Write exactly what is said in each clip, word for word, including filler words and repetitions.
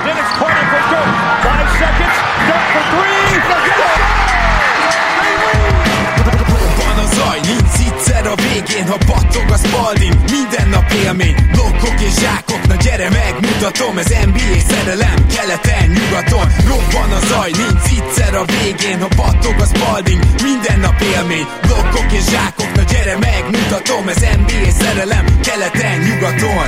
Then it's Carter for Dirk. Five seconds. Dirk for three. Van a zaj, nincs egyszer a végén, ha battog a Spalding, minden nap élmény, blokkok és zsákok, na gyere megmutatom, ez en bé á szerelem, keleten, nyugaton, robban a zaj, nincs egyszer a végén, ha battog a Spalding, minden nap élmény, blokkok és zsákok, na gyere megmutatom, ez en bé á szerelem, keleten, nyugaton.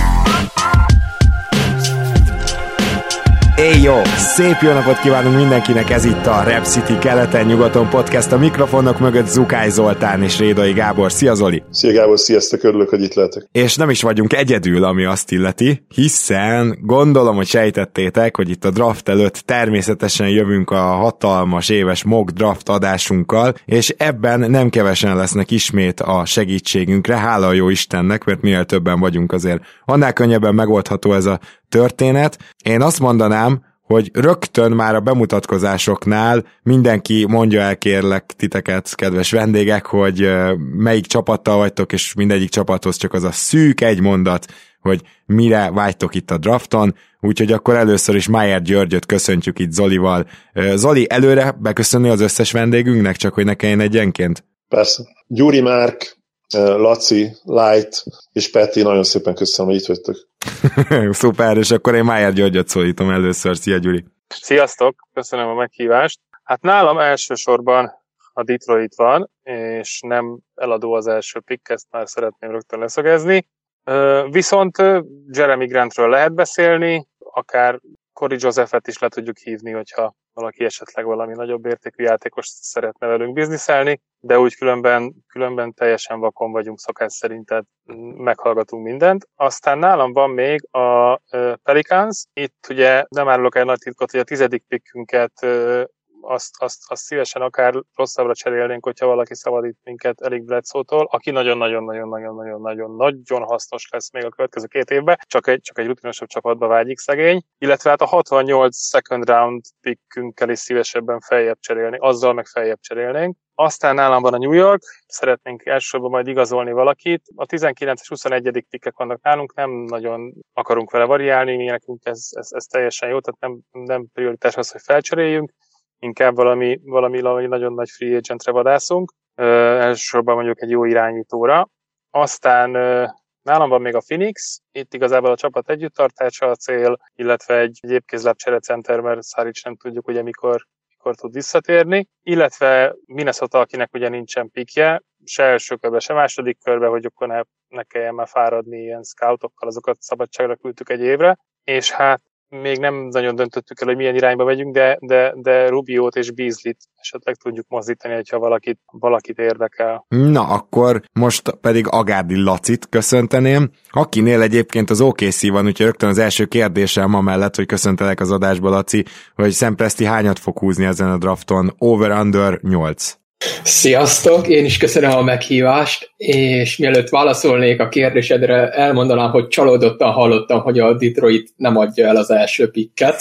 Éj jó! Szép jó napot kívánunk mindenkinek, ez itt a Rep City keleten-nyugaton podcast, a mikrofonok mögött Zukály Zoltán és Rédai Gábor. Szia Zoli! Szia Gábor, sziasztok, örülök, hogy itt lehetek. És nem is vagyunk egyedül, ami azt illeti, hiszen gondolom, hogy sejtettétek, hogy itt a draft előtt természetesen jövünk a hatalmas éves mock draft adásunkkal, és ebben nem kevesen lesznek ismét a segítségünkre, hála a jó Istennek, mert minél többen vagyunk azért, annál könnyebben megoldható ez a történet. Én azt mondanám, hogy rögtön már a bemutatkozásoknál mindenki mondja el, kérlek titeket, kedves vendégek, hogy melyik csapattal vagytok, és mindegyik csapathoz csak az a szűk egy mondat, hogy mire vágytok itt a drafton, úgyhogy akkor először is Májer Györgyöt köszöntjük itt Zolival. Zoli, előre beköszönni az összes vendégünknek, csak hogy ne kelljen egyenként? Persze. Gyuri Márk, Laci, Light és Peti, nagyon szépen köszönöm, hogy itt vagytok. Szuper, és akkor én Májer Györgyöt szólítom először. Szia Gyuri! Sziasztok, köszönöm a meghívást. Hát nálam elsősorban a Detroit van, és nem eladó az első pick, ezt már szeretném rögtön leszögezni. Viszont Jeremy Grantről lehet beszélni, akár Corey Josephet is le tudjuk hívni, hogyha valaki esetleg valami nagyobb értékű játékos szeretne velünk bizniszelni, de úgy különben, különben teljesen vakon vagyunk szokás szerint, tehát meghallgatunk mindent. Aztán nálam van még a Pelicans, itt ugye nem árulok el nagy titkot, hogy a tizedik pickünket azt, azt, azt szívesen akár rosszabbra cserélnénk, hogyha valaki szabadít minket Eric Bledsoe-tól, aki nagyon-nagyon-nagyon-nagyon-nagyon-nagyon hasznos lesz még a következő két évben, csak egy, csak egy rutinosabb csapatba vágyik szegény, illetve hát a hatvannyolc second round pickünkkel is szívesebben feljebb cserélni, azzal meg feljebb cserélnénk. Aztán nálam van a New York, szeretnénk elsősorban majd igazolni valakit. A tizenkilenc és huszonegyedik pickek vannak nálunk, nem nagyon akarunk vele variálni, mi nekünk ez, ez, ez teljesen jó, tehát nem, nem prioritás az, hogy felcseréljünk, inkább valami, valami, valami nagyon nagy free agentre vadászunk, uh, elsősorban mondjuk egy jó irányítóra. Aztán uh, nálam van még a Phoenix, itt igazából a csapat együtttartása a cél, illetve egy, egy épkézláb cserecenter, mert Szárics nem tudjuk ugye mikor, mikor tud visszatérni, illetve Minnesota, akinek ugye nincsen pickje, se első körbe, se második körbe, hogy akkor ne, ne kelljen már fáradni ilyen scoutokkal, azokat szabadságra küldtük egy évre, és hát még nem nagyon döntöttük el, hogy milyen irányba megyünk, de, de, de Rubiót és Beasley-t esetleg tudjuk mozdítani, hogyha valakit, valakit érdekel. Na, akkor most pedig Agárdi Lacit köszönteném, akinél egyébként az o ká cé van, úgyhogy rögtön az első kérdésem amellett, hogy köszöntelek az adásba, Laci, hogy Sam Presti hányat fog húzni ezen a drafton? Over-under nyolc. Sziasztok, én is köszönöm a meghívást, és mielőtt válaszolnék a kérdésedre, elmondanám, hogy csalódottan hallottam, hogy a Detroit nem adja el az első picket.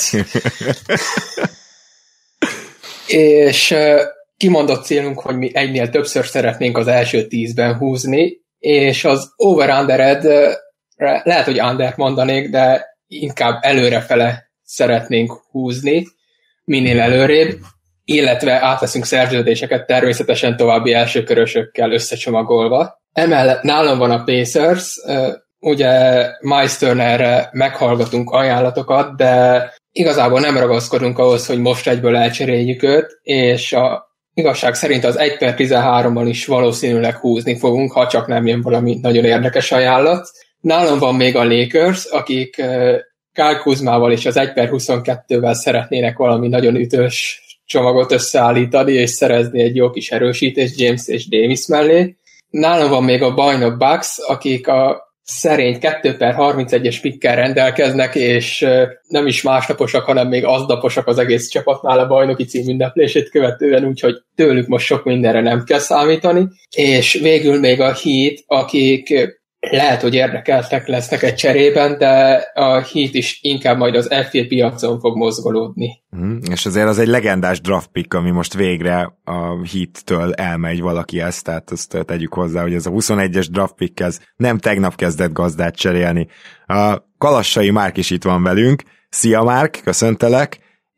És kimondott célunk, hogy mi egynél többször szeretnénk az első tízben húzni, és az over-undered, lehet, hogy under mondanék, de inkább előrefele szeretnénk húzni, minél előrébb, illetve átveszünk szerződéseket természetesen további elsőkörösökkel összecsomagolva. Emellett nálam van a Pacers, ugye Miles Turnerre meghallgatunk ajánlatokat, de igazából nem ragaszkodunk ahhoz, hogy most egyből elcseréljük őt, és a igazság szerint az egy per tizenháromban is valószínűleg húzni fogunk, ha csak nem jön valami nagyon érdekes ajánlat. Nálam van még a Lakers, akik Kyle Kuzmával és az egy per huszonkettővel szeretnének valami nagyon ütős csomagot összeállítani, és szerezni egy jó kis erősítést James és Davis mellé. Nálam van még a bajnok Bucks, akik a szerény kettő per harmincegyes pickkel rendelkeznek, és nem is másnaposak, hanem még aznaposak az egész csapatnál a bajnoki cím ünneplését követően, úgyhogy tőlük most sok mindenre nem kell számítani. És végül még a Heat, akik lehet, hogy érdekeltek lesznek egy cserében, de a Heat is inkább majd az ef á piacon fog mozgolódni. Mm, és azért az egy legendás draft pick, ami most végre a Heat-től elmegy valaki ezt, tehát azt tegyük hozzá, hogy ez a huszonegyes draft pick, ez nem tegnap kezdett gazdát cserélni. A Kalassai Márk is itt van velünk. Szia Márk, köszöntelek,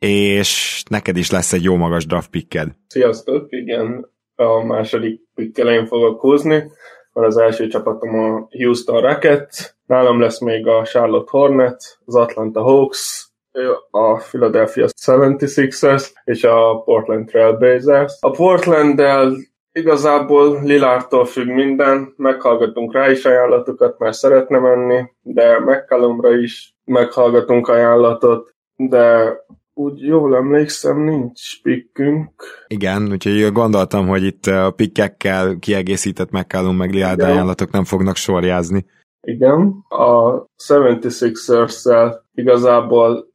és neked is lesz egy jó magas draft picked. Sziasztok, igen, a második pickkel én fogok húzni, mert az első csapatom a Houston Rockets, nálam lesz még a Charlotte Hornets, az Atlanta Hawks, a Philadelphia hetvenhatosers és a Portland Trail Blazers. A Portlanddel igazából Lillardtól függ minden, meghallgatunk rá is ajánlatokat, mert szeretne menni, de McCallumra is meghallgatunk ajánlatot, de úgy jól emlékszem, nincs pickünk. Igen, úgyhogy gondoltam, hogy itt a pickekkel kiegészített McCallum meg Lillard ajánlatok nem fognak sorjázni. Igen, a hetvenhatosers-szel igazából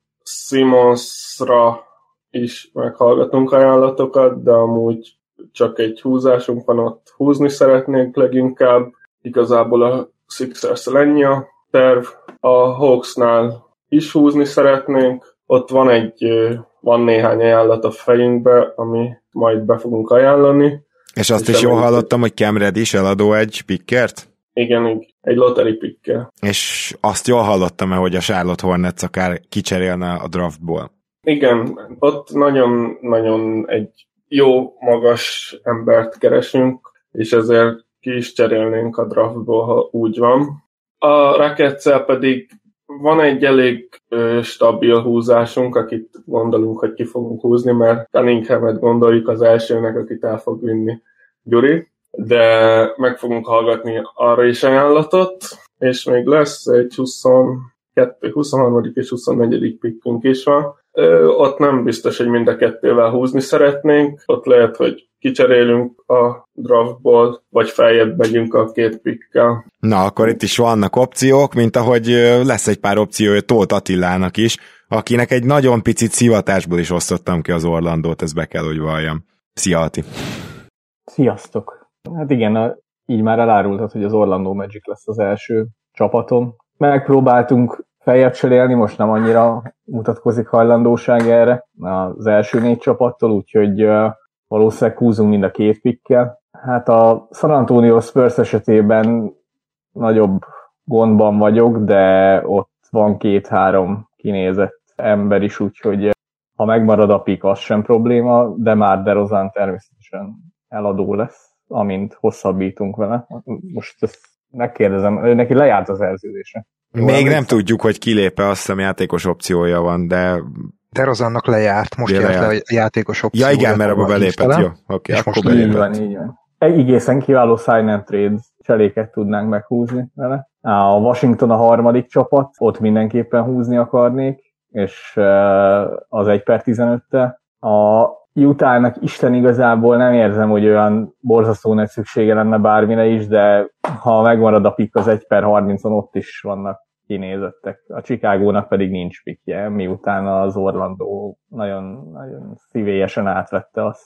Simmonsra is meghallgatunk ajánlatokat, de amúgy csak egy húzásunk van, ott húzni szeretnénk leginkább. Igazából a Sixers-szel ennyi a terv. A Hawksnál is húzni szeretnénk. Ott van egy, van néhány ajánlat a fejünkbe, ami majd be fogunk ajánlani. És azt és is jól hallottam, hogy Cam Reddish eladó egy pickert? Igen, egy lottery pickkel. És azt jól hallottam, hogy a Charlotte Hornets akár kicserélne a draftból. Igen, ott nagyon-nagyon egy jó, magas embert keresünk, és ezért ki is cserélnénk a draftból, ha úgy van. A Rocketszel pedig van egy elég ö, stabil húzásunk, akit gondolunk, hogy ki fogunk húzni, mert Cunninghamet gondoljuk az elsőnek, akit el fog vinni Gyuri, de meg fogunk hallgatni arra is ajánlatot, és még lesz egy huszonkettő, huszonharmadik és huszonnegyedik pickünk is van. Ö, ott nem biztos, hogy mind a kettővel húzni szeretnénk, ott lehet, hogy kicserélünk a draftból, vagy feljebb megyünk a két pickkel. Na, akkor itt is vannak opciók, mint ahogy lesz egy pár opciója Tóth Attilának is, akinek egy nagyon picit szivatásból is osztottam ki az Orlandót, ezt be kell, hogy valljam. Szia, Ati! Sziasztok! Hát igen, így már elárultad, hogy az Orlando Magic lesz az első csapatom. Megpróbáltunk feljebb cserélni, most nem annyira mutatkozik hajlandóság erre az első négy csapattól, úgyhogy valószínűleg húzunk mind a két pickkel. Hát a San Antonio Spurs esetében nagyobb gondban vagyok, de ott van két-három kinézett ember is, úgyhogy ha megmarad a pick, az sem probléma, de már DeRozan természetesen eladó lesz, amint hosszabbítunk vele. Most ezt megkérdezem, ő neki lejárt az szerződése. Még nem tudjuk, hogy kilép-e, azt hiszem játékos opciója van, de... DeRozannak lejárt, most járt le a játékos opciója. Ja igen, mert abba belépett, jó. Oké, és most belépett. Így van, így van. Egy egészen kiváló sign and trade cseléket tudnánk meghúzni vele. A Washington a harmadik csapat, ott mindenképpen húzni akarnék, és az egy per tizenöttel. A Utahnak Isten igazából nem érzem, hogy olyan borzasztó nagy szüksége lenne bármire is, de ha megmarad a pick az egy per harmincon, ott is vannak kinézettek. A Chicagónak pedig nincs pickje, miután az Orlando nagyon, nagyon szívélyesen átvette azt.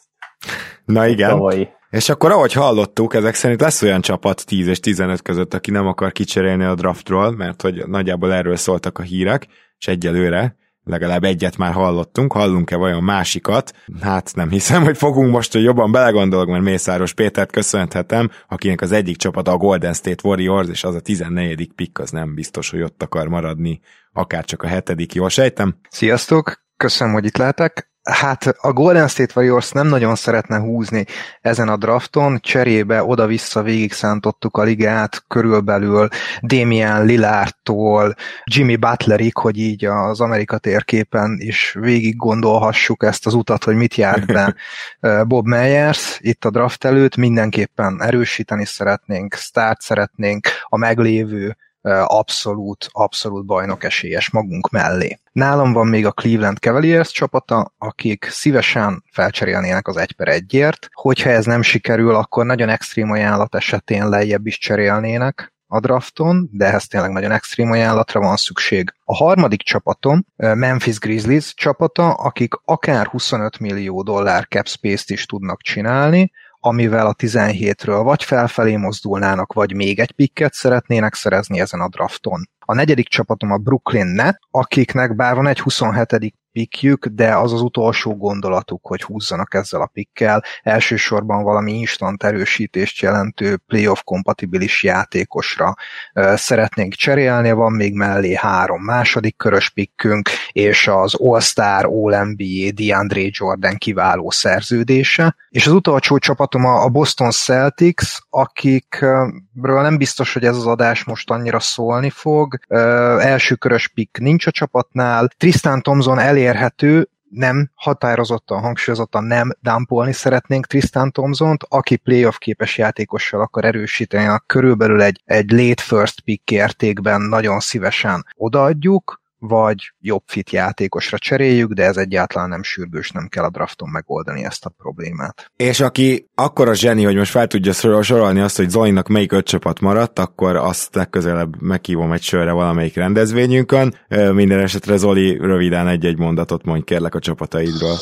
Na igen. Tavalyi. És akkor ahogy hallottuk, ezek szerint lesz olyan csapat tíz és tizenöt között, aki nem akar kicserélni a draftról, mert hogy nagyjából erről szóltak a hírek, és egyelőre legalább egyet már hallottunk, hallunk-e vajon másikat? Hát nem hiszem, hogy fogunk most, hogy jobban belegondolok, mert Mészáros Pétert köszönhetem, akinek az egyik csapata a Golden State Warriors, és az a tizennegyedik pick, az nem biztos, hogy ott akar maradni, akár csak a hetedik, jól sejtem? Sziasztok, köszönöm, hogy itt lehetek. Hát a Golden State Warriors nem nagyon szeretne húzni ezen a drafton, cserébe oda-vissza végig szántottuk a ligát, körülbelül Damian Lillardtól Jimmy Butlerig, hogy így az Amerika térképen is végig gondolhassuk ezt az utat, hogy mit járt be Bob Myers itt a draft előtt. Mindenképpen erősíteni szeretnénk, sztárt szeretnénk, a meglévő abszolút, abszolút bajnok esélyes magunk mellé. Nálam van még a Cleveland Cavaliers csapata, akik szívesen felcserélnének az egy per egyért. Hogyha ez nem sikerül, akkor nagyon extrém ajánlat esetén lejjebb is cserélnének a drafton, de ehhez tényleg nagyon extrém ajánlatra van szükség. A harmadik csapatom Memphis Grizzlies csapata, akik akár huszonöt millió dollár cap space-t is tudnak csinálni, amivel a tizenhétről vagy felfelé mozdulnának, vagy még egy picket szeretnének szerezni ezen a drafton. A negyedik csapatom a Brooklyn Nets, akiknek bár van egy huszonhetedik pickjük, de az az utolsó gondolatuk, hogy húzzanak ezzel a pickkel. Elsősorban valami instant erősítést jelentő playoff kompatibilis játékosra szeretnénk cserélni, van még mellé három második körös pickünk, és az All-Star, All-en bé á DeAndre Jordan kiváló szerződése. És az utolsó csapatom a Boston Celtics, akikről nem biztos, hogy ez az adás most annyira szólni fog. Első körös pick nincs a csapatnál, Tristan Thompson elérhető, nem határozottan, hangsúlyozottan nem dumpolni szeretnénk Tristan Thompsont, aki playoff képes játékossal akar erősíteni, körülbelül egy, egy late first pick értékben nagyon szívesen odaadjuk, vagy jobb fit játékosra cseréljük, de ez egyáltalán nem sürgős, nem kell a drafton megoldani ezt a problémát. És aki akkora zseni, hogy most fel tudja sorolni azt, hogy Zolinak melyik öt csapat maradt, akkor azt legközelebb meghívom egy sörre valamelyik rendezvényünkön. Minden esetre Zoli, röviden egy-egy mondatot mondj kérlek a csapataidról.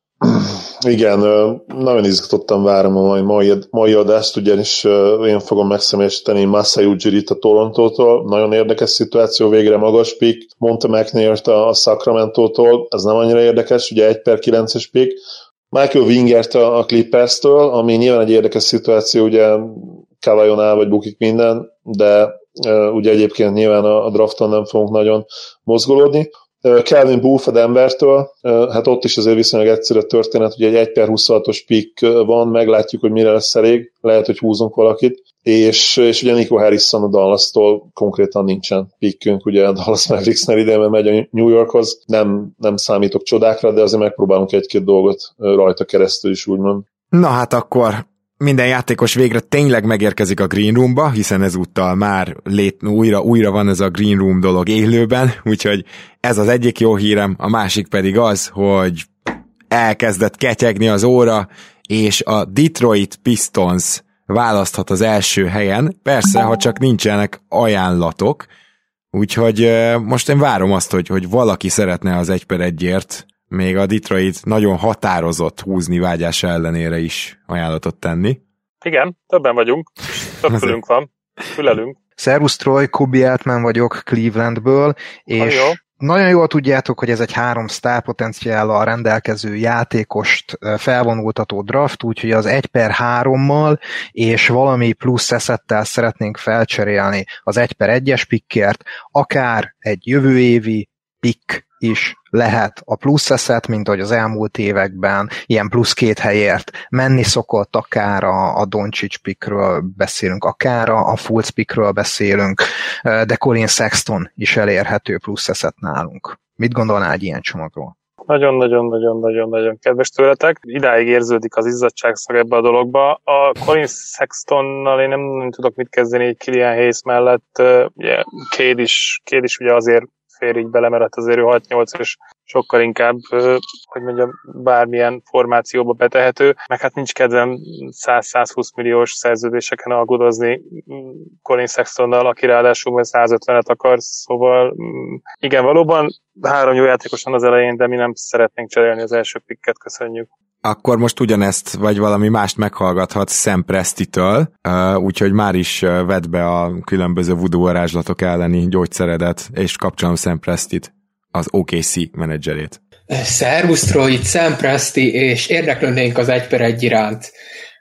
Igen, nagyon izgatottan várom a mai, mai adást, ugyanis én fogom megszemélyesíteni Masai Ujjirit a Torontótól, nagyon érdekes szituáció, végre magas pick, Monte McNair-t a Sacramento-tól, ez nem annyira érdekes, ugye egy per kilences pick, Michael Wingert a Clippers-től, ami nyilván egy érdekes szituáció, ugye Kavajon áll, vagy bukik minden, de ugye egyébként nyilván a drafton nem fogunk nagyon mozgolódni. Calvin Booth a Denvertől, hát ott is azért viszonylag egyszerű a történet, ugye egy egy per huszonhatos pick van, meglátjuk, hogy mire lesz elég, lehet, hogy húzunk valakit, és, és ugye Nico Harrison a Dallas-tól konkrétan nincsen pickünk, ugye a Dallas Mavericksnél idén, mert megy a New Yorkhoz, nem, nem számítok csodákra, de azért megpróbálunk egy-két dolgot rajta keresztül is, úgymond. Na hát akkor minden játékos végre tényleg megérkezik a Green Roomba, hiszen ezúttal már lét, újra, újra van ez a Green Room dolog élőben, úgyhogy ez az egyik jó hírem, a másik pedig az, hogy elkezdett ketyegni az óra, és a Detroit Pistons választhat az első helyen, persze, ha csak nincsenek ajánlatok, úgyhogy most én várom azt, hogy, hogy valaki szeretne az egy per egyért még a Detroit nagyon határozott húzni vágyása ellenére is ajánlatot tenni. Igen, többen vagyunk, több fülünk van, fülelünk. Szervusz Troy, Kobe Altman vagyok Clevelandből, és jó. Nagyon jól tudjátok, hogy ez egy három sztár potenciállal rendelkező játékost felvonultató draft, úgyhogy az egy per hárommal és valami plusz eszettel szeretnénk felcserélni az egy per egyes pickért, akár egy jövő évi pick is lehet a plusz eszet, mint ahogy az elmúlt években ilyen plusz két helyért menni szokott, akár a, a Doncic pickről beszélünk, akár a, a Fultz pickről beszélünk, de Colin Sexton is elérhető plusz eszet nálunk. Mit gondolnál egy ilyen csomagról? Nagyon-nagyon-nagyon-nagyon-nagyon kedves tőletek. Idáig érződik az izzadságszag ebbe a dologba. A Colin Sextonnal én nem, nem tudok mit kezdeni egy Killian Hayes mellett. Ugye, Cade is, Cade is ugye azért fér így bele, mert azért ő hat nyolc és sokkal inkább, hogy mondjam, bármilyen formációba betehető, meg hát nincs kedvem száz-százhúsz milliós szerződéseken alkudozni Colin Sextonnal, aki ráadásul majd százötvenet akar, szóval igen, valóban három jó játékos van az elején, de mi nem szeretnénk cserélni az első picket, köszönjük. Akkor most ugyanezt, vagy valami mást meghallgathatsz Sam Presti-től, úgyhogy már is vedd be a különböző voodoo varázslatok elleni gyógyszeredet, és kapcsolom Sam Prestit, az o ká cé menedzserét. Szervusz Troy, itt Sam Presti, és érdeklődnénk az egy per egy iránt.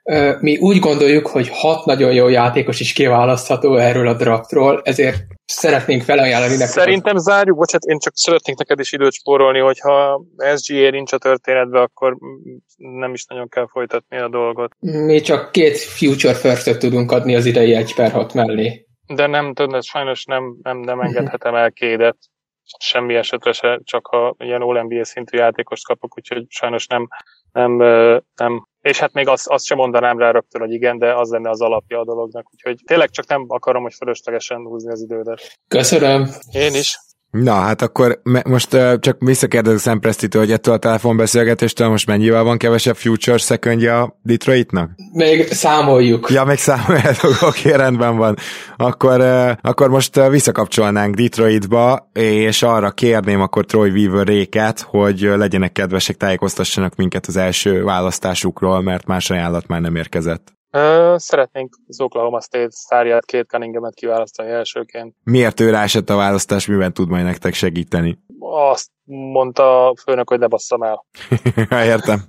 Mi úgy gondoljuk, hogy hat nagyon jó játékos is kiválasztható erről a draftról, ezért szeretnénk felajánlani neked. Szerintem az... zárjuk, bocsánat, én csak szeretnék neked is időt spórolni, hogyha es gé á nincs a történetben, akkor nem is nagyon kell folytatni a dolgot. Mi csak két future first-öt tudunk adni az idei egy per hat mellé. De nem, tudod, sajnos nem, nem, nem engedhetem el Kédet. Semmi esetre se, csak ha ilyen All-en bé á szintű játékost kapok, úgyhogy sajnos nem, nem, nem. És hát még azt, azt sem mondanám rá rögtön, hogy igen, de az lenne az alapja a dolognak, úgyhogy tényleg csak nem akarom, hogy fölöslegesen húzni az idődet. Köszönöm. Én is. Na, hát akkor me- most uh, csak visszakérdezek Sam Prestitől, hogy ettől a telefonbeszélgetéstől most mennyivel van kevesebb future secondja a Detroitnak? Még számoljuk. Ja, még számoljátok, oké, rendben van. Akkor, uh, akkor most uh, visszakapcsolnánk Detroitba, és arra kérném akkor Troy Weaver-réket, hogy uh, legyenek kedvesek, tájékoztassanak minket az első választásukról, mert más ajánlat már nem érkezett. Uh, szeretnénk az Oklahoma State sztárját, Cade Cunningham-et kiválasztani elsőként. Miért ő rá esett a választás, miben tud majd nektek segíteni? azt mondta a főnök, hogy ne basszam el. Értem.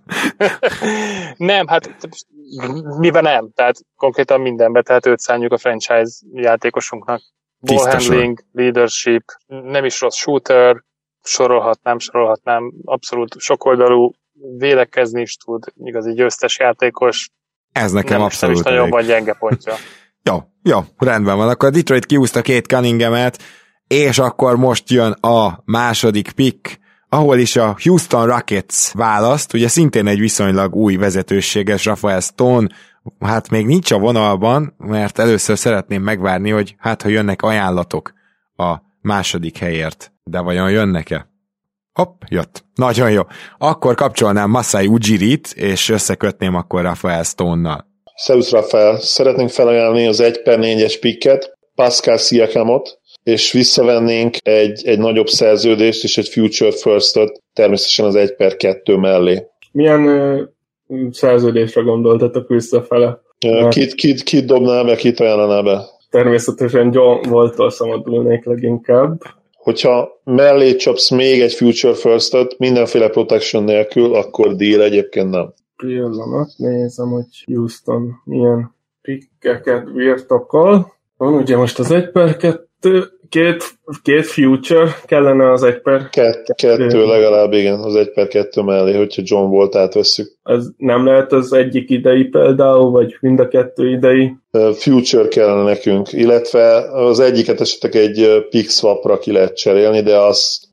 Nem, hát miben nem? Tehát konkrétan mindenben, tehát őt szánjuk a franchise játékosunknak. Ball handling, leadership, nem is rossz shooter, sorolhatnám, sorolhatnám, abszolút sokoldalú, védekezni is tud, igazi győztes játékos. Ez nekem nem, abszolút nem is nagyon van gyenge pontja. Jó, jó, rendben van. Akkor Detroit kiúzta két Cunninghamet, és akkor most jön a második pick, ahol is a Houston Rockets választ, ugye szintén egy viszonylag új vezetőséges Rafael Stone, hát még nincs a vonalban, mert először szeretném megvárni, hogy hát ha jönnek ajánlatok a második helyért, de vajon jönnek-e? Hopp, jött. Nagyon jó. Akkor kapcsolnám Masai Ujirit, és összekötném akkor Rafael Stone-nal. Szerusz Rafael, szeretnénk felajánlani az egy per négyes picket, Pascal Siakamot, és visszavennénk egy, egy nagyobb szerződést és egy Future First-öt természetesen az egy per kettő mellé. Milyen uh, szerződésre gondoltatok visszafele? Uh, kit, kit, kit dobná be, kit ajánlaná be? Természetesen John Wall-tól szabadulnék leginkább. Hogyha mellé csapsz még egy Future First-öt, mindenféle protection nélkül, akkor deal, egyébként nem. Pillanat, nézem, hogy Houston milyen pikkeket birtokol. Van ugye most az egy per kettő, két, két future, kellene az egy per kettő. Kettő legalább, igen, az egy per kettő mellé, hogyha John Wall-t átvesszük. Ez nem lehet az egyik idei például, vagy mind a kettő idei? Future kellene nekünk, illetve az egyiket esetleg egy pick swapra ki lehet cserélni, de az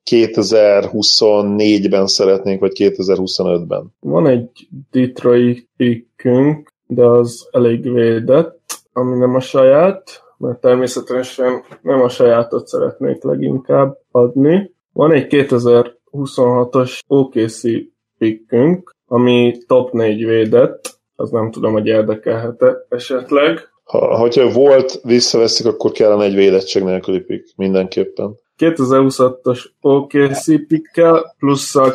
kétezer-huszonnégyben szeretnénk, vagy kétezer-huszonötben. Van egy Detroit pickünk, de az elég védett, ami nem a saját, mert természetesen nem a sajátot szeretnék leginkább adni. Van egy kétezer-huszonhatos o ká cé pickünk, ami top négy védett, az nem tudom, hogy érdekelhet-e esetleg. Ha, hogyha volt, visszaveszik, akkor kellene egy védettség nélküli pick, mindenképpen. kétezer-huszonhatos o ká cé pickkel, plusz a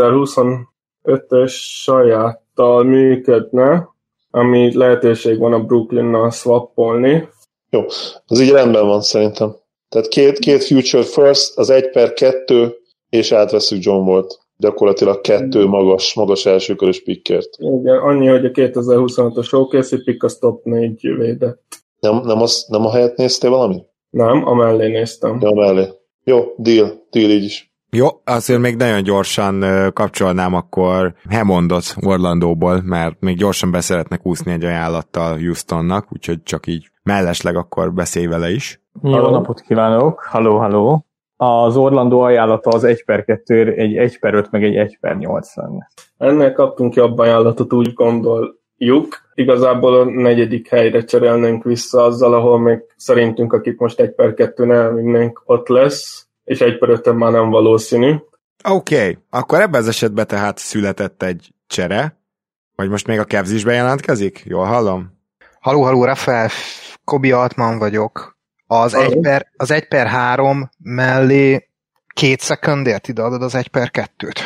kétezer-huszonötös sajáttal működne, ami lehetőség van a Brooklynnal swappolni. Jó, az így rendben van szerintem. Tehát két, két Future First, az egy per kettő, és átveszünk John Wall-t. Gyakorlatilag kettő magas, magas elsőkörös pickért. Igen, annyi, hogy a kétezer-huszonhatos o ká cé pick az top négy védett. Nem, nem, az, nem a helyet néztél valami? Nem, a mellé néztem. Ja, mellé. Jó, deal, deal így is. Jó, azért még nagyon gyorsan kapcsolnám akkor Hammondot Orlandóból, mert még gyorsan beszeretnek úszni egy ajánlattal Houstonnak, úgyhogy csak így mellesleg akkor beszélj vele is. Jó Hello. Napot kívánok! Halló, halló! Az Orlandó ajánlata az egy per kettő, egy egy per öt, meg egy egy per nyolc lenne. Ennél kaptunk jobb ajánlatot, úgy gondoljuk. Igazából a negyedik helyre cserélnénk vissza azzal, ahol még szerintünk, akik most egy per kettőn elvinnénk, ott lesz, és egy per ötön már nem valószínű. Oké, okay. Akkor ebben az esetben tehát született egy csere, vagy most még a Cavs is bejelentkezik? Jól hallom? Halló, halló, Rafael, Kobi Altman vagyok. Az egy per, az egy per három mellé két szekundért ideadod az egy per kettőt?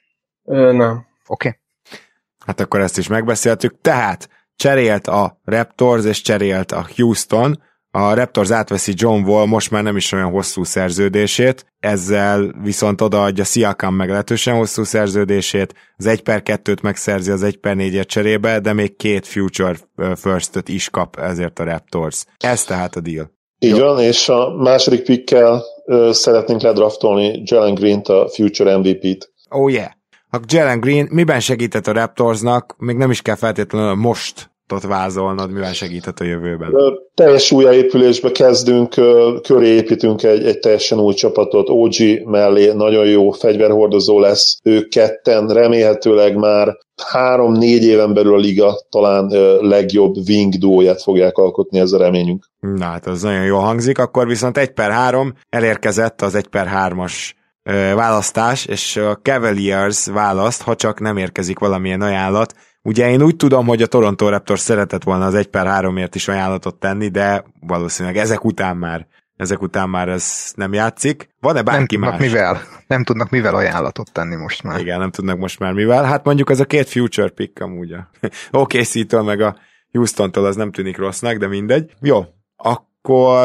Ö, nem. Oké. Okay. Hát akkor ezt is megbeszéltük. Tehát cserélt a Raptors, és cserélt a Houston. A Raptors átveszi John Wall most már nem is olyan hosszú szerződését, ezzel viszont odaadja Siakam meglehetősen hosszú szerződését, az egy per kettőt megszerzi az egy per négyet cserébe, de még két Future First-öt is kap ezért a Raptors. Ez tehát a deal. Így Jó. van, és a második pickkel uh, szeretnénk ledraftolni Jalen Green-t, a Future em vé pét. Oh yeah. A Jalen Green miben segített a Raptorsnak, még nem is kell feltétlenül most ott vázolnod, mivel segített a jövőben. Teljes újjáépülésbe kezdünk, köré építünk egy, egy teljesen új csapatot, o gé mellé nagyon jó fegyverhordozó lesz, ők ketten, remélhetőleg már három-négy éven belül a liga talán legjobb wing duóját fogják alkotni, ez a reményünk. Na hát az nagyon jól hangzik, akkor viszont egy per három elérkezett az egy per hármas választás, és a Cavaliers választ, ha csak nem érkezik valamilyen ajánlat. Ugye én úgy tudom, hogy a Toronto Raptors szeretett volna az egy per háromért is ajánlatot tenni, de valószínűleg ezek után már ezek után már ez nem játszik. Van-e bárki nem más? Mivel. Nem tudnak mivel ajánlatot tenni most már. Igen, nem tudnak most már mivel. Hát mondjuk az a két future pick amúgy a o ká cé-től meg a Houstontól az nem tűnik rossznak, de mindegy. Jó, akkor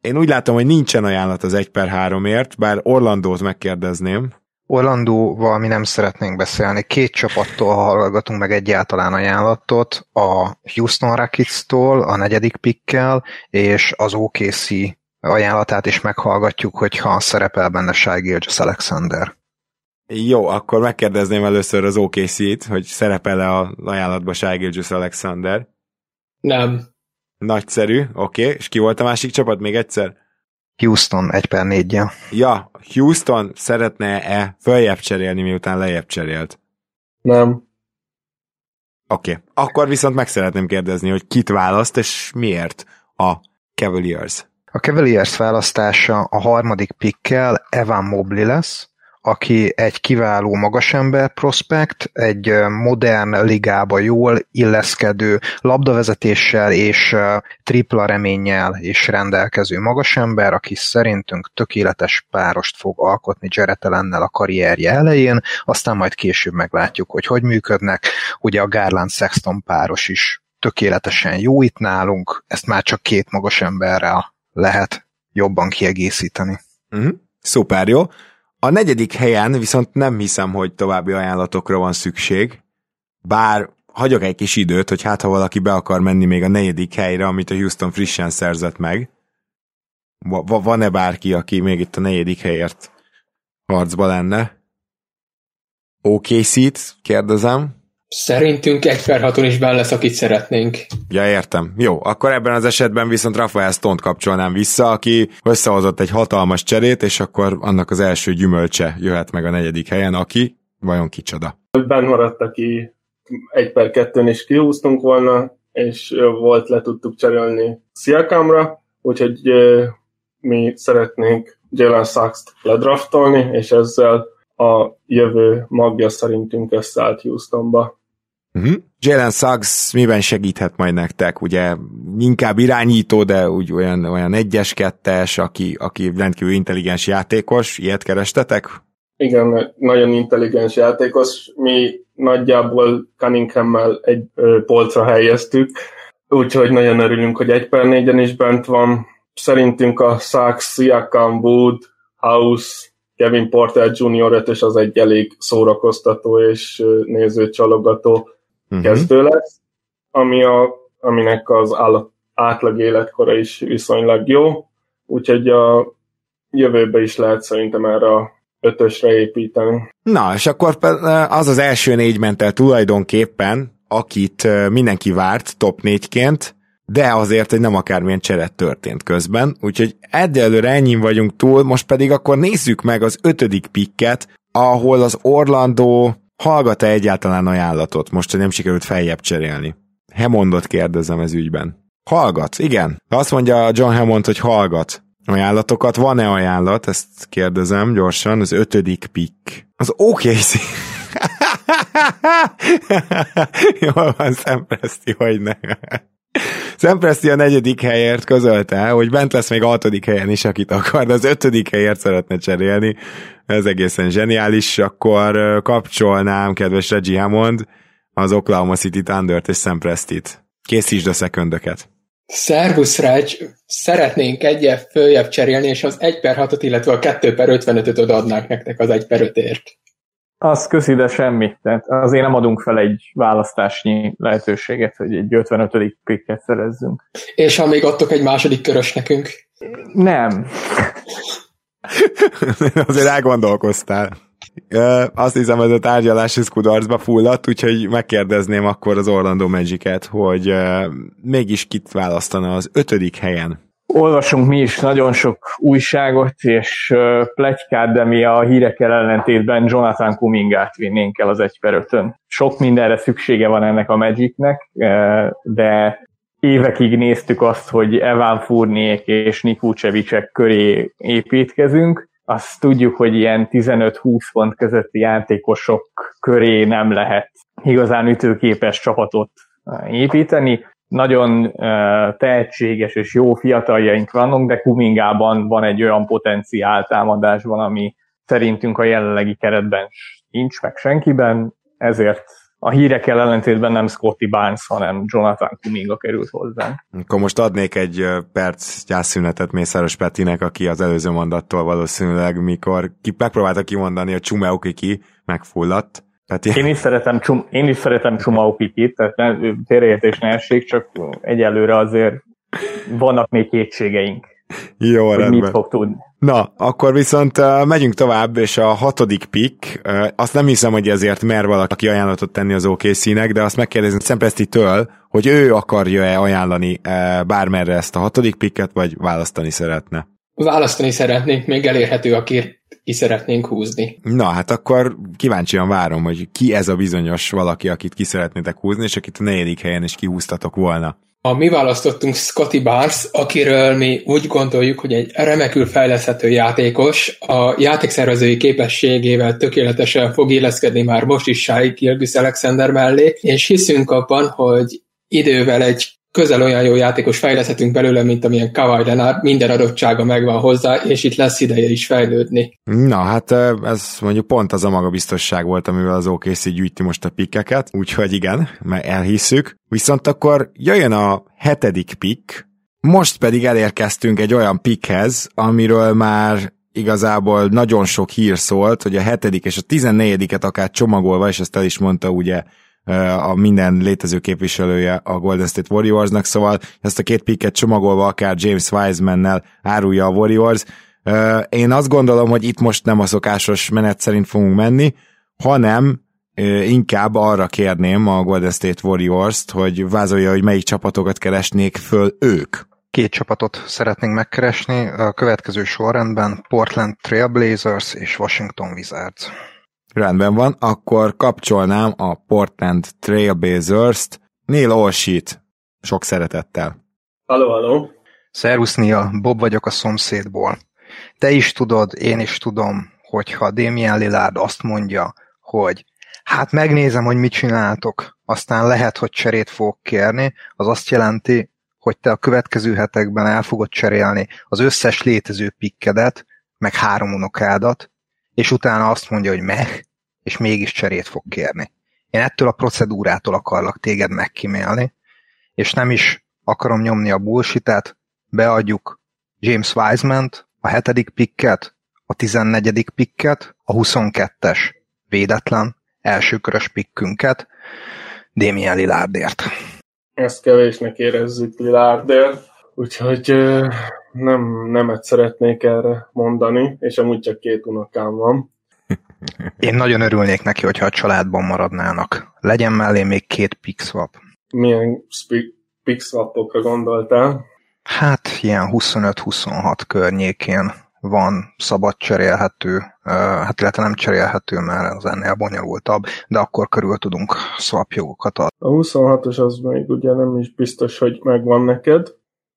Én úgy látom, hogy nincsen ajánlat az egy per háromért, bár Orlandót megkérdezném. Orlandóval mi nem szeretnénk beszélni. Két csapattól hallgatunk meg egyáltalán ajánlatot, a Houston Rockets-tól, a negyedik pickkel, és az o ká cé ajánlatát is meghallgatjuk, hogyha szerepel benne Shai Gilgeous-Alexander. Jó, akkor megkérdezném először az o ká cét, hogy szerepel-e az ajánlatban Shai Gilgeous-Alexander. Nem. Nagyszerű, oké. Okay. És ki volt a másik csapat még egyszer? Houston egy per négyel. Ja, Houston szeretne-e följebb cserélni, miután lejjebb cserélt? Nem. Oké. Okay. Akkor viszont meg szeretném kérdezni, hogy kit választ, és miért a Cavaliers? A Cavaliers választása a harmadik pickkel Evan Mobley lesz, aki egy kiváló magasember prospekt, egy modern ligába jól illeszkedő labdavezetéssel és tripla reménnyel is rendelkező magasember, aki szerintünk tökéletes párost fog alkotni Jarrett Allennel a karrierje elején, aztán majd később meglátjuk, hogy hogy működnek. Ugye a Garland-Sexton páros is tökéletesen jó itt nálunk, ezt már csak két magasemberrel lehet jobban kiegészíteni. Uh-huh. Szuper, jó. A negyedik helyen viszont nem hiszem, hogy további ajánlatokra van szükség, bár hagyok egy kis időt, hogy hát ha valaki be akar menni még a negyedik helyre, amit a Houston frissen szerzett meg. Van-e bárki, aki még itt a negyedik helyért harcba lenne? o ká cét kérdezem. Szerintünk egy per haton is benne lesz, akit szeretnénk. Ja, értem. Jó, akkor ebben az esetben viszont Rafael Stone-t kapcsolnám vissza, aki összehozott egy hatalmas cserét, és akkor annak az első gyümölcse jöhet meg a negyedik helyen, aki vajon kicsoda. Benn maradt, aki egy per kettőn is kihúztunk volna, és volt, le tudtuk cserélni Siakamra, úgyhogy mi szeretnénk Jalen Suggs-t ledraftolni, és ezzel a jövő magja szerintünk összeállt Houstonba. Uh-huh. Jalen Suggs miben segíthet majd nektek? Ugye inkább irányító, de úgy olyan, olyan egyes-kettes, aki, aki rendkívül intelligens játékos, ilyet kerestetek? Igen, nagyon intelligens játékos. Mi nagyjából Cunningham-mel egy ö, polcra helyeztük, úgyhogy nagyon örülünk, hogy egy per négyen is bent van. Szerintünk a Suggs, Siakam, Wood, House, Kevin Porter junior és az egy elég szórakoztató és nézőcsalogató uh-huh. kezdő lesz, ami a, aminek az állat, átlag életkora is viszonylag jó, úgyhogy a jövőben is lehet szerintem erre a ötösre építeni. Na, és akkor az az első négy ment el tulajdonképpen, akit mindenki várt top négyként, de azért, hogy nem akármilyen csere történt közben, úgyhogy egyelőre ennyin vagyunk túl, most pedig akkor nézzük meg az ötödik picket, ahol az Orlando hallgat-e egyáltalán ajánlatot, most, hogy nem sikerült feljebb cserélni. Hammondot kérdezem ez ügyben. Hallgat, igen. Azt mondja John Hammond, hogy hallgat ajánlatokat. Van-e ajánlat? Ezt kérdezem gyorsan. Az ötödik pick. Az o ká cé. Jól van, Szempreszti, hogy ne. Szempreszti a negyedik helyért közölte, hogy bent lesz még a hatodik helyen is, akit akar, de az ötödik helyért szeretne cserélni. Ez egészen zseniális. Akkor kapcsolnám, kedves Reggie Hammond, az Oklahoma City Thundert és Szemprestit. Készítsd a szekundöket. Szervusz, Reg! Szeretnénk egyet följebb cserélni, és az egy per hatot, illetve a kettő per ötvenötöt odaadnánk nektek az egy per ötért. Az köszi, de semmi. Tehát azért nem adunk fel egy választásnyi lehetőséget, hogy egy ötvenötödik picket szerezzünk. És ha még adtok egy második körös nekünk? Nem. Azért elgondolkoztál. Azt hiszem, ez a tárgyalás ez kudarcba fulladt, úgyhogy megkérdezném akkor az Orlando Magic-et, hogy mégis kit választana az ötödik helyen. Olvasunk mi is nagyon sok újságot és pletykát, de mi a hírekkel ellentétben Jonathan Kumingát vinnénk el az egy per ötön. Sok mindenre szüksége van ennek a Magicnek, de évekig néztük azt, hogy Evan Fournier és Nick Vucevicek köré építkezünk. Azt tudjuk, hogy ilyen tizenöt-húsz pont közötti játékosok köré nem lehet igazán ütőképes csapatot építeni. Nagyon uh, tehetséges és jó fiataljaink vannak, de Kumingában van egy olyan potenciál támadásban, ami szerintünk a jelenlegi keretben nincs meg senkiben, ezért a hírekkel ellentétben nem Scotty Barnes, hanem Jonathan Kuminga került hozzánk. Akkor most adnék egy perc gyászszünetet Mészáros Petinek, aki az előző mondattól valószínűleg, mikor ki, megpróbálta kimondani, a Csumeukiki megfulladt. Peti. Én is szeretem, Csum, én is szeretem Csumaukikit, tehát félreértés ne essék, csak egyelőre azért vannak még kétségeink. Jó, hogy rendben. Mit fog tudni. Na, akkor viszont uh, megyünk tovább, és a hatodik pick, uh, azt nem hiszem, hogy ezért mer valaki ajánlatot tenni az o ká cé-nek, de azt megkérdezni Sam Presti-től, hogy ő akarja-e ajánlani uh, bármerre ezt a hatodik picket, vagy választani szeretne. Választani szeretnénk, még elérhető, akit ki szeretnénk húzni. Na, hát akkor kíváncsian várom, hogy ki ez a bizonyos valaki, akit ki szeretnétek húzni, és akit a negyedik helyen is kihúztatok volna. A mi választottunk Scotty Barnes, akiről mi úgy gondoljuk, hogy egy remekül fejleszthető játékos, a játékszervezői képességével tökéletesen fog illeszkedni már most is Shai Gilgeous-Alexander mellé, és hiszünk abban, hogy idővel egy közel olyan jó játékos fejleszthetünk belőle, mint amilyen Kawhi Leonard, minden adottsága megvan hozzá, és itt lesz ideje is fejlődni. Na, hát ez mondjuk pont az a magabiztosság volt, amivel az o ká cé gyűjti most a pikkeket, úgyhogy igen, mert elhisszük. Viszont akkor jöjjön a hetedik pick, most pedig elérkeztünk egy olyan pickhez, amiről már igazából nagyon sok hír szólt, hogy a hetedik és a tizennegyediket akár csomagolva, és ezt el is mondta ugye a minden létező képviselője a Golden State Warriorsnak, szóval ezt a két picket csomagolva akár James Wisemannel árulja a Warriors. Én azt gondolom, hogy itt most nem a szokásos menet szerint fogunk menni, hanem inkább arra kérném a Golden State Warriors-t, hogy vázolja, hogy melyik csapatokat keresnék föl ők. Két csapatot szeretnénk megkeresni, a következő sorrendben Portland Trail Blazers és Washington Wizards. Rendben van, akkor kapcsolnám a Portland Trail Blazers-t. Neil Olshit, sok szeretettel. Halló, halló. Szervusz Neil, Bob vagyok a szomszédból. Te is tudod, én is tudom, hogyha Damian Lillard azt mondja, hogy hát megnézem, hogy mit csináltok, aztán lehet, hogy cserét fogok kérni, az azt jelenti, hogy te a következő hetekben el fogod cserélni az összes létező pikkedet, meg három unokádat, és utána azt mondja, hogy meh, és mégis cserét fog kérni. Én ettől a procedúrától akarlak téged megkímélni, és nem is akarom nyomni a bullshit-et, beadjuk James Wisemant, a hetedik picket, a tizennegyedik picket, a huszonkettes védetlen elsőkörös pikkünket Damian Lillardért. Ezt kevésnek érezzük Lillardért, úgyhogy nem, nemet szeretnék erre mondani, és amúgy csak két unokám van. Én nagyon örülnék neki, hogyha a családban maradnának. Legyen mellé még két pick swap. Milyen pick swapokra gondoltál? Hát ilyen huszonöt-huszonhat környékén van szabad cserélhető, hát illetve nem cserélhető, mert az ennél bonyolultabb, de akkor körül tudunk swap jogokat adni. A huszonhatos az még ugye nem is biztos, hogy megvan neked.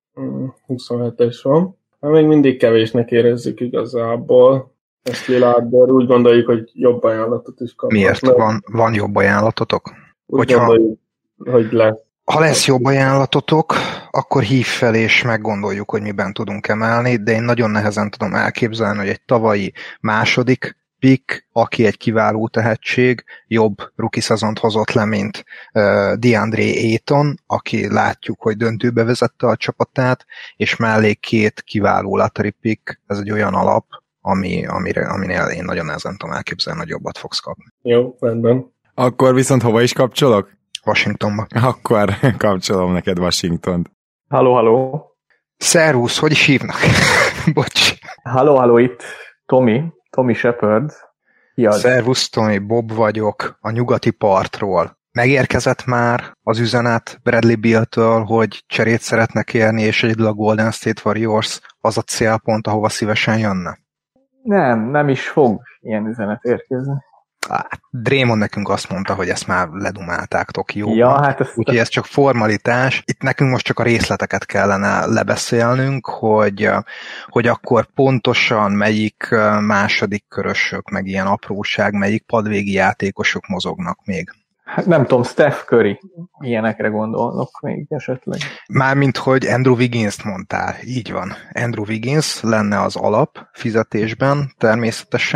huszonhetes van. Hát még mindig kevésnek érezzük igazából. Ezt Lillardért úgy gondoljuk, hogy jobb ajánlatot is kapnak. Miért? Van, van jobb ajánlatotok? Úgy Hogyha, gondoljuk, hogy lesz. Ha lesz jobb ajánlatotok, akkor hív fel és meggondoljuk, hogy miben tudunk emelni, de én nagyon nehezen tudom elképzelni, hogy egy tavalyi második pick, aki egy kiváló tehetség, jobb rookie szezont hozott le, mint uh, DeAndre Ayton, aki látjuk, hogy döntőbe vezette a csapatát, és mellé két kiváló lottery pick, ez egy olyan alap, ami, amire, aminél én nagyon nehezen tudom elképzelni, hogy jobbat fogsz kapni. Jó, rendben. Akkor viszont hova is kapcsolok? Washingtonba. Akkor kapcsolom neked Washingtont. Halló, halló. Szervusz, hogy is hívnak? Bocs. Halló, halló, itt Tommy, Tommy Shepard. Hiad. Szervusz, Tommy, Bob vagyok, a nyugati partról. Megérkezett már az üzenet Bradley Beal-től, hogy cserét szeretne kérni, és egyedül a Golden State Warriors az a célpont, ahova szívesen jönne? Nem, nem is fog ilyen üzenet érkezni. Hát, Draymond nekünk azt mondta, hogy ezt már ledumáltáktok jó. Ja, hát ezt úgyhogy ez csak formalitás. Itt nekünk most csak a részleteket kellene lebeszélnünk, hogy, hogy akkor pontosan melyik második körösök, meg ilyen apróság, melyik padvégi játékosok mozognak még. Hát nem tudom, Steph Curry, ilyenekre gondolok még esetleg. Mármint, hogy Andrew Wiggins-t mondtál, így van. Andrew Wiggins lenne az alap fizetésben természetesen,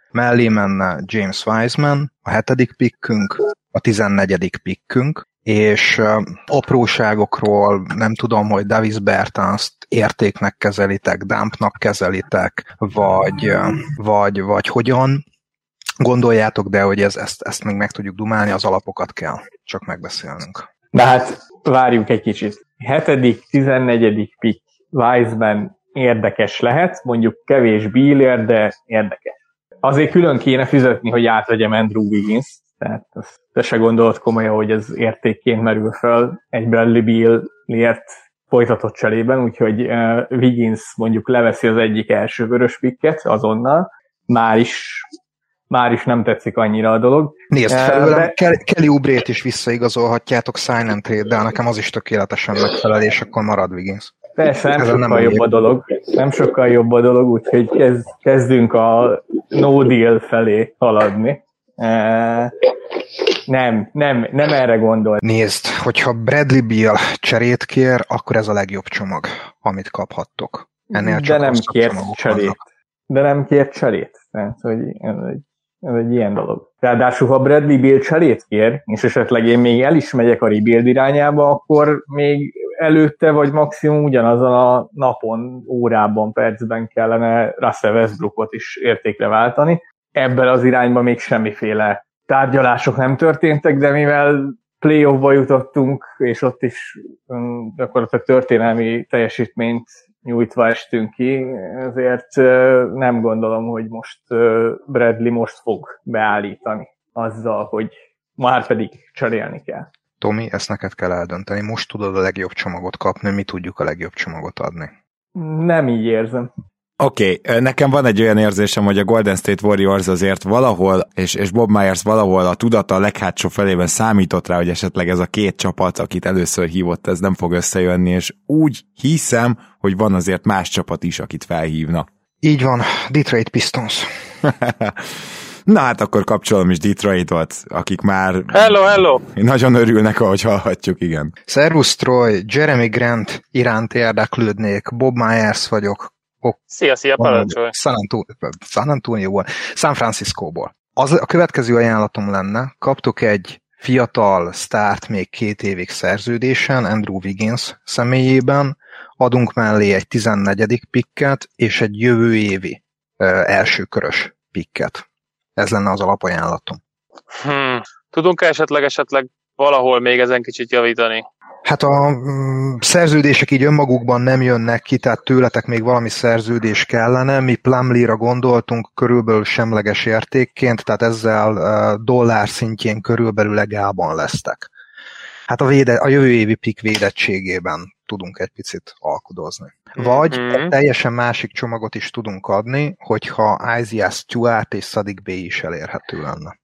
mellé menne James Wiseman, a hetedik pickünk, a tizennegyedik pickünk, és uh, apróságokról nem tudom, hogy Davis Bertans-t értéknek kezelitek, dumpnak kezelitek, vagy, uh, vagy, vagy hogyan gondoljátok, de hogy ez, ezt, ezt még meg tudjuk dumálni, az alapokat kell csak megbeszélnünk. De hát várjunk egy kicsit. hetedik, tizennegyedik pick Wiseman érdekes lehet, mondjuk kevés bílér, de érdekes. Azért külön kéne fizetni, hogy átvegyem Andrew Wiggins, tehát azt te se gondolod komolyan, hogy ez értékként merül fel egy Bradley Beal-ért folytatott cserében, úgyhogy uh, Wiggins mondjuk leveszi az egyik első vörös picket azonnal, már is, már is nem tetszik annyira a dolog. Nézd, uh, felőlem de... Kelly Oubre-t is visszaigazolhatjátok sign and trade, de nekem az is tökéletesen megfelel, és akkor marad Wiggins. Persze, nem Ez sokkal nem jobb a dolog. Nem sokkal jobb a dolog, úgyhogy kezd, kezdünk a no deal felé haladni. Uh, nem, nem, nem erre gondol. Nézd, hogyha Bradley Beal cserét kér, akkor ez a legjobb csomag, amit kaphattok. Ennél csak De nem kért cserét. vannak. De nem kért cserét. Tehát, hogy ez egy, ez egy ilyen dolog. Ráadásul, ha Bradley Beal cserét kér, és esetleg én még el is megyek a rebuild irányába, akkor még előtte, vagy maximum ugyanazon a napon, órában, percben kellene Russell Westbrookot is értékre váltani. Ebben az irányban még semmiféle tárgyalások nem történtek, de mivel playoffba jutottunk, és ott is um, gyakorlatilag történelmi teljesítményt nyújtva estünk ki, ezért uh, nem gondolom, hogy most uh, Bradley most fog beállítani azzal, hogy már pedig cserélni kell. Tomi, ezt neked kell eldönteni. Most tudod a legjobb csomagot kapni, mi tudjuk a legjobb csomagot adni. Nem így érzem. Oké, okay, nekem van egy olyan érzésem, hogy a Golden State Warriors azért valahol, és, és Bob Myers valahol a tudata a leghátsó felében számított rá, hogy esetleg ez a két csapat, akit először hívott, ez nem fog összejönni, és úgy hiszem, hogy van azért más csapat is, akit felhívna. Így van, Detroit Pistons. Na hát akkor kapcsolom is Detroitot, akik már Hello, hello! nagyon örülnek, ahogy hallhatjuk, igen. Servus Troy, Jeremy Grant iránt érdeklődnék, Bob Myers vagyok. Oh, szia, szia, parancsolj! San, Antonio, San Antonioból, San Franciscóból. Az a következő ajánlatom lenne, kaptok egy fiatal sztárt még két évig szerződésen, Andrew Wiggins személyében, adunk mellé egy tizennegyedik picket és egy jövő évi uh, elsőkörös picket. Ez lenne az alapajánlatom. Hmm. Tudunk-e esetleg, esetleg valahol még ezen kicsit javítani? Hát a mm, szerződések így önmagukban nem jönnek ki, tehát tőletek még valami szerződés kellene. Mi Plumlee-ra gondoltunk körülbelül semleges értékként, tehát ezzel uh, dollár szintjén körülbelül legálban lesztek. Hát a, véde, a jövő évi pick védettségében tudunk egy picit alkudozni. Vagy mm-hmm. egy teljesen másik csomagot is tudunk adni, hogyha Isaiah Stewart és Sadiq Bey is elérhető lenne.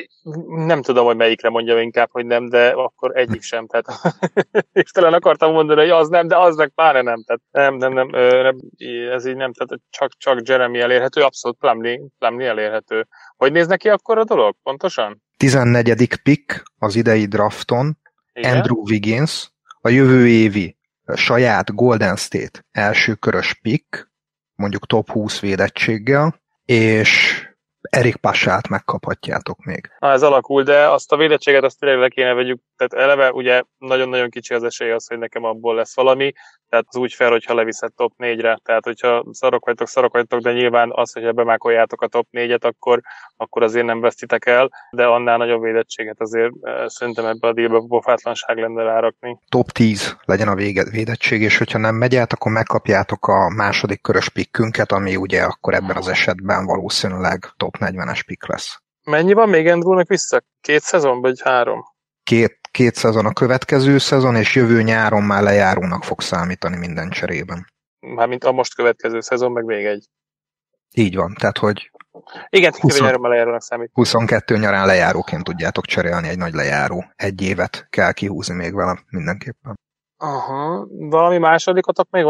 Nem tudom, hogy melyikre mondjam inkább, hogy nem, de akkor egyik sem. Tehát Istelen akartam mondani, hogy az nem, de az meg pláne nem. Tehát nem, nem, nem, nem, ez így nem, tehát csak, csak Jeremy elérhető, abszolút Plumlee, Plumlee elérhető. Hogy néz neki akkor a dolog, pontosan? tizennegyedik pick az idei drafton, igen? Andrew Wiggins, a jövő évi saját Golden State elsőkörös pick, mondjuk top húsz védettséggel, és Erik Pasát megkaphatjátok még. Na, ez alakul, de azt a védettséget azt tényleg le kéne vegyük, tehát eleve ugye nagyon-nagyon kicsi az esély az, hogy nekem abból lesz valami, tehát az úgy fel, hogyha leviszed top négyre, tehát hogyha szarok vagytok, szarok vagytok, de nyilván az, hogyha bemákoljátok a top négyet, akkor, akkor azért nem vesztitek el, de annál nagyobb védettséget azért szerintem ebbe a dílbe pofátlanság lenne rárakni. Top tíz legyen a vége, védettség, és hogyha nem megy át, akkor megkapjátok a második körös pickünket, ami ugye akkor ebben az esetben valószínűleg top negyvenes pick lesz. Mennyi van még Andrewnek vissza? Két szezon, vagy három? Két, két szezon a következő szezon, és jövő nyáron már lejárónak fog számítani minden cserében. Mármint a most következő szezon, meg még egy. Így van, tehát hogy igen, húsz, nyáron már lejárónak számít. huszonkettő nyarán lejáróként tudjátok cserélni, egy nagy lejáró. Egy évet kell kihúzni még vele mindenképpen. Aha, valami másodikotok még van?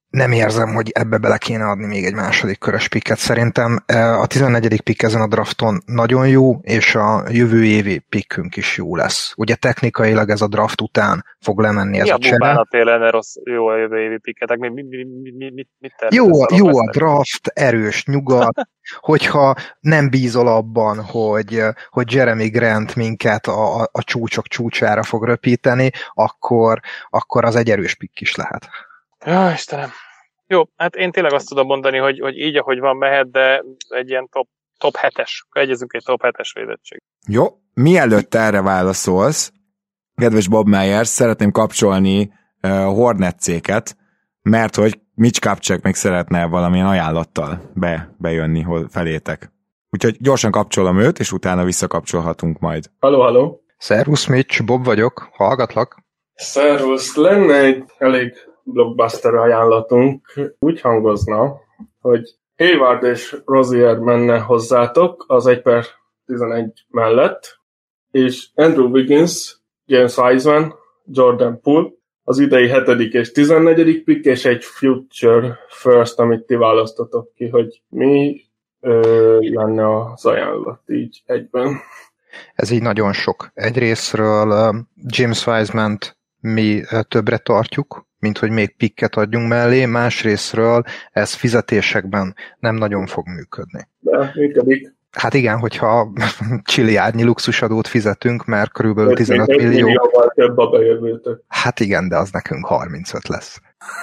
nem érzem, hogy ebbe bele kéne adni még egy második körös pikket. Szerintem a tizennegyedik pikk ezen a drafton nagyon jó, és a jövő évi pikkünk is jó lesz. Ugye technikailag ez a draft után fog lemenni mi ez a, a csere. Mi a búbánaté lenne rossz, jó a jövő évi pikketek? Mi, mi, mi, mi, mi, mi, mit jó, jó a draft, erős nyugat, hogyha nem bízol abban, hogy, hogy Jeremy Grant minket a, a, a csúcsok csúcsára fog röpíteni, akkor, akkor az egy erős pikk is lehet. Ja, Istenem. Jó, hát én tényleg azt tudom mondani, hogy, hogy így, ahogy van, mehet, de egy ilyen top, top hetes. Egyezünk egy top hetes védettség. Jó, mielőtt erre válaszolsz, kedves Bob Myers, szeretném kapcsolni uh, Hornetszéket, mert hogy Mitch Kupchak még szeretne valamilyen ajánlattal be, bejönni hol felétek. Úgyhogy gyorsan kapcsolom őt, és utána visszakapcsolhatunk majd. Halló, halló. Szervusz Mitch, Bob vagyok, hallgatlak. Szervusz, lenne egy elég blockbuster ajánlatunk. Úgy hangozna, hogy Hayward és Rozier menne hozzátok az egy per tizenegy mellett, és Andrew Wiggins, James Wiseman, Jordan Poole, az idei hetedik és tizennegyedik pick, és egy future first, amit ti választotok ki, hogy mi ö, lenne az ajánlat így egyben. Ez így nagyon sok. Egyrésztről uh, James Wiseman-t mi uh, többre tartjuk, mint hogy még picket adjunk mellé, másrésztről ez fizetésekben nem nagyon fog működni. De működik. Hát igen, hogyha csiliárdnyi luxusadót fizetünk, mert körülbelül tizenöt millió. millióval több a bejövőtök. Hát igen, de az nekünk harmincöt lesz.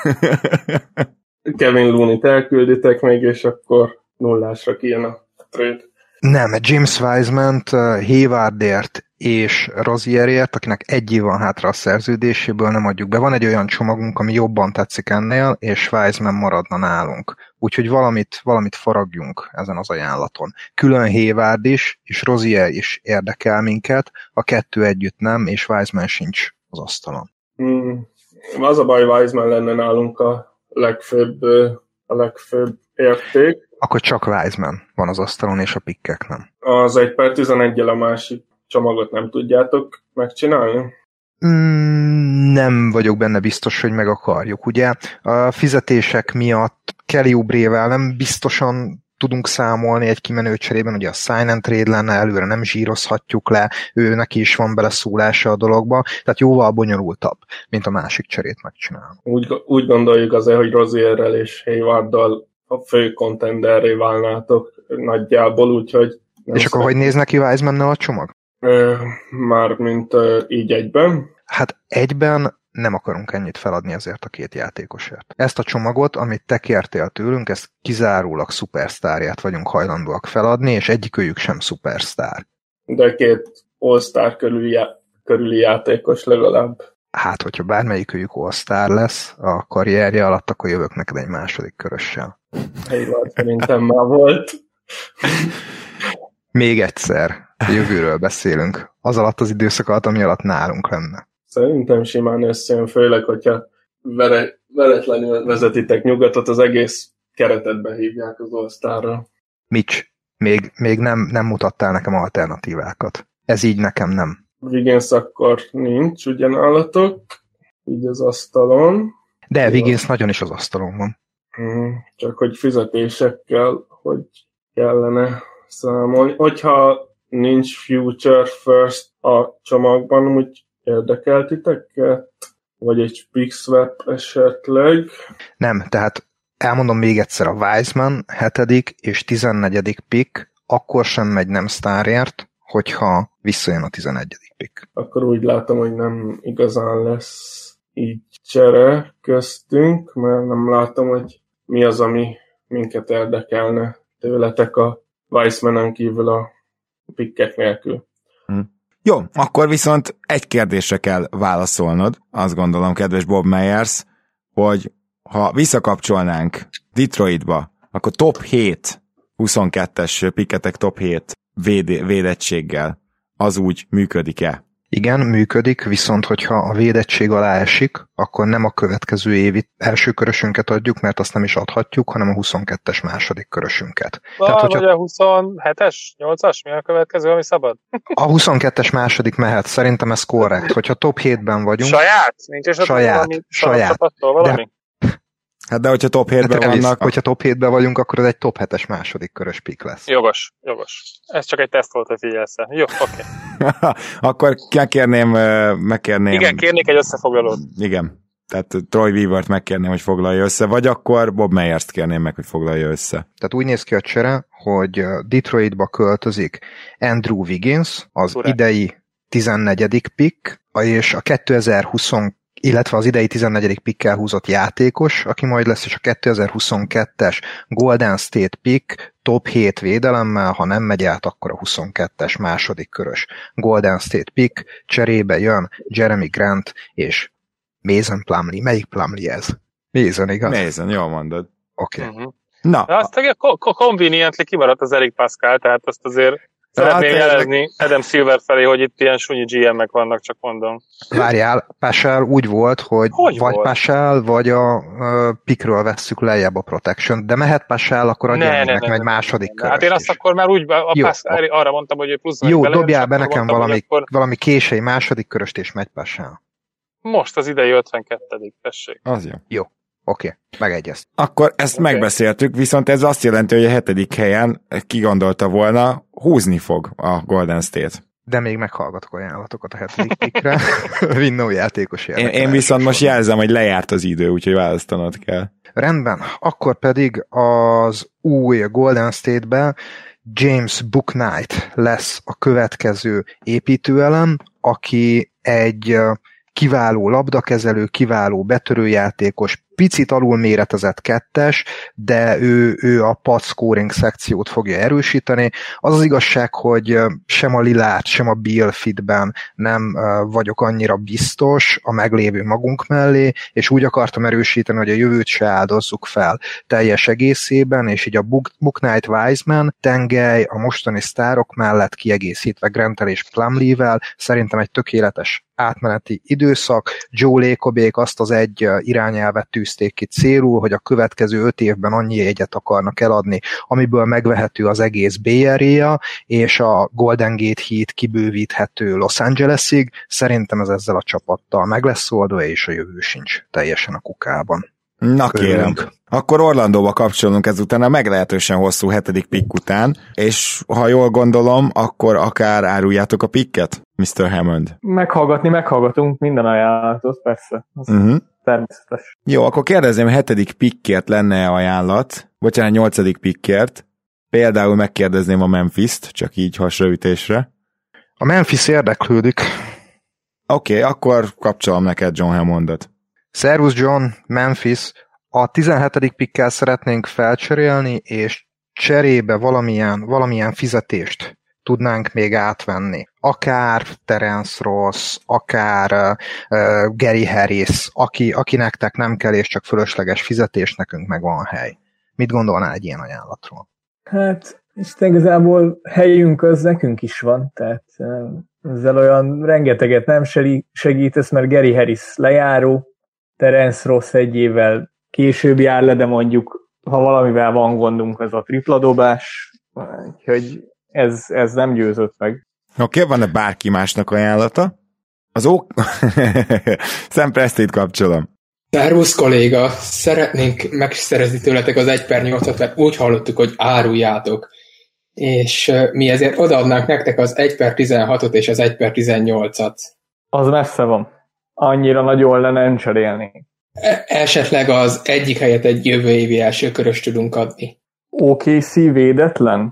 Kevin Looney-t elkülditek még, és akkor nullásra kijön a trade. Nem, James Wiseman-t Haywardért és Rozierért, akinek egy év van hátra a szerződéséből, nem adjuk be. Van egy olyan csomagunk, ami jobban tetszik ennél, és Wiseman maradna nálunk. Úgyhogy valamit, valamit faragjunk ezen az ajánlaton. Külön Hayward is, és Rozier is érdekel minket, a kettő együtt nem, és Wiseman sincs az asztalon. Hmm. Az a baj, Wiseman lenne nálunk a legfőbb, a legfőbb érték. Akkor csak Wiseman van az asztalon, és a pikkek nem. Az egy per tizenegyel a másik csomagot nem tudjátok megcsinálni? Mm, nem vagyok benne biztos, hogy meg akarjuk. Ugye a fizetések miatt Kelly Oubrével nem biztosan tudunk számolni egy kimenő cserében, ugye a sign and trade lenne, előre nem zsírozhatjuk le, ő neki is van beleszólása a dologba, tehát jóval bonyolultabb, mint a másik cserét megcsinálni. Úgy, úgy gondoljuk azért, hogy Rozierrel és Haywarddal a fő contenderré válnátok nagyjából, úgyhogy... És akkor hogy néz neki Wisemannel a csomag? Ö, már mint ö, így egyben? Hát egyben nem akarunk ennyit feladni ezért a két játékosért. Ezt a csomagot, amit te kértél tőlünk, ezt kizárólag szupersztárját vagyunk hajlandóak feladni, és egyikőjük sem szupersztár. De két all-star körüli, já- körüli játékos legalább. Hát, hogyha bármelyikőjük all-star lesz a karrierje alatt, akkor jövök neked egy második körössel. Hayward szerintem már volt. Még egyszer, jövőről beszélünk. Az alatt az időszak alatt, ami alatt nálunk lenne. Szerintem simán összejön, főleg, hogyha vere, veretlenül vezetitek nyugatot, az egész keretet behívják az All-Starra. Mitch, még, még nem, nem mutattál nekem alternatívákat. Ez így nekem nem. Wiggins akkor nincs ugyanállatok, így az asztalon. De Wiggins nagyon is az asztalon van. Csak hogy fizetésekkel, hogy kellene számolni. Hogyha nincs future first a csomagban, úgy érdekel titeket? Vagy egy pick swap esetleg? Nem, tehát elmondom még egyszer, a Wiseman hetedik és tizennegyedik pick akkor sem megy nem sztárért, hogyha visszajön a tizenegyedik pick. Akkor úgy látom, hogy nem igazán lesz így csere köztünk, mert nem látom, hogy mi az, ami minket érdekelne tőletek a Weissmanen kívül a pikkek nélkül. Hm. Jó, akkor viszont egy kérdésre kell válaszolnod, azt gondolom, kedves Bob Myers, hogy ha visszakapcsolnánk Detroitba, akkor top hét, huszonkettes pikketek top hét véd- védettséggel, az úgy működik-e? Igen, működik, viszont hogyha a védettség alá esik, akkor nem a következő évi első körösünket adjuk, mert azt nem is adhatjuk, hanem a huszonkettes második körösünket. Van, Tehát, hogyha... vagy a huszonhetes, nyolcas, mi a következő, ami szabad? A huszonkettes második mehet, szerintem ez korrekt. Hogyha top hétben vagyunk... Saját? Nincs esetleg saját, valami saját. csapattól valami? De Hát de hogyha top hétben hát, vannak... Hogyha top hétben vagyunk, akkor ez egy top hetes második körös pick lesz. Jogos, jogos. Ez csak egy teszt volt, hogy figyelsz. Jó, oké. Okay. Akkor megkérném, megkérném... Igen, kérnék egy összefoglalót. Igen. Tehát Troy Weavert megkérném, hogy foglalja össze, vagy akkor Bob Meyers-t kérném meg, hogy foglalja össze. Tehát úgy néz ki a csere, hogy Detroitba költözik Andrew Wiggins, az Ura. idei tizennegyedik pick, és a kétezer-húsz, illetve az idei tizennegyedik pickkel húzott játékos, aki majd lesz, és a kétezer-huszonkettes Golden State pick top hét védelemmel, ha nem megy át, akkor a huszonkettes második körös Golden State pick, cserébe jön Jeremy Grant és Mason Plumlee. Melyik Plumlee ez? Mason, igaz? Mason, jól mondod. Oké. Okay. Uh-huh. Na. De azt a conveniently kimaradt az Eric Pascal, tehát azt azért szeretném hát, jelezni Adam Silver felé, hogy itt ilyen sunyi gé em-ek vannak, csak mondom. Várjál, Pascal úgy volt, hogy, hogy vagy volt? Pascal, vagy a uh, pickről vesszük lejjebb a protection, de mehet Pascal, akkor adjál nekem egy második körös. Hát én azt is. akkor már úgy a Jó, Pascal, arra mondtam, hogy ő pluszban Jó, bele, dobjál be nekem mondtam, valami, akkor... valami késői második köröst, és megy Pascal. Most az idei ötvenkettedik tessék. Az jó. Jó. Oké, okay, megegyezt. Akkor ezt okay. megbeszéltük, viszont ez azt jelenti, hogy a hetedik helyen ki gondolta volna, húzni fog a Golden State. De még meghallgatok ajánlatokat a hetedik pickre. Vinnó játékos érdekel. Én, én viszont most jelzem, hogy lejárt az idő, úgyhogy választanod kell. Rendben, akkor pedig az új Golden State-ben James Bouknight lesz a következő építőelem, aki egy kiváló labdakezelő, kiváló betörőjátékos, picit alulméretezett kettes, de ő, ő a pad scoring szekciót fogja erősíteni. Az az igazság, hogy sem a Lillard, sem a Beal fitben nem vagyok annyira biztos a meglévő magunk mellé, és úgy akartam erősíteni, hogy a jövőt se áldozzuk fel teljes egészében, és így a Bouknight Wiseman tengely a mostani sztárok mellett kiegészítve Grantel és Plumlee-vel szerintem egy tökéletes átmeneti időszak. Joe Lacobék azt az egy irányelvet tűzték ki célul, hogy a következő öt évben annyi jegyet akarnak eladni, amiből megvehető az egész Bay Area, és a Golden Gate Heat kibővíthető Los Angelesig. Szerintem ez ezzel a csapattal meg lesz oldva, és a jövő sincs teljesen a kukában. Na kérem. Akkor Orlandóba kapcsolunk ezután a meglehetősen hosszú hetedik pick után, és ha jól gondolom, akkor akár áruljátok a picket, miszter Hammond. Meghallgatni, meghallgatunk minden ajánlatot, persze. Uh-huh. Természetes. Jó, akkor kérdezném, a hetedik pickért lenne ajánlat, bocsánat, nyolcadik pickért. Például megkérdezném a Memphist, csak így hasraütésre. A Memphis érdeklődik. Oké, okay, akkor kapcsolom neked John Hammondot. Szervusz John, Memphis. A tizenhetedik pickkel szeretnénk felcserélni, és cserébe valamilyen, valamilyen fizetést tudnánk még átvenni. Akár Terence Ross, akár uh, Gary Harris, aki, aki nektek nem kell, és csak fölösleges fizetés, nekünk meg van hely. Mit gondolnál egy ilyen ajánlatról? Hát, Isten igazából helyünk az nekünk is van, tehát ezzel olyan rengeteget nem segítesz, mert Gary Harris lejáró, Terence Ross egy évvel később jár le, de mondjuk, ha valamivel van gondunk, az a tripladobás, úgyhogy ez, ez nem győzött meg. Oké, okay, van-e bárki másnak ajánlata? Az ó... Sam Prestét kapcsolom. Szervusz kolléga, szeretnénk megszerezni tőletek az egy per nyolcat, mert úgy hallottuk, hogy áruljátok. És mi ezért odaadnánk nektek az egy per tizenhatot és az egy per tizennyolcat. Az messze van. Annyira nagyon le nem cserélni. Esetleg az egyik helyet egy jövő évi első körös tudunk adni. o ká cé védetlen?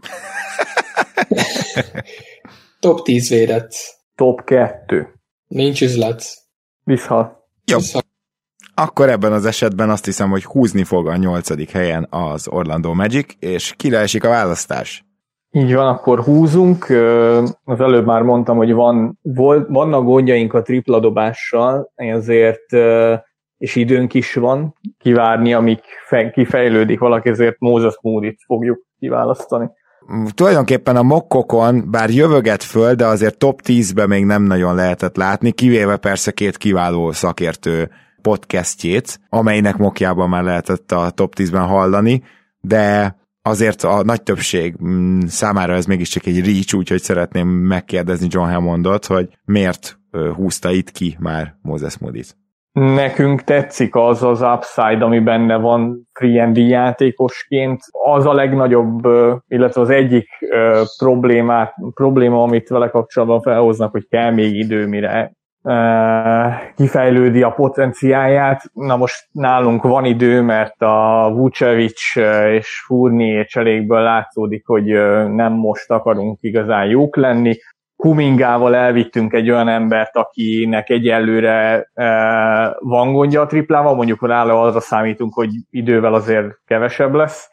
Top tíz védett. Top kettő. Nincs üzlet. Visszhal. Jó. Visszhal. Akkor ebben az esetben azt hiszem, hogy húzni fog a nyolcadik helyen az Orlando Magic, és kileesik a választás. Így van, akkor húzunk. Az előbb már mondtam, hogy van, volt, vannak gondjaink a tripladobással, ezért, és időnk is van kivárni, amíg kifejlődik valaki, ezért Moses Moody-t fogjuk kiválasztani. Tulajdonképpen a mokkokon bár jövöget föl, de azért top tízben még nem nagyon lehetett látni, kivéve persze két kiváló szakértő podcastjét, amelynek mokjában már lehetett a top tízben hallani, de azért a nagy többség számára ez mégiscsak egy reach, úgyhogy szeretném megkérdezni John Hammondot, hogy miért húzta itt ki már Moses Moody-t. Nekünk tetszik az az upside, ami benne van free and D játékosként. Az a legnagyobb, illetve az egyik problémát, probléma, amit vele kapcsolatban felhoznak, hogy kell még idő, mire kifejlődi a potenciáját. Na most nálunk van idő, mert a Vucevic és Fournier cserékből látszódik, hogy nem most akarunk igazán jók lenni. Kumingával elvittünk egy olyan embert, akinek egyelőre van gondja a triplával, mondjuk rála arra számítunk, hogy idővel azért kevesebb lesz.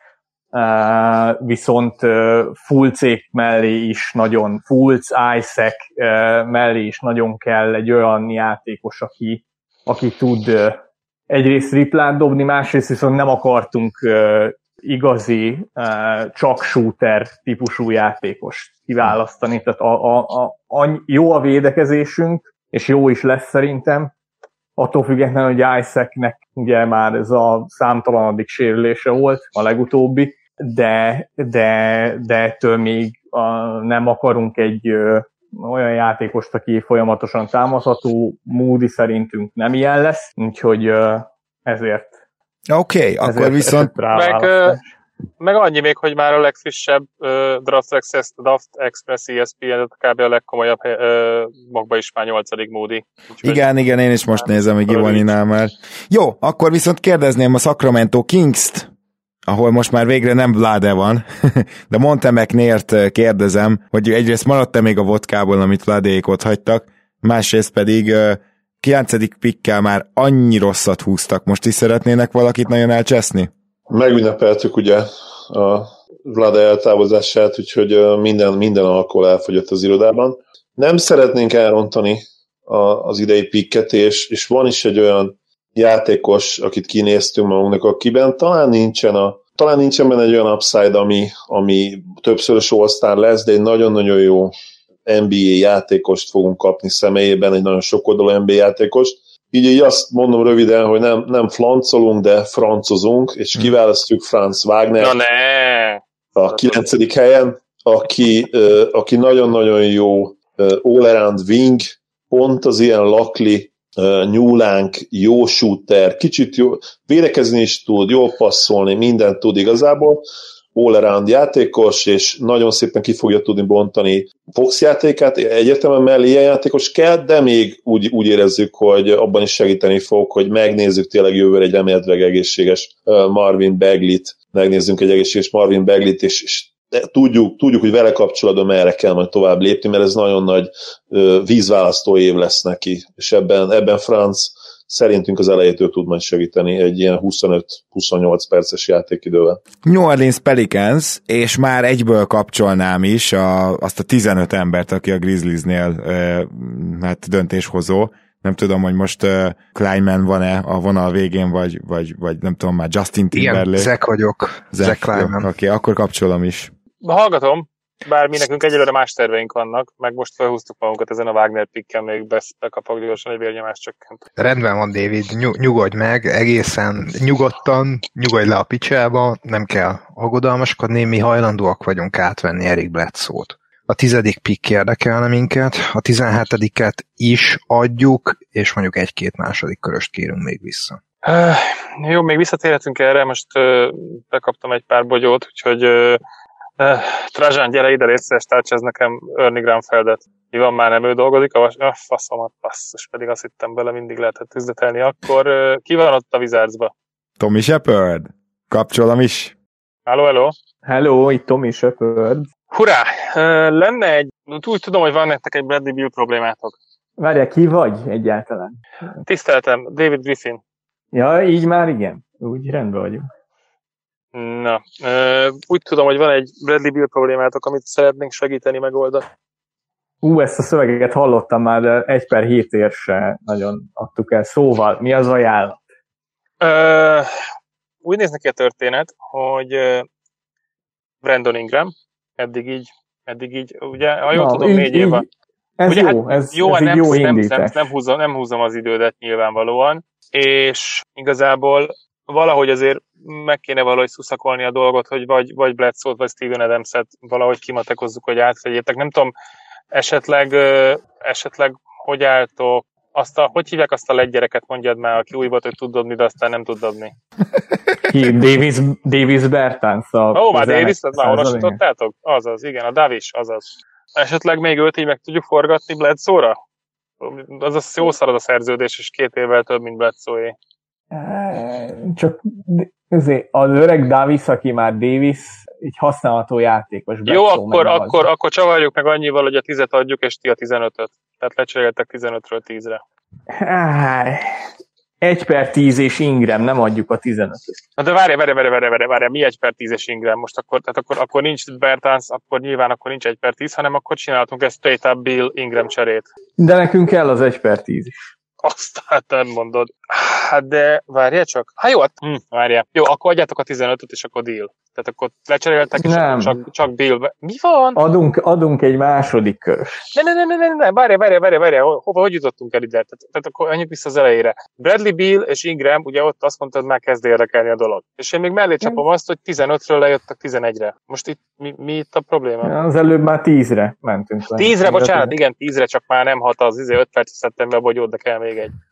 Uh, viszont uh, Fulcék mellé is nagyon, Fulc, Isaac uh, mellé is nagyon kell egy olyan játékos, aki, aki tud uh, egyrészt triplát dobni, másrészt viszont nem akartunk uh, igazi uh, csak shooter típusú játékost kiválasztani, tehát a, a, a, a, jó a védekezésünk, és jó is lesz szerintem, attól függetlenül, hogy Isaacnek ugye már ez a számtalanadik sérülése volt, a legutóbbi, de, de, de ettől még a, nem akarunk egy ö, olyan játékost, aki folyamatosan támadható. Moody szerintünk nem ilyen lesz, úgyhogy ö, ezért. Oké, okay, akkor viszont... Meg, ö, meg annyi még, hogy már a legfrissebb ö, Draft, Access, Draft Express E S P N kb. A legkomolyabb ö, magba is már nyolcadik Moody. Úgyhogy igen, igen, én is most nézem, hogy Giovanninál már. Jó, akkor viszont kérdezném a Sacramento Kings-t, ahol most már végre nem Vlade van, de Monte McNair-t kérdezem, hogy egyrészt maradt-e még a vodkából, amit Vladék ott hagytak, másrészt pedig kilencedik pickkel már annyi rosszat húztak, most is szeretnének valakit nagyon elcseszni? Megünnepeltük ugye a Vlade eltávozását, úgyhogy minden, minden alkohol elfogyott az irodában. Nem szeretnénk elrontani a, az idei picket, és, és van is egy olyan játékos, akit kinéztünk magunknak, akiben talán nincsen, a, talán nincsen benne egy olyan upside, ami, ami többszörös all-star lesz, de egy nagyon-nagyon jó en bé á játékost fogunk kapni személyében, egy nagyon sokoldalú en bé á játékost. Így, így azt mondom röviden, hogy nem, nem flancolunk, de francozunk, és kiválasztjuk Franz Wagner Na ne. a kilencedik helyen, aki, aki nagyon-nagyon jó all-around wing, pont az ilyen lakli, nyúlánk, jó shooter, kicsit jó, védekezni is tud, jól passzolni, mindent tud igazából, all-around játékos, és nagyon szépen ki fogja tudni bontani Fox játékát, egyértelműen mellé ilyen játékos kell, de még úgy, úgy érezzük, hogy abban is segíteni fog, hogy megnézzük tényleg jövőre egy remélhetőleg egészséges Marvin Bagley-t, megnézzünk egy egészséges Marvin Bagley-t, és, és de tudjuk, tudjuk, hogy vele kapcsolatban merre kell majd tovább lépni, mert ez nagyon nagy ö, vízválasztó év lesz neki, és ebben, ebben Franz szerintünk az elejétől tud majd segíteni egy ilyen huszonöt-huszonnyolc perces játékidővel. New Orleans Pelicans, és már egyből kapcsolnám is a, azt a tizenöt embert, aki a Grizzliesnél ö, hát döntéshozó. Nem tudom, hogy most uh, Kleinman van-e a vonal végén, vagy, vagy, vagy nem tudom, már Justin Timberlake. Igen, Zach vagyok. Zach Kleinman. Oké, okay, akkor kapcsolom is. Hallgatom, bár mi nekünk egyelőre más terveink vannak, meg most felhúztuk magunkat ezen a Wagner pickkel, még bekapok gyorsan egy vérnyomás csökkent. Rendben van, David, Nyug- nyugodj meg, egészen nyugodtan, nyugodj le a picsába, nem kell aggodalmaskodni, mi hajlandóak vagyunk átvenni Eric Bledsoe-t. A tizedik pick érdekelne minket, a tizenhetediket is adjuk, és mondjuk egy-két második köröst kérünk még vissza. Uh, jó, még visszatérhetünk erre, most uh, bekaptam egy pár bogyót, úgyhogy uh, uh, Trajan, gyere ide, létszeres, tárcsáz nekem Ernie Granfeldet. Mi van, már nem ő dolgozik? A vas... uh, faszomat, basszus, pedig azt hittem bele, mindig lehetett üzletelni. Akkor uh, ki van ott a Wizardsba? Tommy Shepard? Kapcsolom is. Hello, hello. Hello, itt Tommy Shepard. Hurrá! Uh, lenne egy, úgy tudom, hogy van nektek egy Bradley Beal problémátok. Várjál, ki vagy egyáltalán? Tiszteltem, David Griffin. Ja, így már igen. Úgy rendben vagyunk. Na, uh, úgy tudom, hogy van egy Bradley Beal problémátok, amit szeretnénk segíteni, megoldani. Ú, ezt a szöveget hallottam már, de egy per hétért se nagyon adtuk el. Szóval, mi az ajánlat? Uh, úgy néz neki a történet, hogy uh, Brandon Ingram, eddig így, eddig így, ugye, ha jól Na, tudom, így, négy év van. Ez ugye, jó, hát, ez, jó, ez nem, jó nem, indítás. nem, nem, húzom, nem húzom az idődet nyilvánvalóan, és igazából valahogy azért meg kéne valahogy szuszakolni a dolgot, hogy vagy, vagy Bledsoe-t, vagy Steven Adams-et valahogy kimatekozzuk, hogy átvegyétek. Nem tudom, esetleg, esetleg hogy álltok Azt a, hogy hívják azt a leggyereket, mondjad már, aki úgy volt, hogy tud dobni, de aztán nem tud dobni. Ki? Davis, Davis Bertans. Ó, oh, már Davis, ezt már olvasítottátok? Azaz, igen, a Davis, azaz. Esetleg még őt így meg tudjuk forgatni Bledsoe-ra? Azaz jó szarad a szerződés, és két évvel több, mint Bledsoe-é. Csak az öreg Davis, aki már Davis, így használható játékos. Jó, akkor, akkor, akkor csavarjuk meg annyival, hogy a tízet adjuk, és ti a tizenötöt. Tehát lecseréltek tizenötről tízre. Egy per tíz és Ingram, nem adjuk a tizenötöt. Na de várj, várj, várj, várj, várj, várj, mi egy per tíz és Ingram? Most akkor, tehát akkor, akkor nincs Bertans, akkor nyilván akkor nincs egy per tíz, hanem akkor csináltunk egy straight up Bill Ingram cserét. De nekünk kell az egy per tíz is. Azt hát nem mondod. Hát de várjál csak. Hát jó, hát, hm, várjál. Jó, akkor adjátok a tizenötöt, és akkor deal. Tehát akkor lecseréltek, és nem. Csak, csak Bill. Mi van? Adunk, adunk egy második körös. Ne, ne, ne, ne, ne, ne. Várjál, várjál, várjál, várjál. Hova, hogy jutottunk el ide? Tehát, tehát akkor menjünk vissza az elejére. Bradley Beal és Ingram, ugye ott azt mondtad, már kezd érdekelni a dolog. És én még mellé csapom azt, hogy tizenötről lejöttek tizenegyre. Most itt mi, mi itt a probléma? Az előbb már tízre mentünk. tízre, bocsánat, igen, tízre, csak már nem hat az, izé öt percet szedtem be, hogy ott, de kell még egy.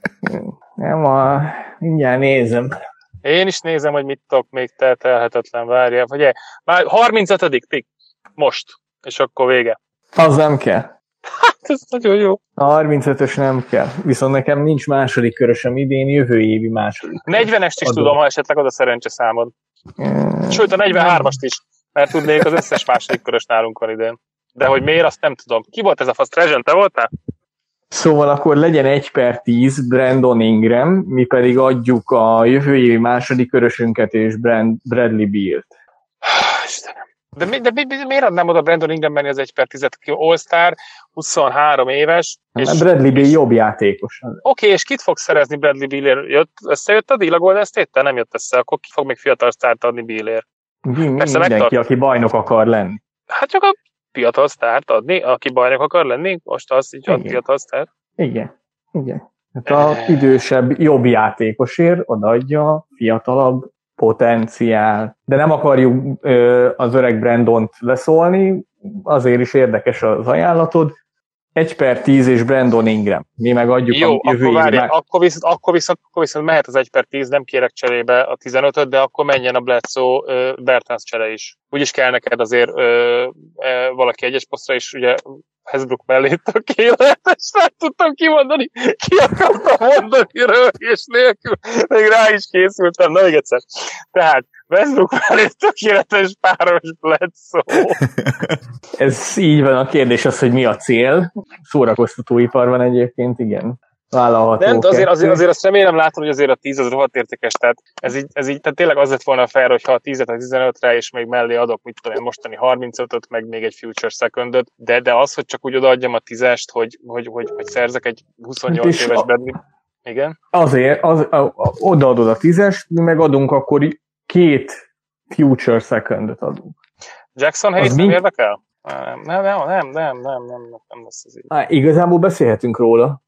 Nem a... Mindjárt nézem. Én is nézem, hogy mit tudok még te telhetetlen, várjál. Vagy már harmincötödik pick. Most. És akkor vége. Az nem kell. Hát, ez nagyon jó. A harmincötös nem kell. Viszont nekem nincs második körösöm idén, jövő évi második. negyvenest is adom. Tudom, ha esetleg oda szerencse számod. Mm. Sőt, a negyvenhármast is. Mert tudnék, az összes második körös nálunk van idén. De hogy miért, azt nem tudom. Ki volt ez a fasz? Trajan, te voltál? Szóval akkor legyen egy per tíz Brandon Ingram, mi pedig adjuk a jövő évi második körösünket és Brand, Bradley Bealt. Istenem. De, mi, de mi, mi, miért adnám oda Brandon Ingram menni az egy per tízet, ki All-Star, huszonhárom éves. És, Bradley Beal jobb játékos. Oké, okay, és kit fog szerezni Bradley Bealért? Jött, összejött a deal a Golden State-tel? Nem jött össze, akkor ki fog még fiatal sztárt adni Bealért? Mi, mindenki, megtart... aki bajnok akar lenni. Hát csak a fiatal sztárt adni, aki bajnok akar lenni, most az így ad fiatal sztárt. Igen, igen. Hát az idősebb, jobb játékosért odaadja fiatalabb potenciál. De nem akarjuk ö, az öreg Brandont leszólni, azért is érdekes az ajánlatod. egy per tíz és Brandon Ingram. Mi megadjuk jó, a jövő akkor, évben. akkor, viszont, akkor, viszont, akkor viszont mehet az egy per tíz, nem kérek cserébe a tizenötöt, de akkor menjen a Bledsoe uh, Bertans csere is. Úgyis kell neked azért uh, uh, valaki egyes posztra is, ugye Westbrook mellé tökéletes, nem tudtam kimondani, ki akartam mondani röhögés nélkül, még rá is készültem, na még egyszer. Tehát Westbrook mellé tökéletes páros Bledsoe. Ez így van, a kérdés az, hogy mi a cél. Szórakoztatóiparban egyébként, igen. Vállalható. Nem, de azért, azért, azért azt remélem látom, hogy azért a tíz az rohadt értékes, tehát ez így, ez így tehát tényleg az lett volna fair, hogyha a tízet a tizenötre és még mellé adok, mit tudom én, mostani harmincötöt, meg még egy future secondot, de, de az, hogy csak úgy odaadjam a tízest, hogy, hogy, hogy, hogy szerzek egy huszonnyolc éves Bradley. Igen? Azért, az, a, a, odaadod a tízest, mi meg adunk akkor két future secondot adunk. Jackson Hayes nem érdekel? Nem, nem, nem, nem, nem, nem, nem, nem lesz ez így. Á, igazából beszélhetünk róla.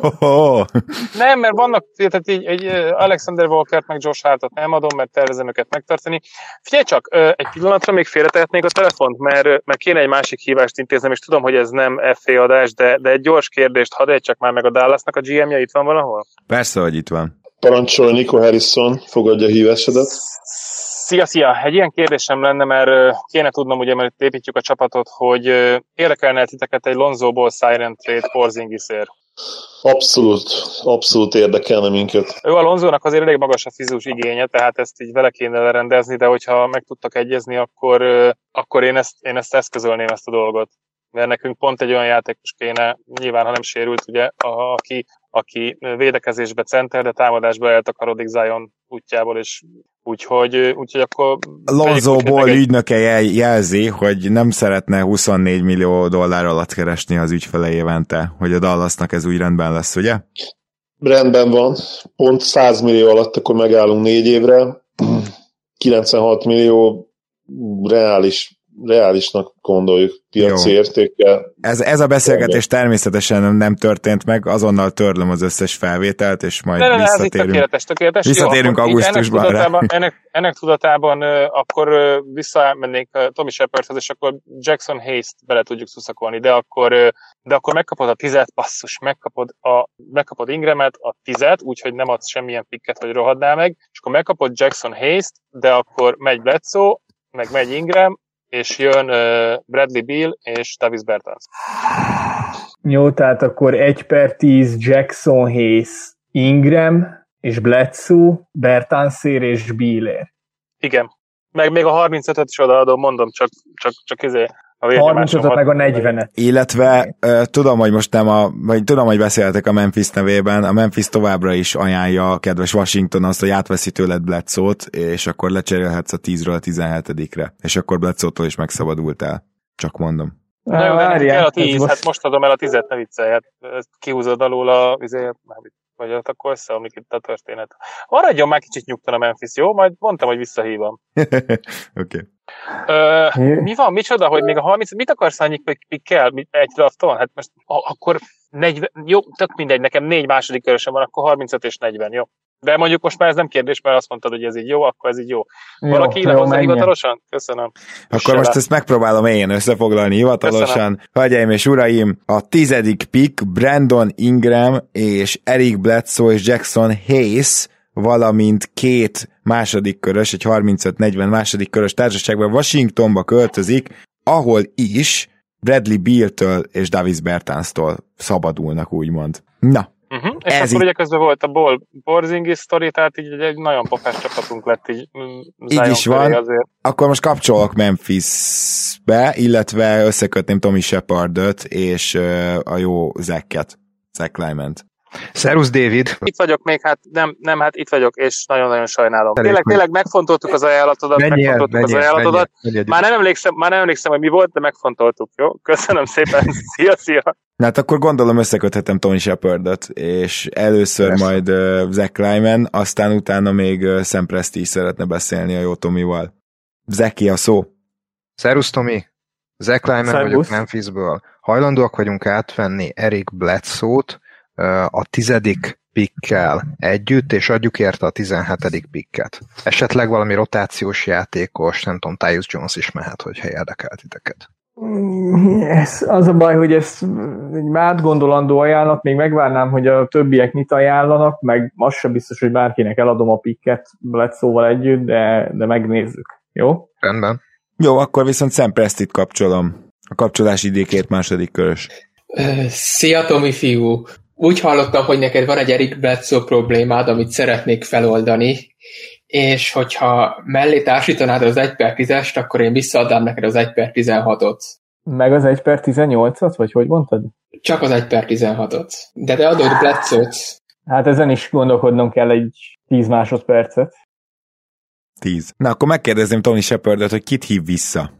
Nem, mert vannak, tehát így egy Alexander Walkert meg Josh Hartot nem adom, mert tervezem őket megtartani. Figyelj csak, egy pillanatra még félretehetnék a telefont, mert, mert kéne egy másik hívást intéznem, és tudom, hogy ez nem ef á adás, de, de egy gyors kérdést hadd egy csak már meg a Dallasnak a gé em-je itt van valahol? Persze, hogy itt van. Parancsolj, Nico Harrison, fogadja a hívásodat. Szia, szia! Egy ilyen kérdésem lenne, mert kéne tudnom, ugye, mert itt építjük a csapatot, hogy érdekelne titeket egy Lonzo Ball Siren Trade Porzingisért. Abszolút, abszolút érdekelne minket. Ő a Lonzónak azért elég magas a fizikus igénye, tehát ezt így vele kéne lerendezni, de hogyha meg tudtak egyezni, akkor, akkor én, ezt, én ezt eszközölném ezt a dolgot. Mert nekünk pont egy olyan játékos kéne, nyilván, ha nem sérült, ugye, a, aki, aki védekezésbe center, de támadásba eltakarodik Zion útjából, és úgyhogy, úgyhogy akkor... Lonzo Ball ügynöke jelzi, hogy nem szeretne huszonnégy millió dollár alatt keresni az ügyfele évente, hogy a Dallasnak ez úgy rendben lesz, ugye? Rendben van. Pont száz millió alatt akkor megállunk négy évre. kilencvenhat millió reális reálisnak gondoljuk piaci Jó. értékkel. Ez, ez a beszélgetés természetesen nem, nem történt meg, azonnal törlöm az összes felvételt, és majd ne, visszatérünk. Ne, tökéletes, tökéletes. Visszatérünk Jó, augusztusban. Ennek tudatában, ennek, ennek tudatában uh, akkor uh, visszamennénk uh, Tommy Shepardhez, és akkor Jackson Hayes-t bele tudjuk szuszakolni, de akkor, uh, de akkor megkapod a tizet, basszus, megkapod, a, megkapod Ingramet, a tizet, úgyhogy nem adsz semmilyen pikket, hogy rohadnál meg, és akkor megkapod Jackson Hayes-t, de akkor megy Bledsoe, meg megy Ingram, és jön uh, Bradley Beal és Davis Bertans. Jó, tehát akkor egy per tíz Jackson Hayes, Ingram és Bledsoe, Bertansér és Bealer. Igen. Meg még a harmincötöt is odaadom, mondom, csak, csak, csak izé. harmincötöt meg a negyvenet. Illetve uh, tudom, hogy most nem a, vagy tudom, hogy beszéltek a Memphis nevében, a Memphis továbbra is ajánlja a kedves Washington azt, hogy átveszi tőled Bledsoe-t, és akkor lecserélhetsz a tízről a tizenhetedikre, és akkor Bledsoe-tól is megszabadultál. Csak mondom. Na jó, de kell a tíz, most... hát most adom el a tizet, ne viccelj, hát kihúzod alól a vizéért, vagy ott akkor összeomlik itt a történet. Maradjon már kicsit nyugtan a Memphis, jó? Majd mondtam, hogy visszahívom. Oké. Okay. Mi van? Micsoda, hogy még a harminc... Mit akarsz annyi, hogy kell egy drafton? Hát most a, akkor negyven... Jó, tök mindegy, nekem négy második körösem van, akkor harmincöt és negyven, jó? De mondjuk most már ez nem kérdés, mert azt mondtad, hogy ez így jó, akkor ez így jó. Valaki írja hozzá hivatalosan? Köszönöm. Akkor Sebe. Most ezt megpróbálom én összefoglalni hivatalosan. Hölgyeim és uraim, a tizedik pick Brandon Ingram és Eric Bledsoe és Jackson Hayes, valamint két második körös, egy harmincöt negyven második körös társaságban Washingtonba költözik, ahol is Bradley Beal-től és Davis Bertanstól szabadulnak, úgymond. Na. Uh-huh. És ez akkor ugye közben volt a Ball Porzingis sztori, tehát így egy nagyon pofás csapatunk lett így. Így is van. Azért. Akkor most kapcsolok Memphisbe, illetve összekötném Tommy Shepardot és uh, a jó Zach-et, Zach Lyman-t. Szerusz, David! Itt vagyok még, hát nem, nem, hát itt vagyok, és nagyon-nagyon sajnálom. Tényleg, tényleg megfontoltuk az ajánlatodat, menjél, megfontoltuk menjél, az ajánlatodat. Menjél, menjél, már nem emlékszem, már nem emlékszem, hogy mi volt, de megfontoltuk, jó? Köszönöm szépen, szia, szia! Na hát akkor gondolom összeköthetem Tony Shepardot, és először Persze. majd uh, Zach Lyman, aztán utána még uh, Sam Presti is szeretne beszélni a jó Tomival. Zeki a szó. Szerusz, Tomi! Zach Lyman Szervusz. Vagyok Memphisből. Hajlandóak vagyunk átvenni Eric Bledsoe-t a tizedik pickkel együtt, és adjuk érte a tizenhetedik picket. Esetleg valami rotációs játékos, nem tudom, Tyus Jones is mehet, hogyha érdekel titeket. Ez, az a baj, hogy ez egy átgondolandó ajánlat, még megvárnám, hogy a többiek mit ajánlanak, meg az sem biztos, hogy bárkinek eladom a picket Bledsoe-val együtt, de, de megnézzük. Jó? Rendben. Jó, akkor viszont Sam Prestit kapcsolom. A kapcsolás idő két második körös. Szia, Tomi fiú! Úgy hallottam, hogy neked van egy Eric Bledsoe problémád, amit szeretnék feloldani, és hogyha mellé társítanád az egy per tízest, akkor én visszaadnám neked az egy per tizenhatot. Meg az egy per tizennyolcat, vagy hogy mondtad? Csak az egy per tizenhatot. De te adod Bledsoe-t. Hát ezen is gondolkodnom kell egy tíz másodpercet. tíz. Na, akkor megkérdezném Tony Shepardot, hogy kit hív vissza.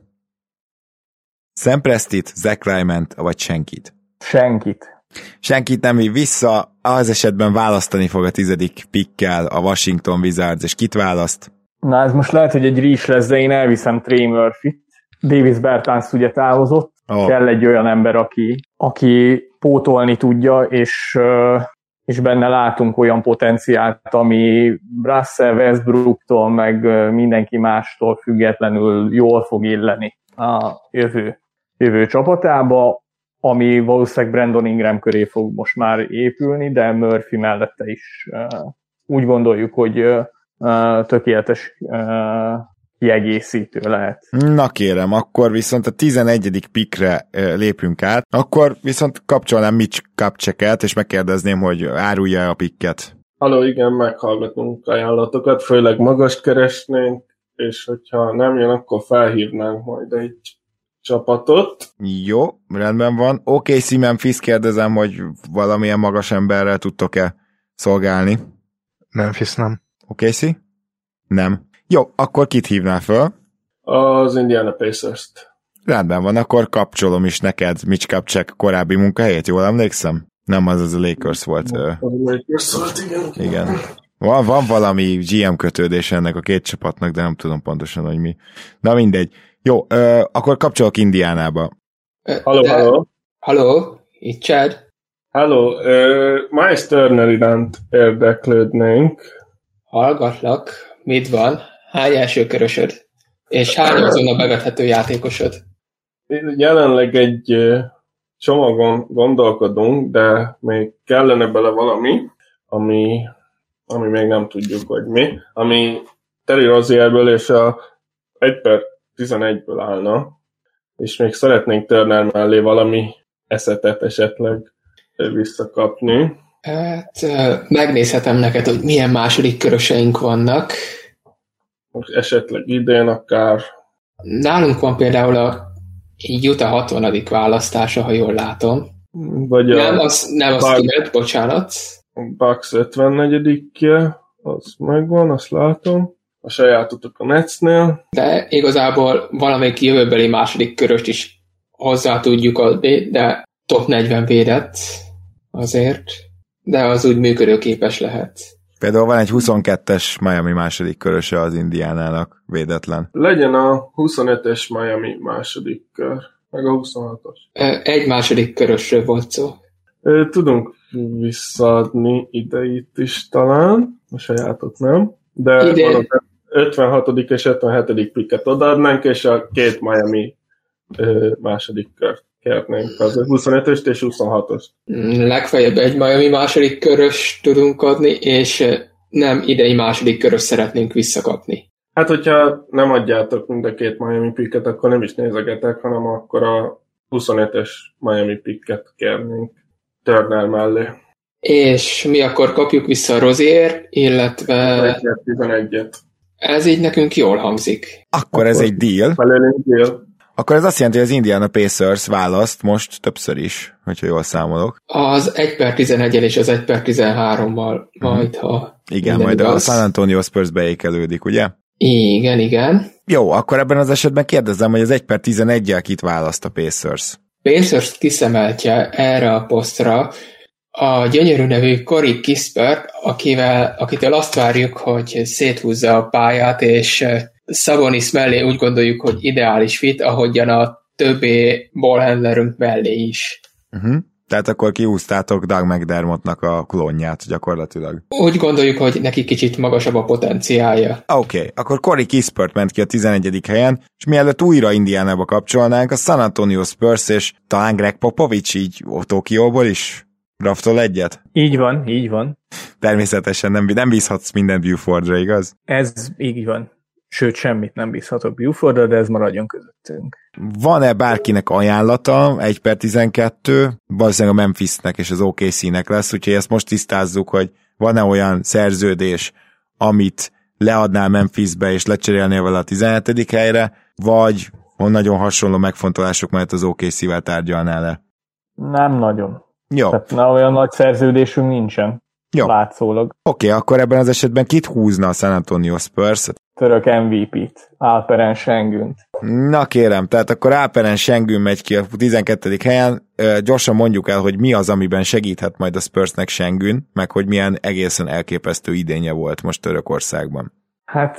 Sam Prestit, Zach Lyman-t, vagy senkit? Senkit. Senkit nem hív vissza, az esetben választani fog a tizedik pickkel a Washington Wizards, és kit választ? Na ez most lehet, hogy egy rizs lesz, de én elviszem Trey Murphyt. Davis Bertans ugye távozott, oh. Kell egy olyan ember, aki, aki pótolni tudja, és, és benne látunk olyan potenciált, ami Russell Westbrooktól, meg mindenki mástól függetlenül jól fog illeni a jövő, jövő csapatába, ami valószínűleg Brandon Ingram köré fog most már épülni, de Murphy mellette is uh, úgy gondoljuk, hogy uh, tökéletes uh, kiegészítő lehet. Na kérem, akkor viszont a tizenegyedik pickre uh, lépünk át, akkor viszont kapcsolnám Mitch Kupcheket, és megkérdezném, hogy árulja a picket. Halló, igen, meghallgatunk ajánlatokat, főleg magast keresnénk, és hogyha nem jön, akkor felhívnánk majd egy csapatot. Jó, rendben van. Oké, okay, Memphis, kérdezem, hogy valamilyen magas emberrel tudtok-e szolgálni? Memphis nem. Oké, okay, nem. Jó, akkor kit hívnál föl? Az Indiana Pacers-t. Rendben van, akkor kapcsolom is neked Mitch Kupchak korábbi munkahelyét, jól emlékszem? Nem, az az a Lakers volt. A Lakers volt, igen. Igen. Van, van valami gé em kötődés ennek a két csapatnak, de nem tudom pontosan, hogy mi. Na mindegy. Jó, ö, akkor kapcsolok Indiánába. Halló, halló. Halló, itt Chad. Halló, Miles Turner iránt érdeklődnénk. Hallgatlak, mit van? Hány első körösöd? És hány azon a bevethető játékosod? Jelenleg egy csomagon gondolkodunk, de még kellene bele valami, ami, ami még nem tudjuk, hogy mi, ami Terry Rozierből és a egy per tizenegyből állna, és még szeretnénk Turner mellé valami eszetet esetleg visszakapni. Hát megnézhetem neked, hogy milyen második köröseink vannak. Most esetleg idén akár. Nálunk van például a Utah hatvanadik választása, ha jól látom. Vagy nem, az, nem az kimelt, bocsánat. Bucks ötvennegyedikje, az megvan, azt látom. A sajátotok a Netsnél. De igazából valamelyik jövőbeli második köröst is hozzá tudjuk adni, de top negyven védett azért, de az úgy működőképes lehet. Például van egy huszonkettes Miami második köröse az Indiánának, védetlen. Legyen a huszonötös Miami második kör, meg a huszonhatos. Egy második körösről volt szó. Tudunk visszaadni ideit is talán, a sajátot nem, de idén... van az ötvenhatodik és ötvenhetedik pikket odaadnánk, és a két Miami második kört kérnénk, az huszonötöst és huszonhatost. Legfeljebb egy Miami második körös tudunk adni, és nem idei második körös szeretnénk visszakapni. Hát, hogyha nem adjátok mind a két Miami picket, akkor nem is nézegetek, hanem akkor a huszonötös Miami picket kérnénk Turner mellé. És mi akkor kapjuk vissza a Rozier, illetve... egy per tizenegyet. Ez így nekünk jól hangzik. Akkor, akkor ez egy deal. deal. Akkor ez azt jelenti, hogy az Indiana Pacers választ most többször is, hogyha jól számolok. Az egy per tizenegyen és az egy per tizenhárommal majd, ha... Igen, majd igaz. A San Antonio Spurs beékelődik, ugye? Igen, igen. Jó, akkor ebben az esetben kérdezem, hogy az egy per tizenegyel kit választ a Pacers? Pacers kiszemeltje erre a posztra a gyönyörű nevű Corey Kispert, akivel, akitől azt várjuk, hogy széthúzza a pályát, és Sabonis mellé úgy gondoljuk, hogy ideális fit, ahogyan a többi ballhandlerünk mellé is. Uh-huh. Tehát akkor kihúztátok Doug McDermottnak a klónját gyakorlatilag. Úgy gondoljuk, hogy neki kicsit magasabb a potenciálja. Oké, okay. Akkor Corey Kispert ment ki a tizenegyedik helyen, és mielőtt újra Indiánába kapcsolnánk, a San Antonio Spurs és talán Greg Popovich így Tokióból is draftol egyet? Így van, így van. Természetesen nem, nem bízhatsz minden Bufordra, igaz? Ez így van. Sőt, semmit nem bízhatok Bufordra, de ez maradjon közöttünk. Van-e bárkinek ajánlata, egy per tizenkettő? Valószínűleg a Memphisnek és az o ká cé-nek lesz, úgyhogy ezt most tisztázzuk, hogy van-e olyan szerződés, amit leadnál Memphisbe és lecserélnél vele a tizenhetedik helyre, vagy nagyon hasonló megfontolások mellett az o ká cé-vel tárgyalnál le? Nem nagyon. Jó. Tehát na, olyan nagy szerződésünk nincsen. Jó. Látszólag. Oké, okay, akkor ebben az esetben kit húzna a San Antonio Spurs? Török em vé pét, Alperen Şengünt. Na kérem, tehát akkor Alperen Şengün megy ki a tizenkettedik helyen. Gyorsan mondjuk el, hogy mi az, amiben segíthet majd a Spursnek Şengün, meg hogy milyen egészen elképesztő idénye volt most Törökországban. Hát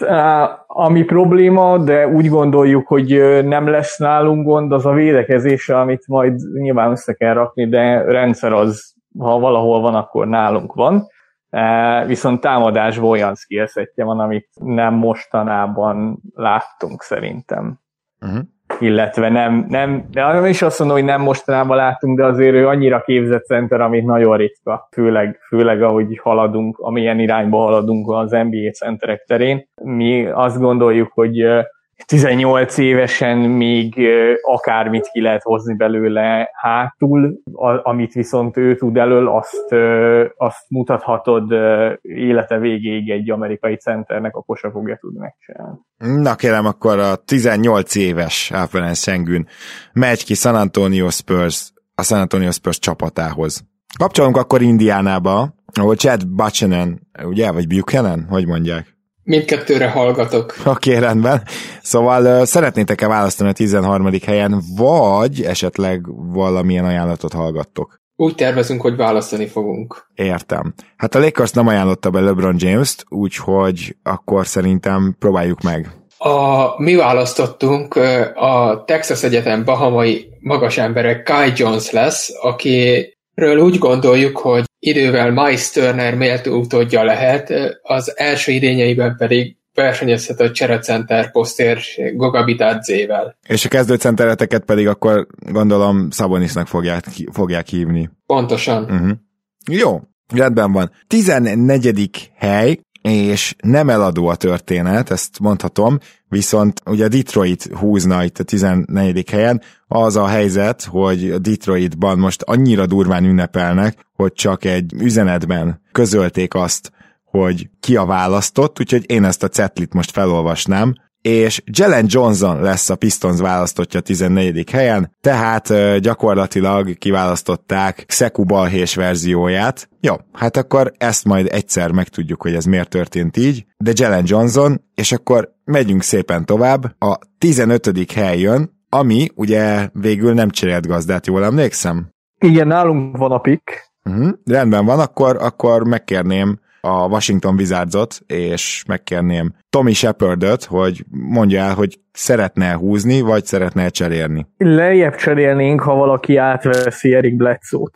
ami probléma, de úgy gondoljuk, hogy nem lesz nálunk gond, az a védekezése, amit majd nyilván össze kell rakni, de rendszer az, ha valahol van, akkor nálunk van. Viszont támadásban olyan skillsetje van, amit nem mostanában láttunk szerintem. Uh-huh. Illetve nem, nem, de nem is azt mondom, hogy nem mostanában láttunk, de azért ő annyira képzett center, amit nagyon ritka. Főleg, főleg ahogy haladunk, amilyen irányba haladunk az en bé á centerek terén. Mi azt gondoljuk, hogy tizennyolc évesen még akármit ki lehet hozni belőle hátul, amit viszont ő tud elől, azt, azt mutathatod élete végéig egy amerikai centernek, akkor se fogja tudni megcsinálni. Na kérem, akkor a tizennyolc éves Alperen Şengün megy ki San Antonio Spurs, a San Antonio Spurs csapatához. Kapcsolunk akkor Indiánába, ahol Chad Buchanan, ugye, vagy Buchanan, hogy mondják? Mindkettőre hallgatok. Oké, okay, rendben. Szóval uh, szeretnétek-e választani a tizenharmadik helyen, vagy esetleg valamilyen ajánlatot hallgattok? Úgy tervezünk, hogy választani fogunk. Értem. Hát a Lakers nem ajánlotta be LeBron James-t, úgyhogy akkor szerintem próbáljuk meg. A, mi választottunk a Texas Egyetem bahamai magas emberek Kai Jones lesz, akiről úgy gondoljuk, hogy idővel Miles Turner méltó utódja lehet, az első idényeiben pedig versenyezhet a cserecenter posztér Goga Bitadzével. És a kezdőcentereteket pedig akkor gondolom Szabonisnak fogják, fogják hívni. Pontosan. Uh-huh. Jó, rendben van. tizennegyedik hely, és nem eladó a történet, ezt mondhatom, viszont ugye Detroit húzna itt a tizennegyedik helyen. Az a helyzet, hogy Detroitban most annyira durván ünnepelnek, hogy csak egy üzenetben közölték azt, hogy ki a választott, úgyhogy én ezt a cetlit most felolvasnám, és Jalen Johnson lesz a Pistons választottja a tizennegyedik helyen, tehát uh, gyakorlatilag kiválasztották Sekou balhés verzióját. Jó, hát akkor ezt majd egyszer megtudjuk, hogy ez miért történt így, de Jalen Johnson, és akkor megyünk szépen tovább, a tizenötödik hely jön, ami ugye végül nem cserélt gazdát, jól emlékszem? Igen, nálunk van a pick. Uh-huh. Rendben van, akkor, akkor megkérném a Washington Wizardsot, és megkérném Tommy Shepardot, hogy mondja el, hogy szeretne húzni, vagy szeretne cserélni. Lejjebb cserélnénk, ha valaki átveszi Eric Bledsoe-t.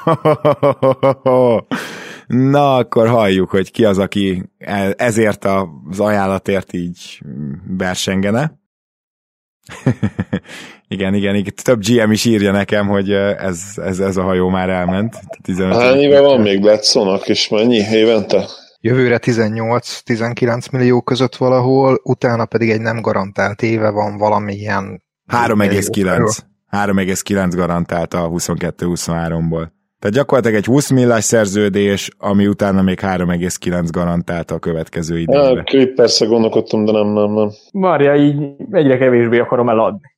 Na, akkor halljuk, hogy ki az, aki ezért az ajánlatért így versengene. igen, igen, igen, több gé em is írja nekem, hogy ez, ez, ez a hajó már elment. Hány éve van még Bledsoe-nak, és mennyi évente? Jövőre tizennyolc-tizenkilenc millió között valahol, utána pedig egy nem garantált éve van valamilyen... három egész kilenc. három egész kilenc garantált a huszonkettő huszonháromból. Tehát gyakorlatilag egy húsz millás szerződés, ami utána még három egész kilenc garantált a következő idényre. Ja, persze gondolkodtam, de nem, nem, nem. Várja, így egyre kevésbé akarom eladni.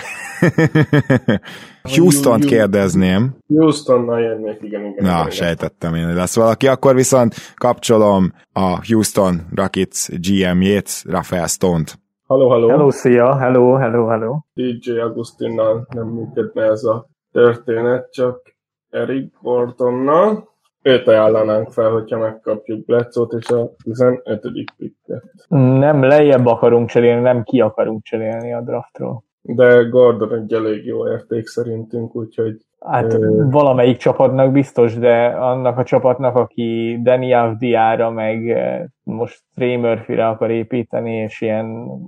Houstont kérdezném. Houstonnal jönnék, igen, igen. Na, igen. sejtettem én, hogy lesz valaki. Akkor viszont kapcsolom a Houston Rockets gé em-jét, Rafael Stone-t. Halló, halló. Hello, szia, hello, hello, hello. dé dzsé Agustinnal nem működne ez a történet, csak Eric Gordonnal. Őt ajánlanánk fel, hogyha megkapjuk Bledsoe-t és a tizenötödik picket. Nem lejjebb akarunk cserélni, nem ki akarunk cserélni a draftról. De Gordon egy elég jó érték szerintünk, úgyhogy... Hát ö... valamelyik csapatnak biztos, de annak a csapatnak, aki Danny Avdiára, meg most Trey Murphyre akar építeni, és ilyen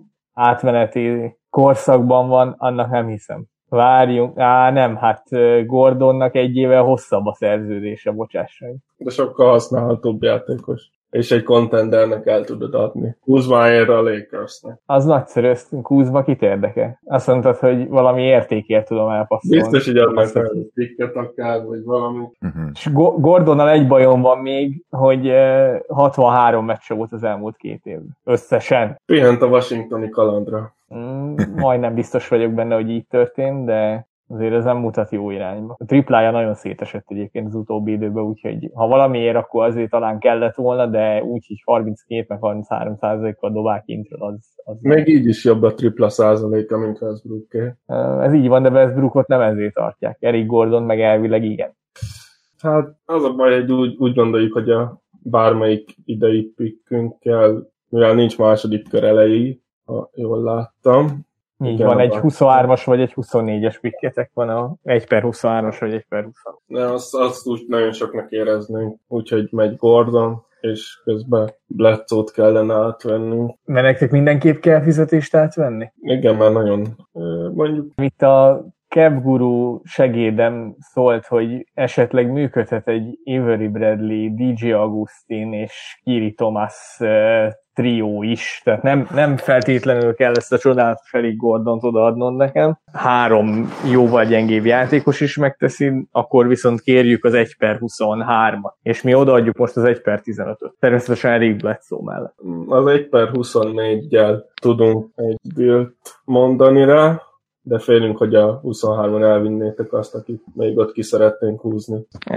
átmeneti korszakban van, annak nem hiszem. Várjunk, á nem, hát Gordonnak egy évvel hosszabb a szerződése, bocsássai. De sokkal használhatóbb játékos. És egy contendernek el tudod adni. Kuzmáért a Lakersnek. Az nagyszerű, ezt Kuzma kit érdekel? Azt mondtad, hogy valami értékért tudom elpasszolni. Biztos, hogy adnak fel egy ticket akár, vagy valami. Uh-huh. És Gordonnal egy bajom van még, hogy hatvanhárom meccse volt az elmúlt két évben. Összesen. Pihent a washingtoni kalandra. Mm, majdnem biztos vagyok benne, hogy így történt, de azért ez nem mutat jó irányba. A triplája nagyon szétesett egyébként az utóbbi időben, úgyhogy ha valamiért, akkor azért talán kellett volna, de úgy, hogy harminckét meg harminchárom százalékkal dobál kintről, az, az... Még így is jobb a tripla százaléka, mint Westbrooké. Ez így van, de Westbrookot nem ezért tartják. Eric Gordon meg elvileg igen. Hát az a baj, hogy úgy, úgy gondoljuk, hogy a bármelyik idei pickünkkel, mivel nincs második kör elejé, ha jól láttam. Így igen, van, egy huszonhármas vagy egy huszonnégyes pikketek van, a egy per huszonhármas vagy egy per húsz. De azt, azt úgy nagyon soknak éreznénk, úgyhogy megy Gordon, és közben Bledsoe-t kellene átvennünk. Mert nektek mindenképp kell fizetést átvenni? Igen, már nagyon mondjuk. Itt a Kevguru segédem szólt, hogy esetleg működhet egy Avery Bradley, dé dzsé Augustin és Kiri Thomas trió is, tehát nem, nem feltétlenül kell ezt a csodálatos Eric Gordont odaadnod nekem. Három jóval gyengébb játékos is megteszi, akkor viszont kérjük az egy per huszonhármat, és mi odaadjuk most az egy per tizenötöt. Természetesen Eric Bledsoe mellett. Az egy per huszonnégyel tudunk egy dealt mondani rá, de félünk, hogy a huszonhárman elvinnétek azt, akit még ott ki szeretnénk húzni.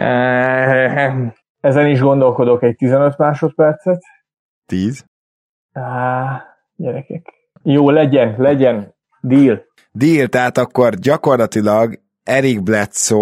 Ezen is gondolkodok egy tizenöt másodpercet. tíz. Á, gyerekek. Jó, legyen, legyen. Deal. Deal, tehát akkor gyakorlatilag Eric Bledsoe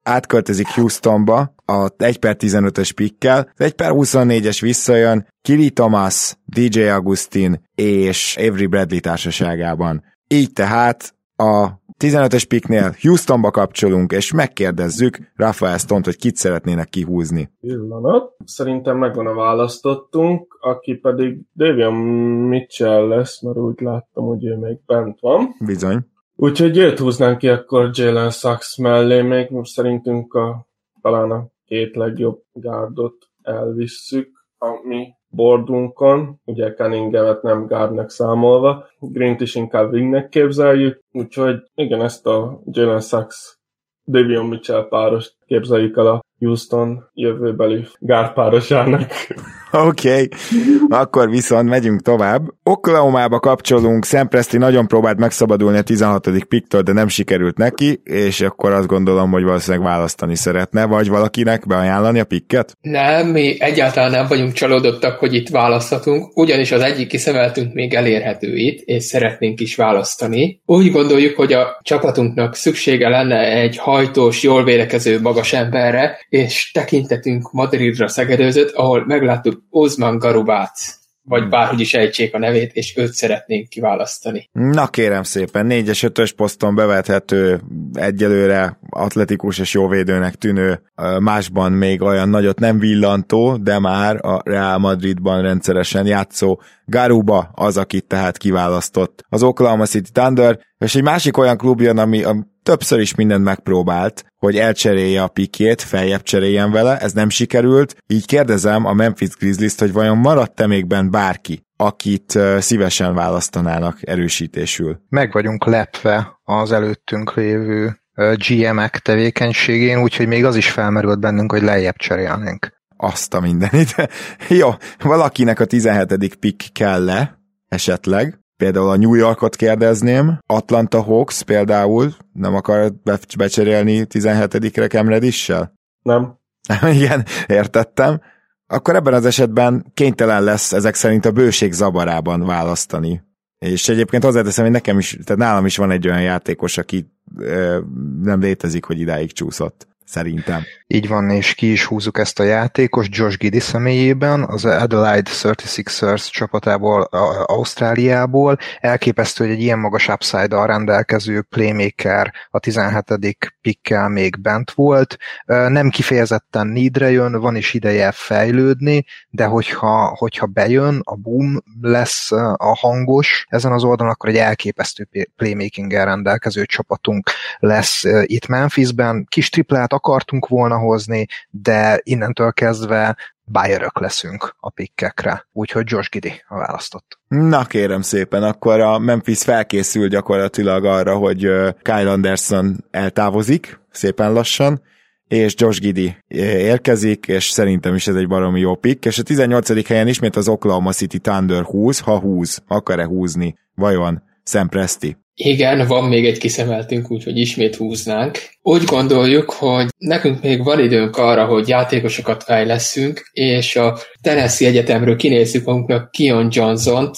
átköltözik Houstonba a egy per tizenötös pickkel, az egy per huszonnégyes visszajön Kili Thomas, dé dzsé Augustin és Avery Bradley társaságában. Így tehát a tizenötös picknél Houstonba kapcsolunk, és megkérdezzük Rafael Stone-t, hogy kit szeretnének kihúzni. Pillanat. Szerintem megvan a választottunk, aki pedig Davion Mitchell lesz, mert úgy láttam, hogy ő még bent van. Bizony. Úgyhogy őt húznánk ki akkor Jalen Sachs mellé, még most szerintünk a, talán a két legjobb gárdot elvisszük a mi bordunkon, ugye Cunningham-et nem guardnak számolva, Green-t is inkább wingnek képzeljük, úgyhogy igen, ezt a Jalen Sachs Davion Mitchell párost képzeljük el a Houston jövőbeli guard párosának. Oké, okay. Akkor viszont megyünk tovább. Oklahomába kapcsolunk, Sam Presti nagyon próbált megszabadulni a tizenhatodik picktől, de nem sikerült neki, és akkor azt gondolom, hogy valószínűleg választani szeretne, vagy valakinek beajánlani a picket? Nem, mi egyáltalán nem vagyunk csalódottak, hogy itt választhatunk, ugyanis az egyik kiszemeltünk még elérhető itt, és szeretnénk is választani. Úgy gondoljuk, hogy a csapatunknak szüksége lenne egy hajtós, jól védekező magas emberre, és tekintetünk Madridra szegedőzött, ahol megláttuk Osman Garubát, vagy bárhogy is ejtsék a nevét, és őt szeretnénk kiválasztani. Na kérem szépen, négyes ötös poszton bevethető, egyelőre atletikus és jóvédőnek tűnő, másban még olyan nagyot nem villantó, de már a Real Madridban rendszeresen játszó Garuba az, akit tehát kiválasztott az Oklahoma City Thunder, és egy másik olyan klub jön, ami a többször is mindent megpróbált, hogy elcserélje a pikét, feljebb cseréljen vele, ez nem sikerült, így kérdezem a Memphis Grizzlies-t, hogy vajon maradt-e még bent bárki, akit szívesen választanának erősítésül. Meg vagyunk lepve az előttünk lévő gé em-ek tevékenységén, úgyhogy még az is felmerült bennünk, hogy lejjebb cserélnénk. Azt a mindenit. Jó, valakinek a tizenhetedik pick kell-e esetleg? Például a New Yorkot kérdezném, Atlanta Hawks például nem akar becserélni tizenhetedikre Cam Reddissel? Nem. Igen, értettem. Akkor ebben az esetben kénytelen lesz ezek szerint a bőség zavarában választani. És egyébként hozzáteszem, hogy nekem is, tehát nálam is van egy olyan játékos, aki ö, nem létezik, hogy idáig csúszott. Szerintem. Így van, és ki is húzzuk ezt a játékos Josh Giddey személyében, az Adelaide harminchatosers csapatából, Ausztráliából. Elképesztő, hogy egy ilyen magas upside-dal rendelkező playmaker a tizenhetedik pickkel még bent volt. Nem kifejezetten needre jön, van is ideje fejlődni, de hogyha, hogyha bejön, a boom lesz a hangos ezen az oldalon, akkor egy elképesztő playmaking-el rendelkező csapatunk lesz itt Memphisben. Kis triplát akartunk volna hozni, de innentől kezdve buyerök leszünk a pikkekre. Úgyhogy Josh Giddey a választott. Na kérem szépen, akkor a Memphis felkészül gyakorlatilag arra, hogy Kyle Anderson eltávozik szépen lassan, és Josh Giddey érkezik, és szerintem is ez egy baromi jó pick, és a tizennyolcadik helyen ismét az Oklahoma City Thunder húz, ha húz, akar-e húzni, vajon Sam Presti? Igen, van még egy kiszemeltünk, úgyhogy ismét húznánk. Úgy gondoljuk, hogy nekünk még van időnk arra, hogy játékosokat fejlesszünk, és a Tennessee Egyetemről kinézzük magunknak Keon Johnson-t,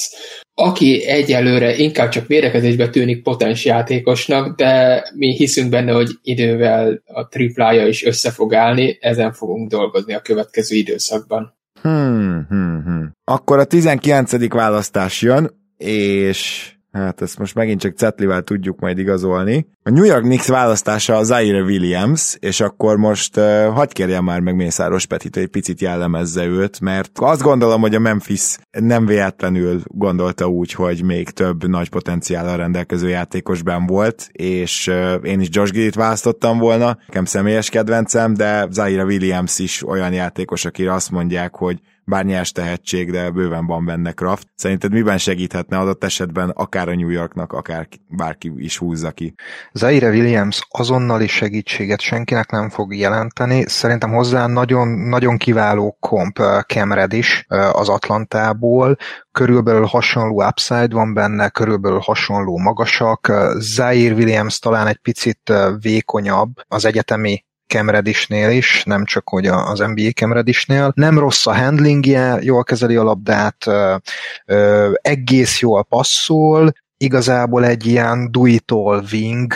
aki egyelőre inkább csak védekezésbe tűnik potens játékosnak, de mi hiszünk benne, hogy idővel a triplája is össze fog állni, ezen fogunk dolgozni a következő időszakban. Hmm, hmm, hmm. Akkor a tizenkilencedik választás jön, és hát ezt most megint csak cetlivel tudjuk majd igazolni. A New York Knicks választása a Zaire Williams, és akkor most uh, hadd kérjem már meg Mészáros Petit, hogy egy picit jellemezze őt, mert azt gondolom, hogy a Memphis nem véletlenül gondolta úgy, hogy még több nagy potenciállal rendelkező játékos benn volt, és uh, én is Josh Giddeyt választottam volna, nekem személyes kedvencem, de Zaire Williams is olyan játékos, akire azt mondják, hogy bár nyers tehetség, de bőven van benne craft. Szerinted miben segíthetne adott esetben akár a New Yorknak, akár bárki is húzza ki? Zaire Williams azonnali segítséget senkinek nem fog jelenteni. Szerintem hozzá nagyon, nagyon kiváló komp Cam Reddish az Atlantából. Körülbelül hasonló upside van benne, körülbelül hasonló magasak. Zaire Williams talán egy picit vékonyabb az egyetemi Cam Reddishnél is, nem csak hogy az en bé á Cam Reddishnél. Nem rossz a handlingje, jól kezeli a labdát, ö, ö, egész jól passzol, igazából egy ilyen do-it-all wing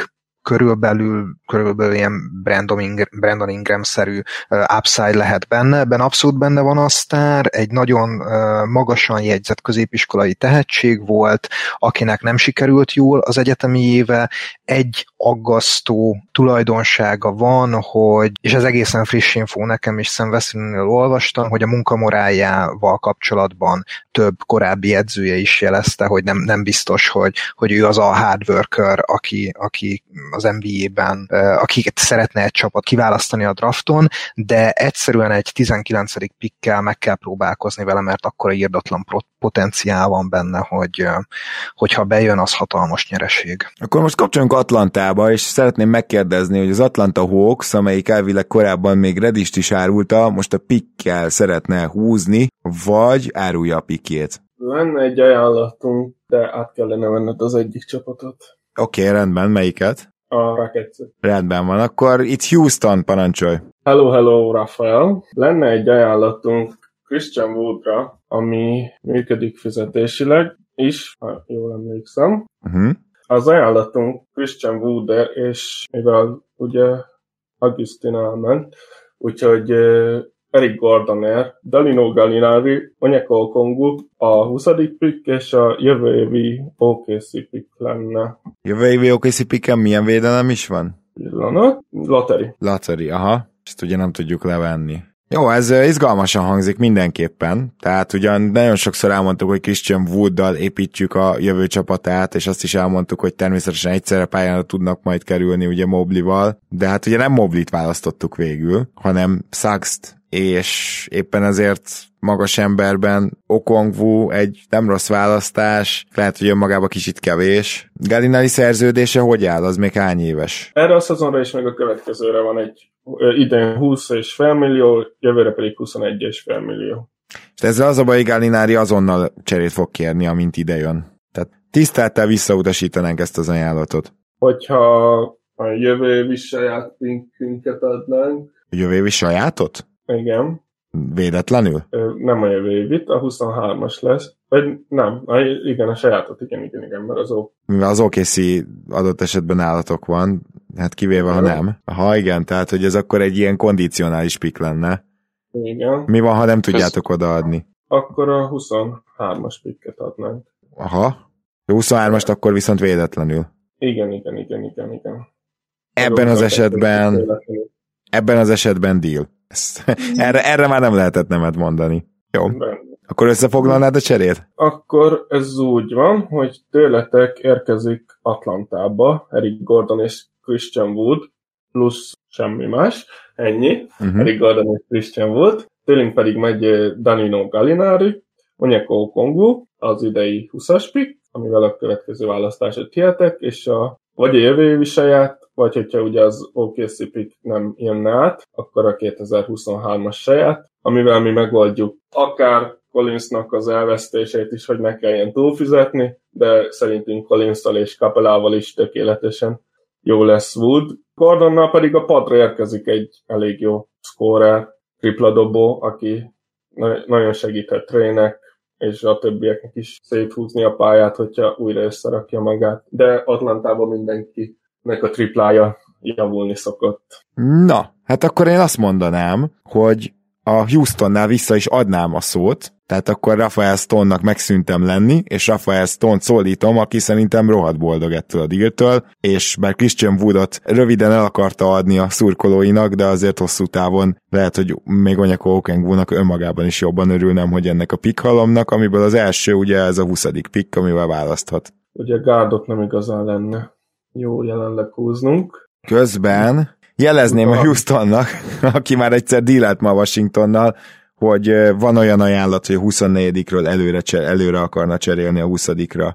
körülbelül, körülbelül ilyen Brandon, Ingram, Brandon Ingram-szerű upside lehet benne. Ebben abszolút benne van a sztár, egy nagyon magasan jegyzett középiskolai tehetség volt, akinek nem sikerült jól az egyetemi éve. Egy aggasztó tulajdonsága van, hogy, és ez egészen friss infó nekem is, Sam Wesley-nél olvastam, hogy a munkamoráljával kapcsolatban több korábbi edzője is jelezte, hogy nem, nem biztos, hogy, hogy ő az a hard worker, aki, aki az en bé á-ben, akiket szeretne egy csapat kiválasztani a drafton, de egyszerűen egy tizenkilencedik pickkel meg kell próbálkozni vele, mert akkora írdatlan potenciál van benne, hogy hogyha bejön, az hatalmas nyereség. Akkor most kapcsolunk Atlantába, és szeretném megkérdezni, hogy az Atlanta Hawks, amelyik elvileg korábban még Reddist is árulta, most a pickkel szeretne húzni, vagy árulja a pickjét? Lenne egy ajánlatunk, de át kellene venned az egyik csapatot. Oké, okay, rendben, melyiket? A Rockets. Rendben van, akkor itt Houston, parancsolj. Hello, hello, Rafael. Lenne egy ajánlatunk Christian Woodra, ami működik fizetésileg is, ha jól emlékszem. Uh-huh. Az ajánlatunk Christian Wood, és mivel ugye Augustin elment, úgyhogy Eric Gardoner, Danilo Gallinari, Onyeka Okongwu, a huszadik pick és a jövő évi o ká cé pick lenne. Jövő évi o ká cé picken milyen védelem is van? Pillanat. Lottery. Lottery, aha. Ezt ugye nem tudjuk levenni. Jó, ez izgalmasan hangzik mindenképpen, tehát ugyan nagyon sokszor elmondtuk, hogy Christian Wooddal építjük a jövő csapatát, és azt is elmondtuk, hogy természetesen egyszerre pályára tudnak majd kerülni ugye Mobley-val, de hát ugye nem Mobley-t választottuk végül, hanem Suggs-t, és éppen ezért magas emberben Okongwu egy nem rossz választás, lehet, hogy önmagában kicsit kevés. Gallinari szerződése hogy áll? Az még hány éves? Erre a szezonra is meg a következőre van egy idén húsz és fél millió, jövőre pedig huszonegy és fél millió. És ezzel az a baj, Gallinari azonnal cserét fog kérni, amint ide jön. Tehát tisztelettel visszautasítanánk ezt az ajánlatot. Hogyha a jövő évi saját pinkünket adnánk. A jövő évi sajátot? Igen. Véletlenül? Nem a jövő évit, a huszonhármas lesz. Vagy nem, a, igen, a sajátot, igen, igen, igen, mert az ó. Mivel az o ká cé adott esetben állatok van, hát kivéve, ha nem. Ha igen, tehát, hogy ez akkor egy ilyen kondicionális pick lenne. Igen. Mi van, ha nem tudjátok ez... odaadni? Akkor a huszonhármas picket adnánk. Aha. A huszonhármast akkor viszont véletlenül. Igen, igen, igen, igen, igen. Ebben az esetben ebben az esetben deal. Ezt, erre, erre már nem lehetett nemet mondani. Jó. Ben. Akkor összefoglalnád a cserét? Akkor ez úgy van, hogy tőletek érkezik Atlantába Eric Gordon és Christian Wood, plusz semmi más, ennyi. Uh-huh. Eric Gordon és Christian Wood. Tőlünk pedig megy Danilo Gallinari, Onyeka Okongwu, az idei huszas pick, amivel a következő választásot hihetek, és a vagy a jövő évi saját, vagy hogyha ugye az o ká cé pick nem jönne át, akkor a kétezer-huszonhármas saját, amivel mi megoldjuk akár Collinsnak az elvesztését is, hogy ne kelljen túlfizetni, de szerintünk Collinsszal és Capellával is tökéletesen jó lesz Wood. Gordonnal pedig a padra érkezik egy elég jó scorer, tripladobó, aki nagyon segíthet Trének, és a többieknek is széthúzni a pályát, hogyha újra összerakja magát. De Atlantában mindenkinek a triplája javulni szokott. Na, hát akkor én azt mondanám, hogy a Houstonnál vissza is adnám a szót, tehát akkor Rafael Stone-nak megszűntem lenni, és Rafael Stone-t szólítom, aki szerintem rohadt boldog ettől a dealtől, és bár Christian Woodot röviden el akarta adni a szurkolóinak, de azért hosszú távon lehet, hogy még Onyeka Okongwunak önmagában is jobban örülnem, hogy ennek a pick halomnak, amiből az első ugye ez a huszadik pick, amivel választhat. Ugye Gárdot nem igazán lenne jó jelenleg húznunk. Közben jelezném a Houstonnak, aki már egyszer dílelt ma Washingtonnal, hogy van olyan ajánlat, hogy a huszonnegyedikről előre, előre akarna cserélni a huszadikra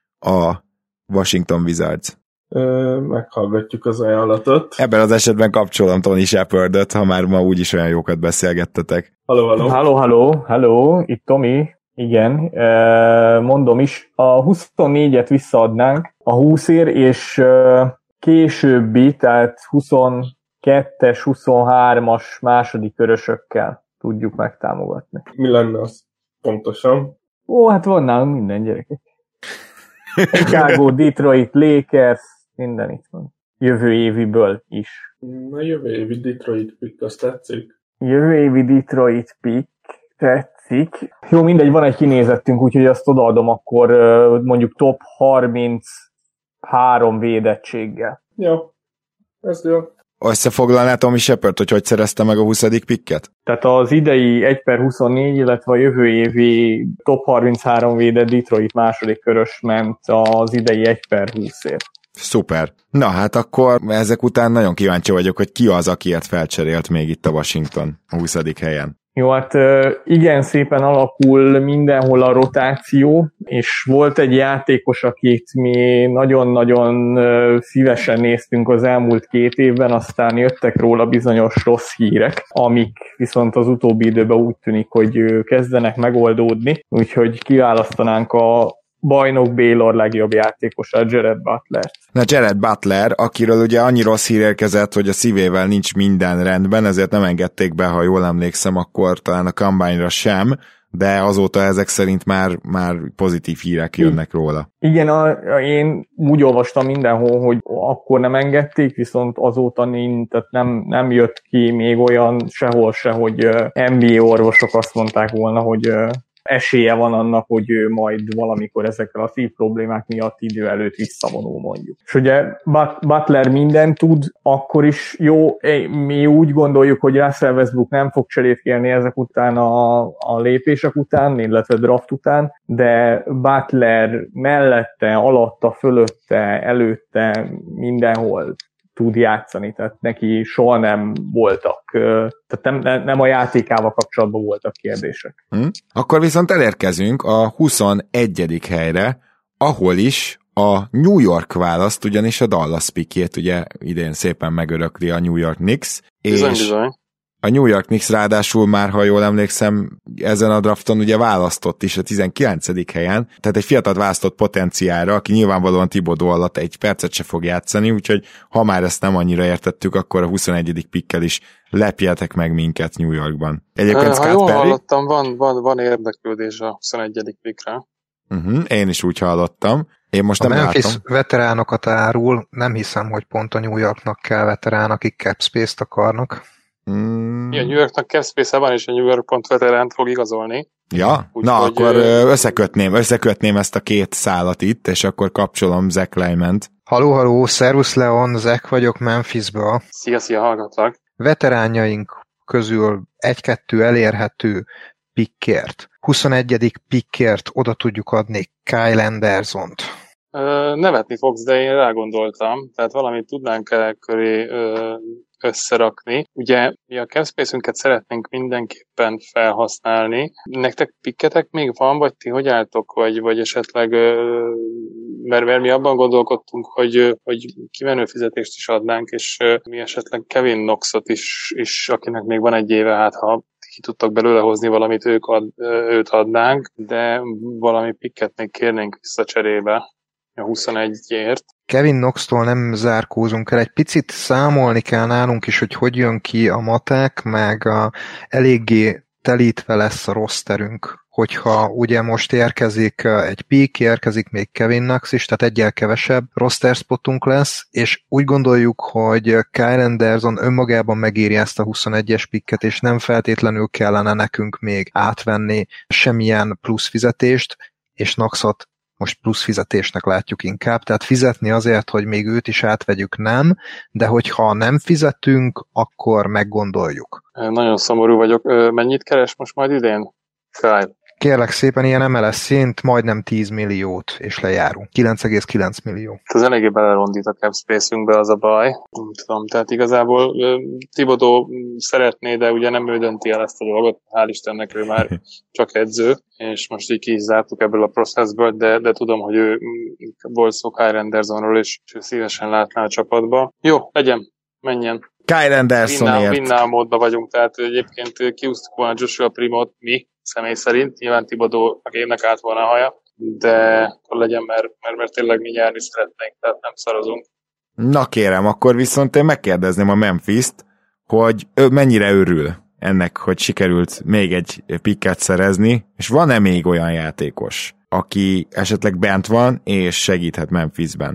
a Washington Wizards. Ö, meghallgatjuk az ajánlatot. Ebben az esetben kapcsolom Tony Shepardot, ha már ma úgyis olyan jókat beszélgettetek. Halló, halló. Halló, halló, halló, itt Tomi. Igen, mondom is, a huszonnégyet visszaadnánk a húszért, és későbbi, tehát huszonkettes, huszonhármas második körösökkel tudjuk megtámogatni. Mi lenne az pontosan? Ó, hát van nálunk minden, gyerekek. Chicago, Detroit, Lakers, minden itt van. jövő éviből is. Na jövő évi Detroit pick, azt tetszik? Jövő évi Detroit pick tetszik. Jó, mindegy, van egy kinézettünk, úgyhogy azt odaadom akkor mondjuk top harminchárom védettséggel. Jó, ez jó. Összefoglalná Tommy Shepard, hogy hogy szerezte meg a huszadik picket? Tehát az idei egy per huszonnégy, illetve a jövő évi top harminchárom védett Detroit második körös ment az idei egy per húszért. Szuper. Na hát akkor ezek után nagyon kíváncsi vagyok, hogy ki az, akiért felcserélt még itt a Washington a huszadik helyen. Jó, hát igen szépen alakul mindenhol a rotáció, és volt egy játékos, akit mi nagyon-nagyon szívesen néztünk az elmúlt két évben, aztán jöttek róla bizonyos rossz hírek, amik viszont az utóbbi időben úgy tűnik, hogy kezdenek megoldódni, úgyhogy kiválasztanánk a bajnok Baylor legjobb játékosa, Jared Butler. Na Jared Butler, akiről ugye annyi rossz hír érkezett, hogy a szívével nincs minden rendben, ezért nem engedték be, ha jól emlékszem, akkor talán a Combine-ra sem, de azóta ezek szerint már, már pozitív hírek jönnek róla. Igen, a, a, én úgy olvastam mindenhol, hogy akkor nem engedték, viszont azóta nincs, tehát nem, nem jött ki még olyan sehol se, hogy uh, en bé á orvosok azt mondták volna, hogy uh, esélye van annak, hogy ő majd valamikor ezekkel a szív problémák miatt idő előtt visszavonul, mondjuk. És ugye Butler mindent tud, akkor is jó, mi úgy gondoljuk, hogy Russell Westbrook nem fog cserét kérni ezek után a, a lépések után, illetve draft után, de Butler mellette, alatta, fölötte, előtte, mindenhol tud játszani, tehát neki soha nem voltak, tehát nem, nem a játékával kapcsolatban voltak kérdések. Hm? Akkor viszont elérkezünk a huszonegyedik helyre, ahol is a New York választ, ugyanis a Dallas pickjét ugye idén szépen megörökli a New York Knicks, bizony, és bizony. A New York Knicks ráadásul már, ha jól emlékszem, ezen a drafton ugye választott is a tizenkilencedik helyen, tehát egy fiatal választott potenciálra, aki nyilvánvalóan Thibodeau alatt egy percet se fog játszani, úgyhogy ha már ezt nem annyira értettük, akkor a huszonegyedik pickkel is lepjetek meg minket New Yorkban. Egyébként ha jól Perry? hallottam, van, van, van érdeklődés a huszonegyedik pickre. Uh-huh, én is úgy hallottam. Én most a nem Memphis látom. veteránokat árul, nem hiszem, hogy pont a New Yorknak kell veterán, akik cap space-t akarnak. Hmm. Ja, New Yorknak cap space van, és a New York pont veteránt fog igazolni. Ja? Úgy, Na, hogy akkor ö... összekötném, összekötném ezt a két szálat itt, és akkor kapcsolom Zach Lyman-t. Haló, haló, szervusz Leon, Zach vagyok Memphisből. Szia, szia, hallgatlak. Veteránjaink közül egy-kettő elérhető pickért, huszonegyedik pickért oda tudjuk adni Kyle Andersont. Ö, nevetni fogsz, de én rágondoltam, tehát valamit tudnánk el köré ö, összerakni. Ugye mi a cap space-ünket szeretnénk mindenképpen felhasználni. Nektek pikketek még van, vagy ti hogy álltok, vagy, vagy esetleg ö, mert, mert mi abban gondolkodtunk, hogy, hogy kimenő fizetést is adnánk, és ö, mi esetleg Kevin Knoxot is, is, akinek még van egy éve, hát ha ki tudtak belőle hozni valamit, ők ad, őt adnánk, de valami pikket még kérnénk vissza cserébe a huszonegyért. Kevin Knox-tól nem zárkózunk el, egy picit számolni kell nálunk is, hogy hogy jön ki a matek, meg a, eléggé telítve lesz a rosterünk, hogyha ugye most érkezik egy pick, érkezik még Kevin Knox is, tehát egyel kevesebb roster spotunk lesz, és úgy gondoljuk, hogy Kyle Anderson önmagában megéri ezt a huszonegyes picket, és nem feltétlenül kellene nekünk még átvenni semmilyen plusz fizetést, és Knoxot most plusz fizetésnek látjuk inkább, tehát fizetni azért, hogy még őt is átvegyük, nem, de hogyha nem fizetünk, akkor meggondoljuk. Nagyon szomorú vagyok. Mennyit keres most majd idén, Kyle? Kérlek szépen, ilyen em el es szint, majdnem tíz milliót, és lejárunk. kilenc egész kilenc millió. Ez eléggé belerondít a cap space-ünkbe, az a baj. Nem tudom, tehát igazából Thibodeau szeretné, de ugye nem ő dönti el ezt a dolgot. Hál' Istennek ő már csak edző, és most így ki is zártuk ebből a processből, de, de tudom, hogy ő volt szó Kyle Andersonról, és ő szívesen látná a csapatba. Jó, legyen, menjen. Kyle Andersonért. Vinnál módban vagyunk, tehát egyébként kiúztuk volna Joshua Primot mi, személy szerint, nyilván Thibodeau-nak évnek át volna a haja, de akkor legyen, mert, mert, mert tényleg mi nyerni szeretnénk, tehát nem szarozunk. Na kérem, akkor viszont én megkérdezném a Memphist, hogy ő mennyire örül ennek, hogy sikerült még egy picket szerezni, és van-e még olyan játékos, aki esetleg bent van, és segíthet Memphisben?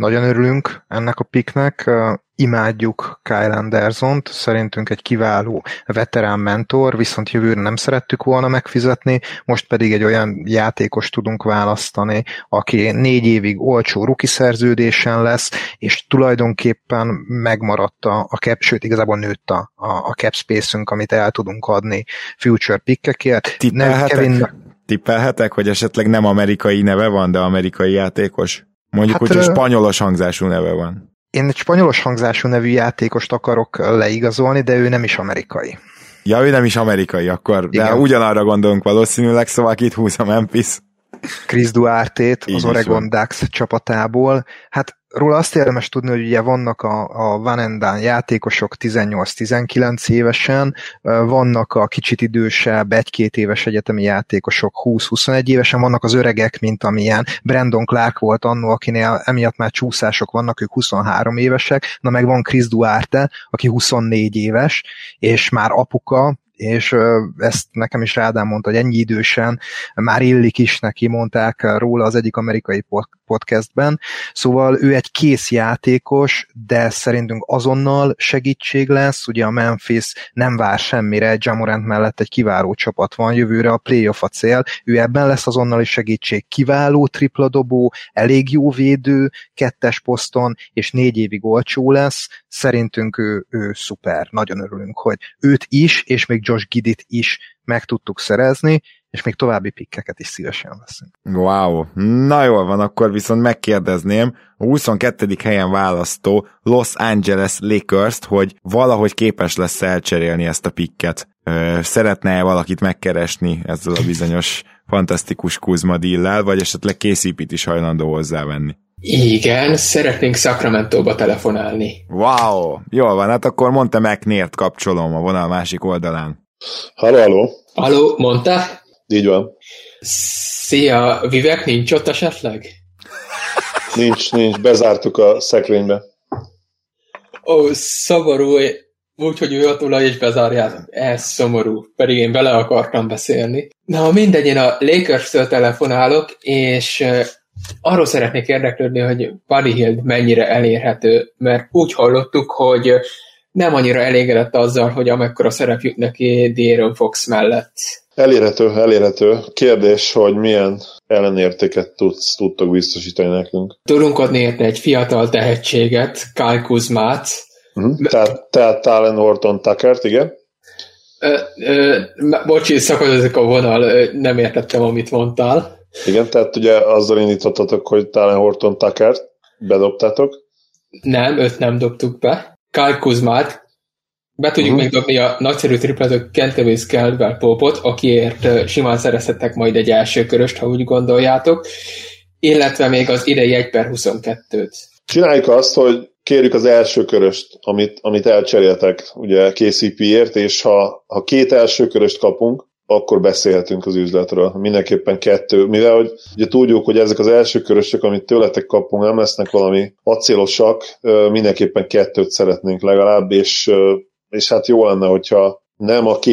nagyon örülünk ennek a picknek, imádjuk Kyle Andersont, szerintünk egy kiváló veterán mentor, viszont jövőre nem szerettük volna megfizetni, most pedig egy olyan játékos tudunk választani, aki négy évig olcsó rookie szerződésen lesz, és tulajdonképpen megmaradt a, a cap, sőt igazából nőtt a, a cap space-ünk, amit el tudunk adni future pickekért. Tippelhetek? Kevin... Tippelhetek, hogy esetleg nem amerikai neve van, de amerikai játékos? Mondjuk hát, úgy, hogy spanyolos hangzású neve van. Én egy spanyolos hangzású nevű játékost akarok leigazolni, de ő nem is amerikai. Ja, ő nem is amerikai akkor, de igen. Ugyanarra gondolunk valószínűleg, szóval itt húz a Memphis. Chris Duarte-t az Oregon Ducks csapatából. Hát róla azt érdemes tudni, hogy ugye vannak a, a Van and Done játékosok tizennyolc-tizenkilenc évesen, vannak a kicsit idősebb, egy-két éves egyetemi játékosok húsz-huszonegy évesen, vannak az öregek, mint amilyen Brandon Clark volt annó, akinél emiatt már csúszások vannak, ők huszonhárom évesek, na meg van Chris Duarte, aki huszonnégy éves, és már apuka, és ezt nekem is Rádám mondta, hogy ennyi idősen már illik is neki, mondták róla az egyik amerikai podcastben, szóval ő egy kész játékos, de szerintünk azonnal segítség lesz, ugye a Memphis nem vár semmire, Ja Morant mellett egy kiváló csapat van, jövőre a playoff a cél, ő ebben lesz azonnali segítség, kiváló tripladobó, elég jó védő, kettes poszton, és négy évig olcsó lesz, szerintünk ő, ő szuper, nagyon örülünk, hogy őt is, és még Josh Giddeyt is meg tudtuk szerezni, és még további pikkeket is szívesen veszünk. Wow, na jól van, akkor viszont megkérdezném a huszonkettedik helyen választó Los Angeles Lakers-t, hogy valahogy képes lesz elcserélni ezt a pikket. Szeretne valakit megkeresni ezzel a bizonyos fantasztikus Kuzma deal-lel, vagy esetleg K C P-t is hajlandó hozzávenni? Igen, szeretnénk Sacramento-ba telefonálni. Wow, jól van, hát akkor mondta McNair-t kapcsolom a vonal másik oldalán. Halló, halló. Halló, mondta? Így van. Szia, Vivek nincs ott esetleg? Nincs, nincs, bezártuk a szekrénybe. Ó, szomorú, úgyhogy ő ott és bezárják. Ez szomorú, pedig én vele akartam beszélni. Na mindegy, én a Lakers-től telefonálok, és arról szeretnék érdeklődni, hogy Buddy Hield mennyire elérhető, mert úgy hallottuk, hogy nem annyira elégedett azzal, hogy amekkora szerep jut neki De'Aaron Fox mellett. Elérhető, elérhető. Kérdés, hogy milyen ellenértéket tudsz, tudtok biztosítani nekünk. Tudunk adni érte egy fiatal tehetséget, Kyle Kuzmát. Uh-huh. Tehát, tehát Talen Horton Tuckert, igen? Ö, ö, bocsi, szakadozik a vonal, ö, nem értettem, amit mondtál. Igen, tehát ugye azzal indítottatok, hogy Talen Horton Tuckert bedobtátok? Nem, őt nem dobtuk be. Kyle Kuzmát. Be tudjuk uh-huh. még dobni a nagyszerű tripletet Kentavious Caldwell Popot, akiért simán szerezhettek majd egy első köröst, ha úgy gondoljátok, illetve még az idei egy per huszonkettőt. Csináljuk azt, hogy kérjük az első köröst, amit, amit elcseréltek ugye K C P-ért, és ha, ha két első köröst kapunk, akkor beszélhetünk az üzletről. Mindenképpen kettő. Mivel hogy ugye tudjuk, hogy ezek az első körösök, amit tőletek kapunk, nem lesznek valami acélosak, mindenképpen kettőt szeretnénk legalább, és, és hát jó lenne, hogyha nem a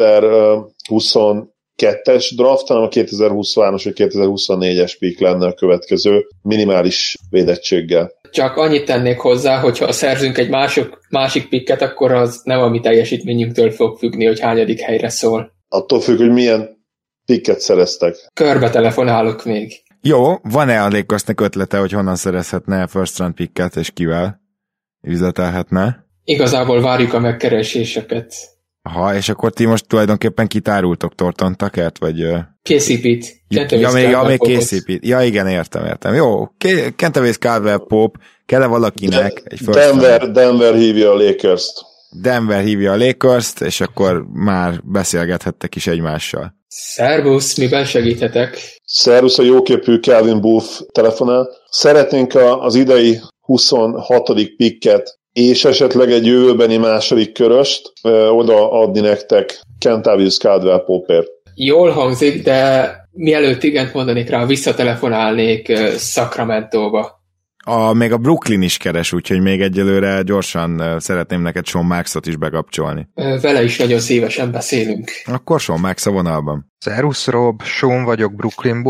kétezer-huszonkettes draft, hanem a kétezer-húszas vagy kétezer-huszonnégyes pick lenne a következő minimális védettséggel. Csak annyit tennék hozzá, hogyha szerzünk egy másik, másik picket, akkor az nem a mi teljesítményünktől fog függni, hogy hányadik helyre szól. Attól függ, hogy milyen picket szereztek. Körbe telefonálok még. Jó, van-e a Lakersnek ötlete, hogy honnan szerezhetne first round picket, és kivel üzletelhetne? Igazából várjuk a megkereséseket. Aha, és akkor ti most tulajdonképpen kitárultok Thornton Tuckert, vagy... K C P-t. Ja, még, ja, még K C P-t. Ja, igen, értem, értem. Jó, Kentavious Caldwell Pope, kell-e valakinek De- egy first Denver, round? Denver hívja a Lakers-t. Denver hívja a Lakers-t, és akkor már beszélgethettek is egymással. Szervusz, miben segíthetek? Szervusz, a jóképű Calvin Booth telefonál. Szeretnénk a, az idei huszonhatodik picket és esetleg egy jövőbeni második köröst ö, oda adni nektek Kentavious Caldwell Popért. Jól hangzik, de mielőtt igent mondanék rá, visszatelefonálnék uh, Sacramento-ba. A, még a Brooklyn is keres, úgyhogy még egyelőre gyorsan uh, szeretném neked Sean Marksot is bekapcsolni. Uh, vele is nagyon szívesen beszélünk. Akkor Sean Marks a vonalban. Szerusz Rob, Sean vagyok Brooklynból.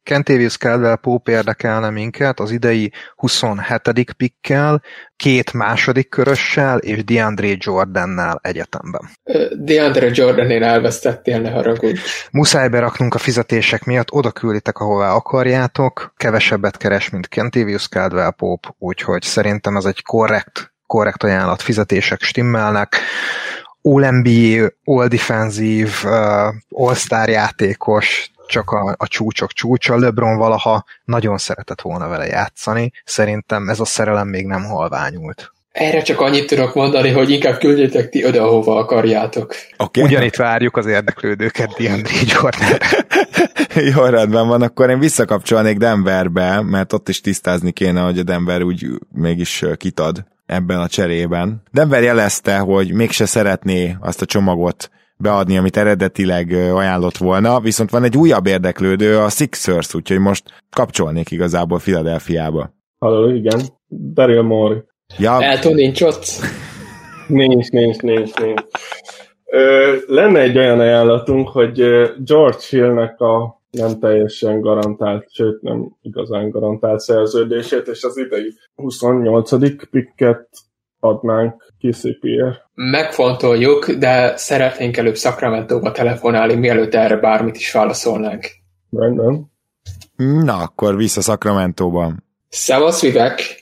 Kentavious Caldwell-Pope érdekelne minket az idei huszonhetedik pickkel, két második körössel és DeAndre Jordannel egyetemben. DeAndre Jordannél elvesztettél, ne haragudj. Muszáj beraknunk a fizetések miatt, oda külditek, ahová akarjátok, kevesebbet keres, mint Kentavious Caldwell-Pope, úgyhogy szerintem ez egy korrekt, korrekt ajánlat, fizetések stimmelnek. All-en bé á, All-Defensive, uh, All-Star játékos, csak a, a csúcsok csúcsa. LeBron valaha nagyon szeretett volna vele játszani. Szerintem ez a szerelem még nem halványult. Erre csak annyit tudok mondani, hogy inkább küldjétek ti oda, ahova akarjátok. Okay. Ugyanitt várjuk az érdeklődőket DeAndre Jordanre. Jó, rendben van, akkor én visszakapcsolnék Denverbe, mert ott is tisztázni kéne, hogy a Denver úgy mégis kitad ebben a cserében. Denver jelezte, hogy mégse szeretné azt a csomagot beadni, amit eredetileg ajánlott volna, viszont van egy újabb érdeklődő, a Sixers, úgyhogy most kapcsolnék igazából Philadelphiába. Halló, igen. Daryl Morey. Ja. Elton nincs ott? Nincs, nincs, nincs, nincs. Ö, lenne egy olyan ajánlatunk, hogy George Hillnek a nem teljesen garantált, sőt nem igazán garantált szerződését, és az idei huszonnyolcadik picket adnánk K C P-ért. Megfontoljuk, de szeretnénk előbb Sacramento-ba telefonálni, mielőtt erre bármit is válaszolnánk. Rendben. Na, akkor vissza Sacramento-ban. Szevasz, Vivek!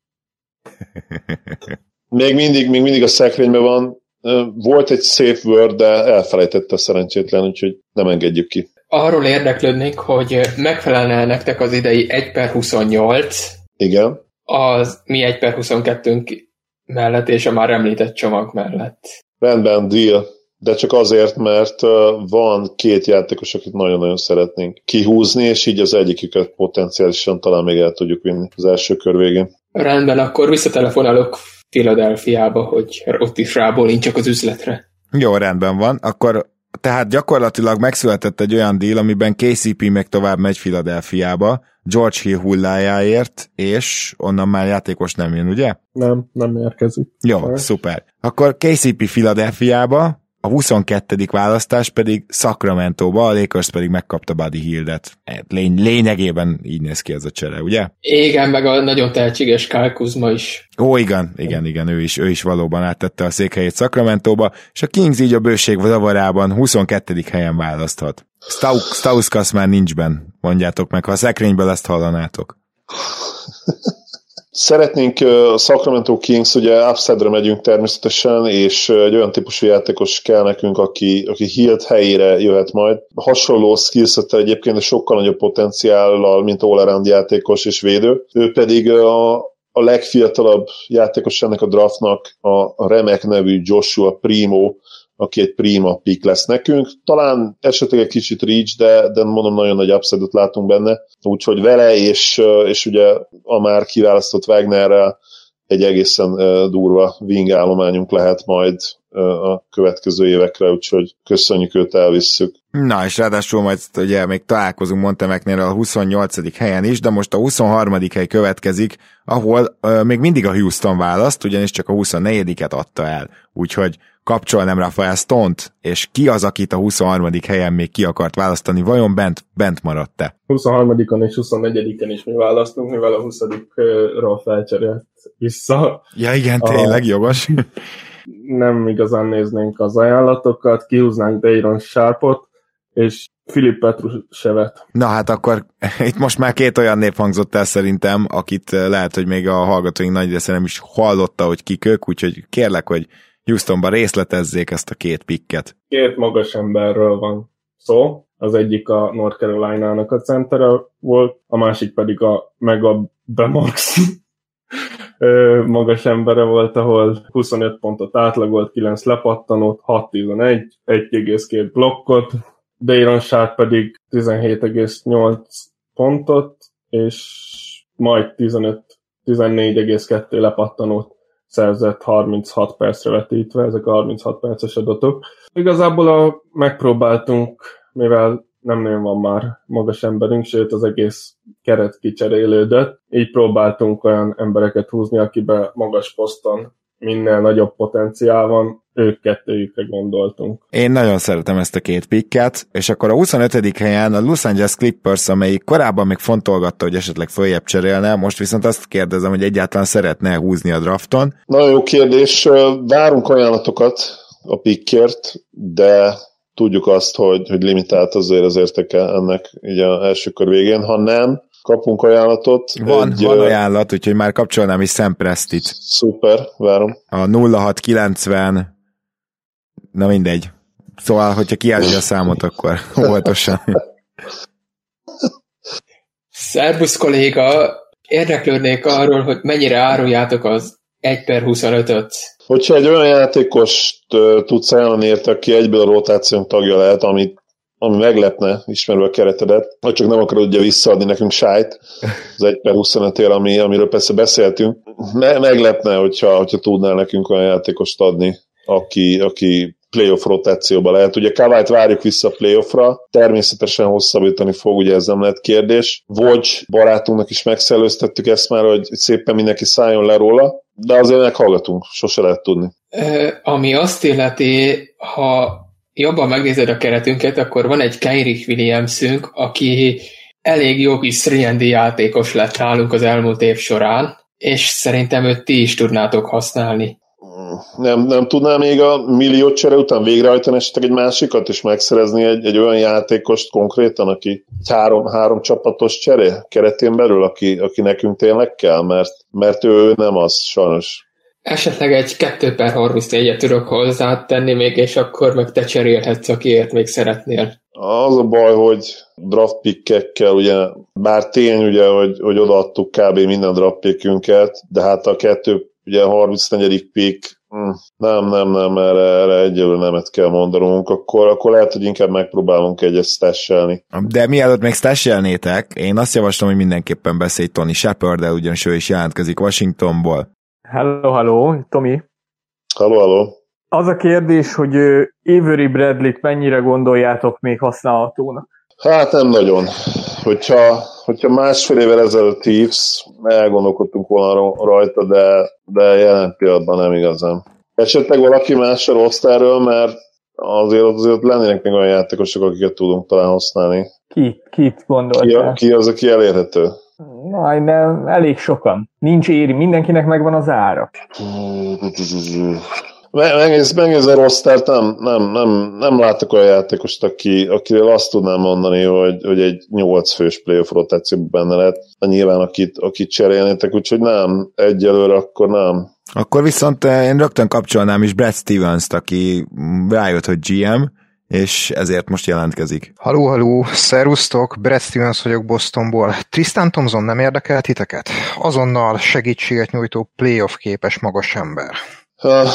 még, mindig, még mindig a szekrényben van. Volt egy safe word, de elfelejtette a szerencsétlen, úgyhogy nem engedjük ki. Arról érdeklődnék, hogy megfelelne nektek az idei egy per huszonnyolc. Igen. Az mi egy per huszonkettőnk mellett, és a már említett csomag mellett. Rendben, deal. De csak azért, mert van két játékos, akit nagyon-nagyon szeretnénk kihúzni, és így az egyiküket potenciálisan talán még el tudjuk vinni az első kör végén. Rendben, akkor visszatelefonálok Philadelphiába, hogy ott is rábólincsak az üzletre. Jó, rendben van. Akkor tehát gyakorlatilag megszületett egy olyan deal, amiben K C P meg tovább megy Philadelphiába, George Hill hullájáért, és onnan már játékos nem jön, ugye? Nem, nem érkezik. Jó, nem. Szuper. Akkor K C P Philadelphiába, a huszonkettedik választás pedig Sacramento-ba, a Lakers pedig megkapta Buddy Hieldet. Lény- lényegében így néz ki ez a csere, ugye? Igen, meg a nagyon tehetséges Kyle Kuzma is. Ó, igen, igen, igen, ő is, ő is valóban áttette a székhelyét Sacramento-ba, és a Kings így a bőség zavarában huszonkettedik helyen választhat. Stauskas már nincs benn, mondjátok meg, ha a szekrényből ezt hallanátok. Szeretnénk a Sacramento Kings, ugye upside-re megyünk természetesen, és egy olyan típusú játékos kell nekünk, aki, aki Hilt helyére jöhet majd. Hasonló skillsettel egyébként, de sokkal nagyobb potenciállal, mint all-around játékos és védő. Ő pedig a, a legfiatalabb játékos ennek a draftnak, a, a remek nevű Joshua Primo, aki egy prima pick lesz nekünk. Talán esetleg egy kicsit reach, de, de mondom, nagyon nagy upside-ot látunk benne. Úgyhogy vele, és, és ugye a már kiválasztott Wagnerrel egy egészen durva wing állományunk lehet majd a következő évekre, úgyhogy köszönjük, őt elvisszük. Na, és ráadásul majd ugye még találkozunk Montemeknél a huszonnyolcadik helyen is, de most a huszonharmadik hely következik, ahol uh, még mindig a Houston választ, ugyanis csak a huszonnegyediket adta el. Úgyhogy kapcsolnám Rafael Stone-t, és ki az, akit a huszonharmadik helyen még ki akart választani, vajon bent, bent maradt-e? huszonharmadikon és huszonnegyediken is mi választunk, mivel a huszadikról felcserélt vissza. Ja igen, tényleg a... jogos. Nem igazán néznénk az ajánlatokat, kihúznánk Dayron Sharpot, és Filip Petrusevet. Na hát akkor itt most már két olyan nép hangzott el szerintem, akit lehet, hogy még a hallgatóink nagy része nem is hallotta, hogy kik ők, úgyhogy kérlek, hogy Houstonban részletezzék ezt a két pikket. Két magas emberről van szó. Az egyik a North Carolina-nak a centere volt, a másik pedig a Mega Bemax magas embere volt, ahol huszonöt pontot átlagolt, kilenc lepattanót, hat tizenegy, egy egész két blokkot, Dayron Sharp pedig tizenhét egész nyolc pontot, és majd tizenöt tizennégy egész kettő lepattanót szerzett harminchat percre vetítve, ezek a harminchat perces adatok. Igazából a, megpróbáltunk, mivel nem nagyon van már magas emberünk, sőt az egész keret kicserélődött, így próbáltunk olyan embereket húzni, akibe magas poszton minél nagyobb potenciál van, ők kettőjükre gondoltunk. Én nagyon szeretem ezt a két picket, és akkor a huszonötödik helyen a Los Angeles Clippers, amelyik korábban még fontolgatta, hogy esetleg följebb cserélne, most viszont azt kérdezem, hogy egyáltalán szeretne húzni a drafton. Nagyon jó kérdés, várunk ajánlatokat a pickért, de tudjuk azt, hogy, hogy limitált azért az értéke ennek így az első kör végén, ha nem, kapunk ajánlatot. Van, egy, van ajánlat, úgyhogy már kapcsolnám is Sam Prestit. Szuper, várom. A nulla hat kilencven, na mindegy. Szóval, hogyha kiállja a számot, akkor óvatosan. Szervusz kolléga, érdeklődnék arról, hogy mennyire áruljátok az egy per huszonötöt. Hogyha egy olyan játékost uh, tudsz ajánlani érte, aki egyből a rotáción tagja lehet, amit, ami meglepne, ismerve a keretedet, vagy csak nem akarod ugye visszaadni nekünk sájt, az egy per huszonöt-ér, ami, amiről persze beszéltünk, Me- meglepne, hogyha, hogyha tudnál nekünk olyan játékost adni, aki, aki playoff rotációba lehet. Ugye Kawait várjuk vissza a playoffra, természetesen hosszabbítani fog, ugye ez nem lehet kérdés. Woj barátunknak is megszellőztettük ezt már, hogy szépen mindenki szálljon le róla, de azért meghallgatunk, sose lehet tudni. Ö, ami azt illeti, ha jobban megnézed a keretünket, akkor van egy Kenrich Williamsünk, aki elég jó kis három and D játékos lett nálunk az elmúlt év során, és szerintem őt ti is tudnátok használni. Nem, nem tudnál még a millió csere után végrehajtani esetleg egy másikat, és megszerezni egy, egy olyan játékost konkrétan, aki egy három, három csapatos cseré keretén belül, aki, aki nekünk tényleg kell, mert, mert ő nem az, sajnos. Esetleg egy kettő per harmincnégyet tudok hozzátenni még, és akkor meg te cserélhetsz, akiért még szeretnél. Az a baj, hogy draft pickekkel, ugye, bár tény, ugye, hogy, hogy odaadtuk kb. Minden draft pickünket, de hát a kettő, ugye a harmincnegyedik pick, nem, nem, nem, erre, erre egyelőre nemet kell mondanunk, akkor, akkor lehet, hogy inkább megpróbálunk egyet stashelni. De mielőtt még stashelnétek, én azt javaslom, hogy mindenképpen beszélj Tony Shepard-el, ugyanis ő is jelentkezik Washingtonból. Hello, hello, Tomi. Hello, hello. Az a kérdés, hogy Avery Bradley-t mennyire gondoljátok még használhatónak? Hát nem nagyon. Hogyha, hogyha másfél évvel ezelőtt hívsz, elgondolkodtunk volna rajta, de, de jelen pillanatban nem igazán. Esetleg valaki más a rosterről, mert azért, azért lennének még olyan játékosok, akiket tudunk talán használni. Ki? Kit gondoltál? Ki, ki az, aki elérhető? Na, de elég sokan. Nincs éri, mindenkinek megvan az ára. Megnézz, megnézz a rostert, nem, nem, nem, nem látok olyan játékost, aki, akiről azt tudnám mondani, hogy, hogy egy nyolc fős playoff rotációban benne lehet. Nyilván akit, akit cserélnétek, úgyhogy nem, egyelőre akkor nem. Akkor viszont én rögtön kapcsolnám is Brad Stevens-t, aki rájött, hogy gé em, és ezért most jelentkezik. Haló, haló, szervusztok, Brad Stevens vagyok Bostonból. Tristan Thompson nem érdekel titeket? Azonnal segítséget nyújtó playoff képes magas ember. Uh,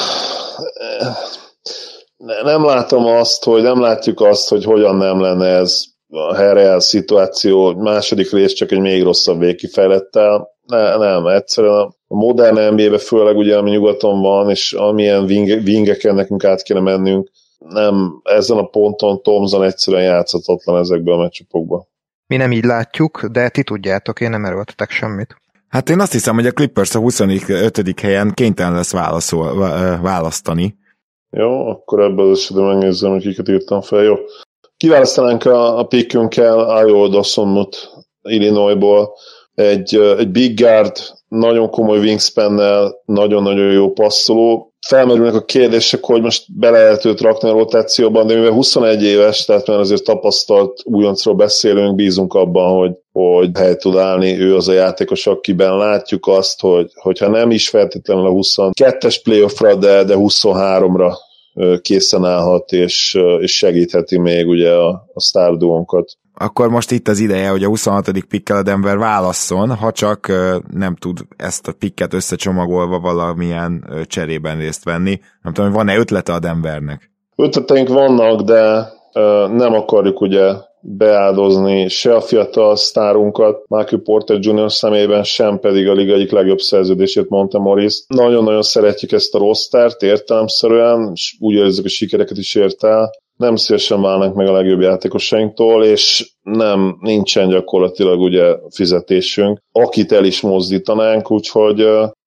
nem látom azt, hogy nem látjuk azt, hogy hogyan nem lenne ez a helyreáll szituáció, második rész csak egy még rosszabb végkifejlettel. Ne, nem, egyszerűen a modern en bé á-be főleg ugye, ami nyugaton van, és amilyen wingeken nekünk át kéne mennünk, nem, ezen a ponton Thompson egyszerűen játszhatatlan ezekben a meccsapokban. Mi nem így látjuk, de ti tudjátok, én nem erőltetek semmit. Hát én azt hiszem, hogy a Clippers a huszonötödik helyen kénytelen lesz válaszol, választani. Jó, akkor ebből az esetben megnézzem, hogy kiket írtam fel. Jó. Kiválasztanánk a, a pickünkkel Iowa Dawsonot Illinoisból. Egy, egy big guard, nagyon komoly wingspannel, nagyon-nagyon jó passzoló. Felmerülnek a kérdések, hogy most be lehet őt rakni a rotációban, de mivel huszonegy éves, tehát már azért tapasztalt újoncról beszélünk, bízunk abban, hogy, hogy helyt tud állni, ő az a játékos, akiben látjuk azt, hogy, hogyha nem is feltétlenül a huszonkettes playoffra, de, de huszonháromra készen állhat, és, és segítheti még ugye a, a sztárduónkat. Akkor most itt az ideje, hogy a huszonhatodik pickkel a Denver válasszon, ha csak nem tud ezt a picket összecsomagolva valamilyen cserében részt venni. Nem tudom, hogy van-e ötlete a Denvernek? Ötleteink vannak, de nem akarjuk ugye beáldozni se a fiatal sztárunkat, Michael Porter junior személyében, sem pedig a liga egyik legjobb szerződését mondta Morris. Nagyon-nagyon szeretjük ezt a rostert értelemszerűen, és úgy érezzük, a sikereket is ért el. Nem szívesen válnak meg a legjobb játékosainktól, és nem, nincsen gyakorlatilag ugye fizetésünk, akit el is mozdítanánk, úgyhogy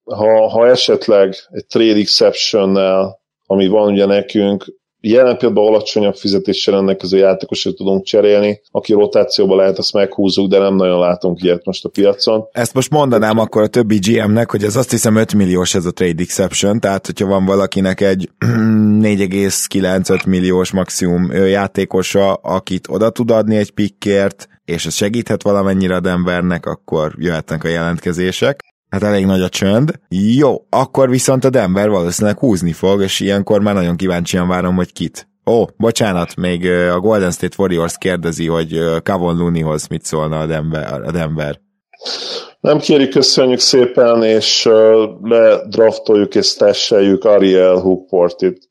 ha, ha esetleg egy trade exceptionnel, ami van ugye nekünk, jelen pillanatban alacsonyabb fizetéssel rendelkező játékosra tudunk cserélni, aki rotációban lehet, azt meghúzzuk, de nem nagyon látunk ilyet most a piacon. Ezt most mondanám akkor a többi gé em-nek, hogy ez azt hiszem öt milliós ez a trade exception, tehát hogyha van valakinek egy négy egész kilenc milliós maximum játékosa, akit oda tud adni egy pickért, és ez segíthet valamennyire a Denvernek, akkor jöhetnek a jelentkezések. Hát elég nagy a csönd. Jó, akkor viszont a Denver valószínűleg húzni fog, és ilyenkor már nagyon kíváncsian várom, hogy kit. Ó, bocsánat, még a Golden State Warriors kérdezi, hogy Kevon Looneyhoz mit szólna a Denver. A Denver. Nem kérjük, köszönjük szépen, és ledraftoljuk és stasheljük Ariel Hookportit.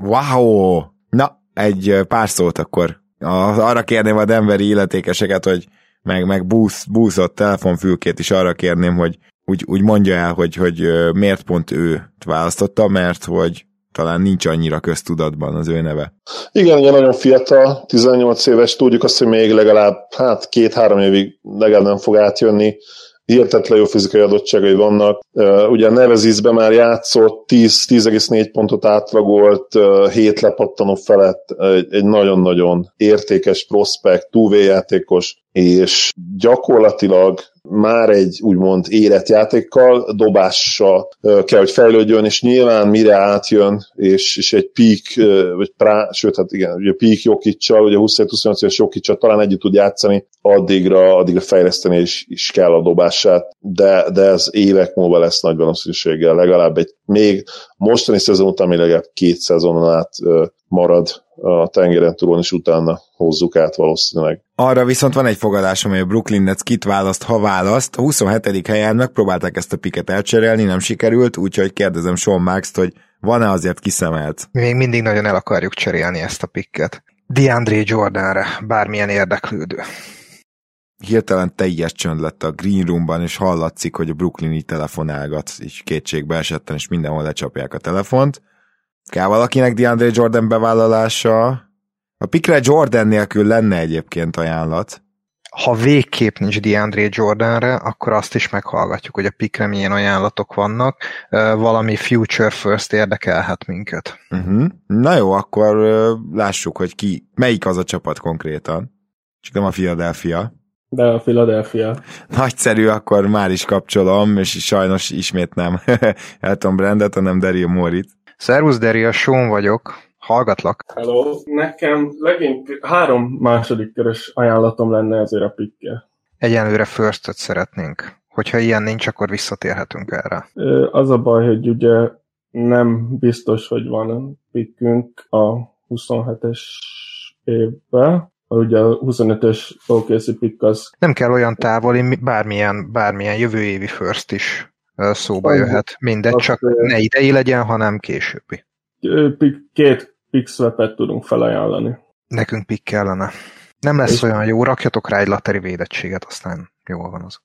Wow! Na, egy pár szót akkor. Arra kérném a denveri illetékeseket, hogy meg, meg búszott telefonfülkét is arra kérném, hogy úgy, úgy mondja el, hogy, hogy miért pont ő választotta, mert hogy talán nincs annyira köztudatban az ő neve. Igen, ugye nagyon fiatal, tizennyolc éves, tudjuk azt, hogy még legalább hát két-három évig legalább nem fog átjönni, hihetetlen jó fizikai adottságai vannak. Uh, ugye Nevezisben már játszott, tíz egész négy pontot átlagolt, uh, hét lepattanó felett, egy, egy nagyon-nagyon értékes prospekt, two-way játékos, és gyakorlatilag már egy úgymond érett játékkal, dobással uh, kell, hogy fejlődjön, és nyilván mire átjön, és, és egy peak, uh, vagy prá, sőt, hát igen, ugye peak Jokic-sal, ugye huszonhét-huszonnyolc éves Jokic-sal talán együtt tud játszani, addigra, addigra fejleszteni is, is kell a dobását, de, de ez évek múlva lesz nagy valószínűséggel, legalább egy, még mostani szezon után még legalább két szezonon át uh, marad a tengeren túlon, és utána hozzuk át valószínűleg. Arra viszont van egy fogadásom, hogy a Brooklyn Nets kit választ, ha választ. A huszonhetedik helyen megpróbálták ezt a piket elcserélni, nem sikerült, úgyhogy kérdezem Sean Marks-t, hogy van-e azért kiszemelt? Mi még mindig nagyon el akarjuk cserélni ezt a picket. DeAndre Jordanre, bármilyen érdeklődő. Hirtelen teljes csönd lett a Green Roomban, és hallatszik, hogy a Brooklyni telefonálgat, így kétségbe esetten, és mindenhol lecsapják a telefont. Kell valakinek DeAndre Jordan bevállalása? A pikre Jordan nélkül lenne egyébként ajánlat. Ha végképp nincs DeAndre Jordanre, akkor azt is meghallgatjuk, hogy a pikre milyen ajánlatok vannak. Valami future first érdekelhet minket. Uh-huh. Na jó, akkor lássuk, hogy ki, melyik az a csapat konkrétan. Csak nem a Philadelphia. De a Philadelphia. Nagyszerű, akkor már is kapcsolom, és sajnos ismét nem Elton Brandet, hanem Daryl Morey-t. Szervusz, Daryl, Sean vagyok. Hallgatlak. Hello. Nekem leginkább három második körös ajánlatom lenne ezért a pikkel. Egyenlőre firstöt szeretnénk. Hogyha ilyen nincs, akkor visszatérhetünk erre. Az a baj, hogy ugye nem biztos, hogy van pikkünk a huszonhetes évben. Ugye a huszonötös o ká cé pick az... Nem kell olyan távoli, bármilyen, bármilyen jövő évi first is szóba jöhet. Mindegy, csak ne idei legyen, hanem későbbi. Két pick swapet tudunk felajánlani. Nekünk pick kellene. Nem lesz és olyan jó, rakjatok rá egy lateri védettséget, aztán jól van az.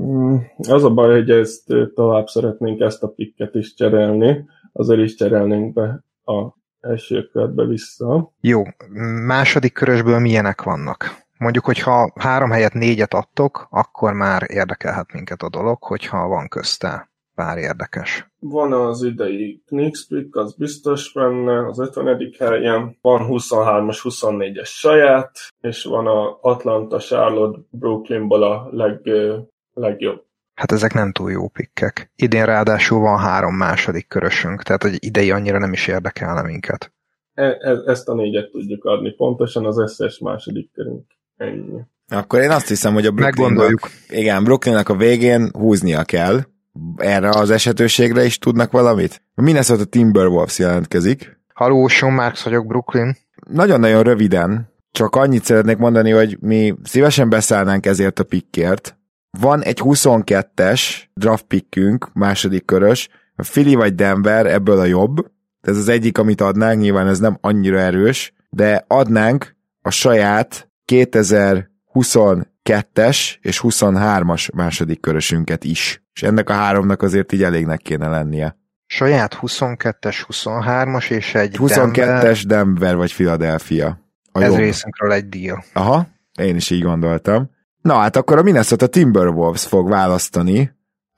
Az a baj, hogy ezt tovább szeretnénk ezt a picket is cserélni, azért is cserélnénk be a első körbe vissza. Jó, második körösből milyenek vannak? Mondjuk, hogyha három helyet négyet adtok, akkor már érdekelhet minket a dolog, hogyha van közte pár érdekes. Van az idei Knicks pick, az biztos benne, az ötvenedik helyen. Van huszonhármas, huszonnégyes saját, és van a Atlanta, Charlotte, Brooklynból a leg, legjobb. Hát ezek nem túl jó pikkek. Idén ráadásul van három második körösünk, tehát hogy idei annyira nem is érdekelne minket. E, e, ezt a négyet tudjuk adni, pontosan az összes második körünk. Ennyi. Akkor én azt hiszem, hogy a Brooklynnak, igen, Brooklynnak a végén húznia kell. Erre az esetőségre is tudnak valamit? A Minnesota Timberwolves jelentkezik. Halló, Sean Marks vagyok, Brooklyn. Nagyon-nagyon röviden, csak annyit szeretnék mondani, hogy mi szívesen beszállnánk ezért a pickért. Van egy huszonkettes draft pickünk, második körös, a Philly vagy Denver, ebből a jobb. Ez az egyik, amit adnánk, nyilván ez nem annyira erős, de adnánk a saját kétezer-huszonkettes és huszonhármas második körösünket is. És ennek a háromnak azért így elégnek kéne lennie. Saját huszonkettes, huszonhármas és egy huszonkettes Denver, Denver vagy Philadelphia. A Ez jobb. részünkről egy deal. Aha, én is így gondoltam. Na hát akkor a Minnesota Timberwolves fog választani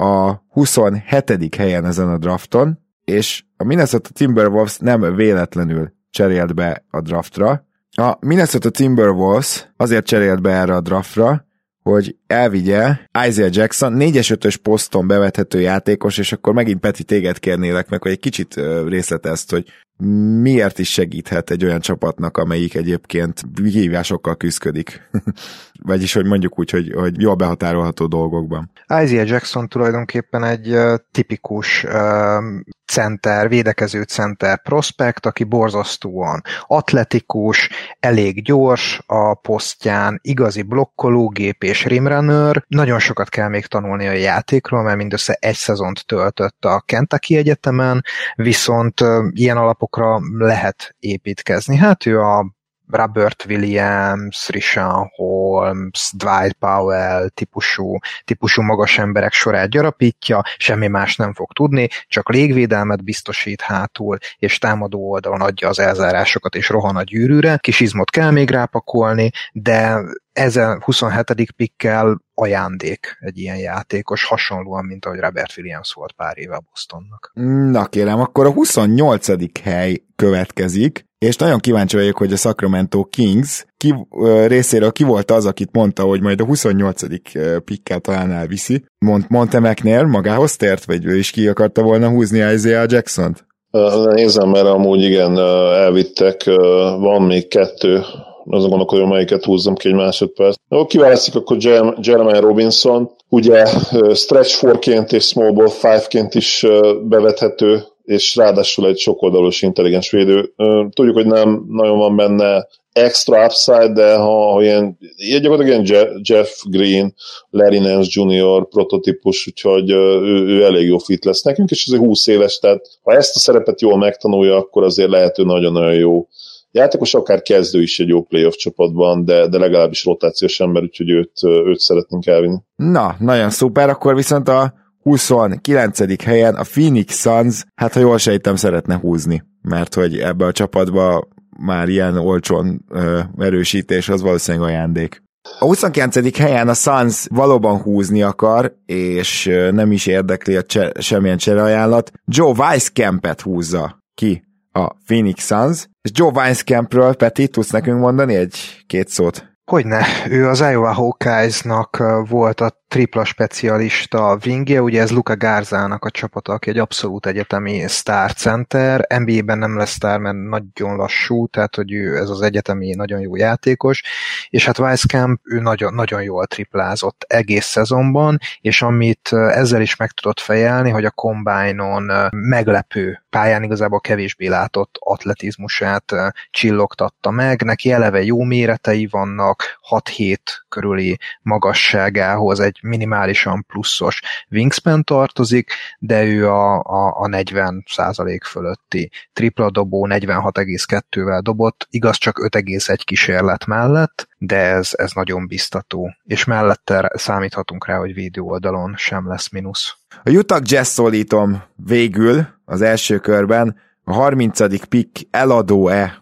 a huszonhetedik helyen ezen a drafton, és a Minnesota Timberwolves nem véletlenül cserélt be a draftra. A Minnesota Timberwolves azért cserélt be erre a draftra, hogy elvigye Isaiah Jackson négyes ötös poszton bevethető játékos, és akkor megint Peti téged kérnélek meg, hogy egy kicsit részletezd, hogy miért is segíthet egy olyan csapatnak, amelyik egyébként kihívásokkal küszködik. Vagyis, hogy mondjuk úgy, hogy, hogy jól behatárolható dolgokban. Isaiah Jackson tulajdonképpen egy uh, tipikus uh, center, védekező center prospekt, aki borzasztóan atletikus, elég gyors a posztján, igazi blokkológép és rimrunner. Nagyon sokat kell még tanulni a játékról, mert mindössze egy szezont töltött a Kentucky Egyetemen, viszont uh, ilyen alapokra lehet építkezni. Hát ő a Robert Williams, Rishan Holmes, Dwight Powell típusú, típusú magas emberek sorát gyarapítja, semmi más nem fog tudni, csak légvédelmet biztosít hátul, és támadó oldalon adja az elzárásokat, és rohan a gyűrűre. Kis izmot kell még rápakolni, de ezen huszonhetedik pikkel ajándék egy ilyen játékos, hasonlóan, mint ahogy Robert Williams volt pár éve a Bostonnak. Na kérem, akkor a huszonnyolcadik hely következik, és nagyon kíváncsi vagyok, hogy a Sacramento Kings ki, uh, részéről ki volt az, akit mondta, hogy majd a huszonnyolcadik pikkel talán elviszi. Mond, mondta McNair, magához tért, vagy ő is ki akarta volna húzni Isaiah Jackson-t? Uh, nézem, mert amúgy igen, elvittek, uh, van még kettő, azon gondolkodom, melyiket húzzam ki egy másodperc. No, kiválasztik akkor Jeremiah Robinson, ugye stretch four-ként és small ball five-ként is bevethető, és ráadásul egy sokoldalos intelligens védő. Tudjuk, hogy nem nagyon van benne extra upside, de ha, ha ilyen, ilyen gyakorlatilag ilyen Jeff Green, Larry Nance junior prototípus, úgyhogy ő, ő elég jó fit lesz nekünk, és azért húsz éves, tehát ha ezt a szerepet jól megtanulja, akkor azért lehető nagyon-nagyon jó játékos, akár kezdő is egy jó playoff csapatban, de, de legalábbis rotációs ember, úgyhogy őt, őt szeretnénk elvinni. Na, nagyon szuper, akkor viszont a huszonkilencedik helyen a Phoenix Suns, hát ha jól sejtem, szeretne húzni, mert hogy ebbe a csapatba már ilyen olcsón ö, erősítés, az valószínűleg ajándék. A huszonkilencedik helyen a Suns valóban húzni akar, és ö, nem is érdekli a cse- semmilyen csereajánlat. Joe Wiescampet húzza ki a Phoenix Suns, és Joe Wiescampről, Peti, tudsz nekünk mondani egy-két szót? Hogyne, ő az Iowa Hawkeyes-nak volt a tripla specialista wingje, ugye ez Luka Garzának a csapata, aki egy abszolút egyetemi sztárcenter, en bé á-ben nem lesz sztár, mert nagyon lassú, tehát hogy ő ez az egyetemi nagyon jó játékos, és hát Wiescamp, ő nagyon, nagyon jól triplázott egész szezonban, és amit ezzel is meg tudott fejelni, hogy a Combine-on meglepő pályán igazából kevésbé látott atletizmusát csillogtatta meg, neki eleve jó méretei vannak, hat-hét körüli magasságához egy minimálisan pluszos wingspan tartozik, de ő a, a, a negyven százalék fölötti tripla dobó, negyvenhat egész kettővel dobott, igaz csak öt egész egy kísérlet mellett, de ez, ez nagyon biztató, és mellette számíthatunk rá, hogy védő oldalon sem lesz mínusz. A Utah Jazz szólítom végül az első körben, a harmincadik pick eladó-e?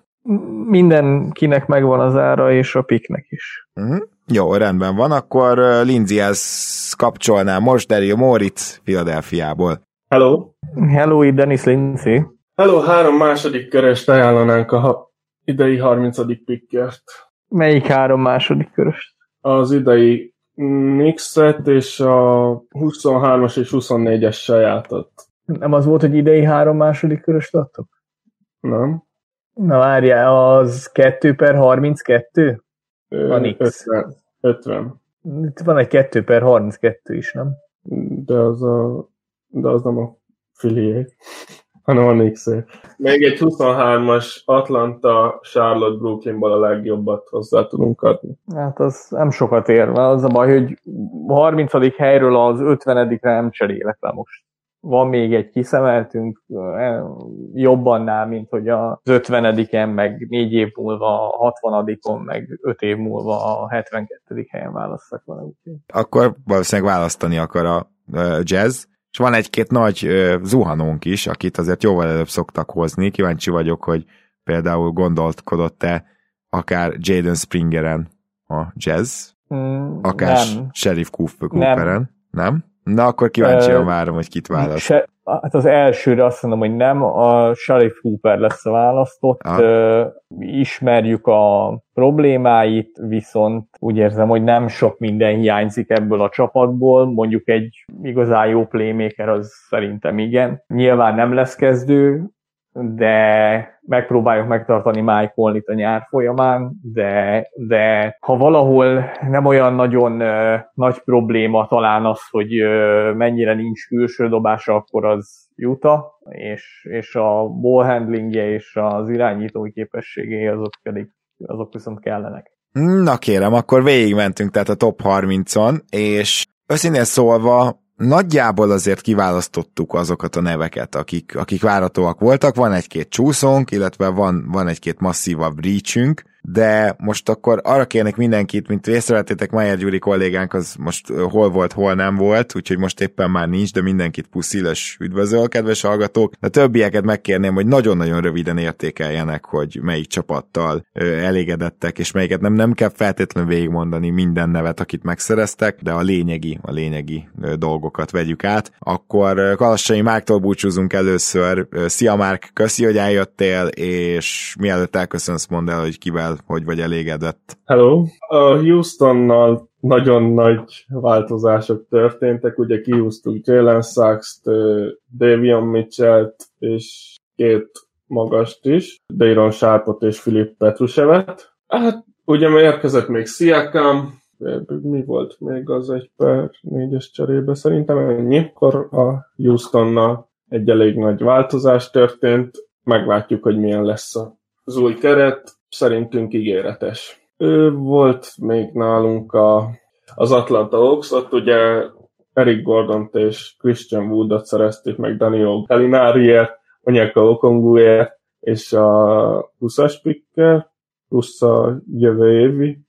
Mindenkinek megvan az ára, és a picknek is. Uh-huh. Jó, rendben van, akkor Lindsayhez kapcsolnám most Dario Moritz Philadelphiából. Hello! Hello, itt Dennis Lindsay. Hello, három második köröst ajánlanánk a ha- idei harmincadik pickért. Melyik három második köröst? Az idei Knicks-et és a huszonhármas és huszonnégyes sajátot. Nem az volt, hogy idei három második köröst adtok? Nem. Na várjál, az kettő per harminckettő? A Knicks. ötven. ötven. Itt van egy kettő per harminckettő is, nem? De az, a, de az nem a Phillyék, hanem a Knicks-é. Még egy huszonhármas Atlanta, Charlotte, Brooklynból a legjobbat hozzá tudunk adni. Hát az nem sokat ér, mert az a baj, hogy a harmincadik helyről az ötvenedikre nem cserélek le most. Van még egy kiszemeltünk jobbannál, mint hogy az ötvenediken, meg négy év múlva a hatvanadikon, meg öt év múlva a hetvenkettedik helyen választak volna. Akkor valószínűleg választani akar a uh, Jazz, és van egy-két nagy uh, zuhanónk is, akit azért jóval előbb szoktak hozni. Kíváncsi vagyok, hogy például gondolkodott-e akár Jaden Springeren a Jazz, mm, akár nem. Sheriff Cooperen. Nem? Nem? Na, akkor kíváncsian várom, hogy kit választ. Se, hát az elsőre azt mondom, hogy nem, a Sharif Cooper lesz a választott. Uh, ismerjük a problémáit, viszont úgy érzem, hogy nem sok minden hiányzik ebből a csapatból. Mondjuk egy igazán jó playmaker, az szerintem igen. Nyilván nem lesz kezdő, de megpróbáljuk megtartani Mike Conley-t a nyár folyamán, de, de ha valahol nem olyan nagyon uh, nagy probléma talán az, hogy uh, mennyire nincs külső dobása, akkor az Utah, és, és a ball handlingje és az irányítói képességei azok pedig azok viszont kellenek. Na kérem, akkor végigmentünk tehát a top harmincon, és őszintén szólva nagyjából azért kiválasztottuk azokat a neveket, akik, akik várhatóak voltak. Van egy-két csúszónk, illetve van, van egy-két masszívabb reachünk, de most akkor arra kérnék mindenkit, mint észrevettétek, Májer Gyuri kollégánk az most hol volt, hol nem volt, úgyhogy most éppen már nincs, de mindenkit puszíles üdvözöl, kedves hallgatók. De többieket megkérném, hogy nagyon-nagyon röviden értékeljenek, hogy melyik csapattal elégedettek, és melyiket nem, nem kell feltétlenül végigmondani minden nevet, akit megszereztek, de a lényegi, a lényegi dolgokat vegyük át. Akkor Kalassai Márktól búcsúzunk először. Szia Márk, köszi, hogy eljöttél, és mielőtt elköszönsz, mondd el, hogy kivel hogy vagy elégedett. Hello! A Houstonnal nagyon nagy változások történtek, ugye kihúztuk Jalen Sachs-t, Davion Mitchell-t és két magast is, Dayron Sharpot és Filip Petrusevet. Hát ugye érkezett még Siakam, mi volt még az egy per négyes cserébe, szerintem ennyi. Akkor a Houstonnal egy elég nagy változás történt, meglátjuk, hogy milyen lesz az új keret. Szerintünk ígéretes. Ő volt még nálunk a, az Atlanta Hawks, ott ugye Eric Gordont és Christian Woodot szerezték meg Daniel Gallinariért, Onyeka Okongwuért és a huszas picker, plusz a jövő évi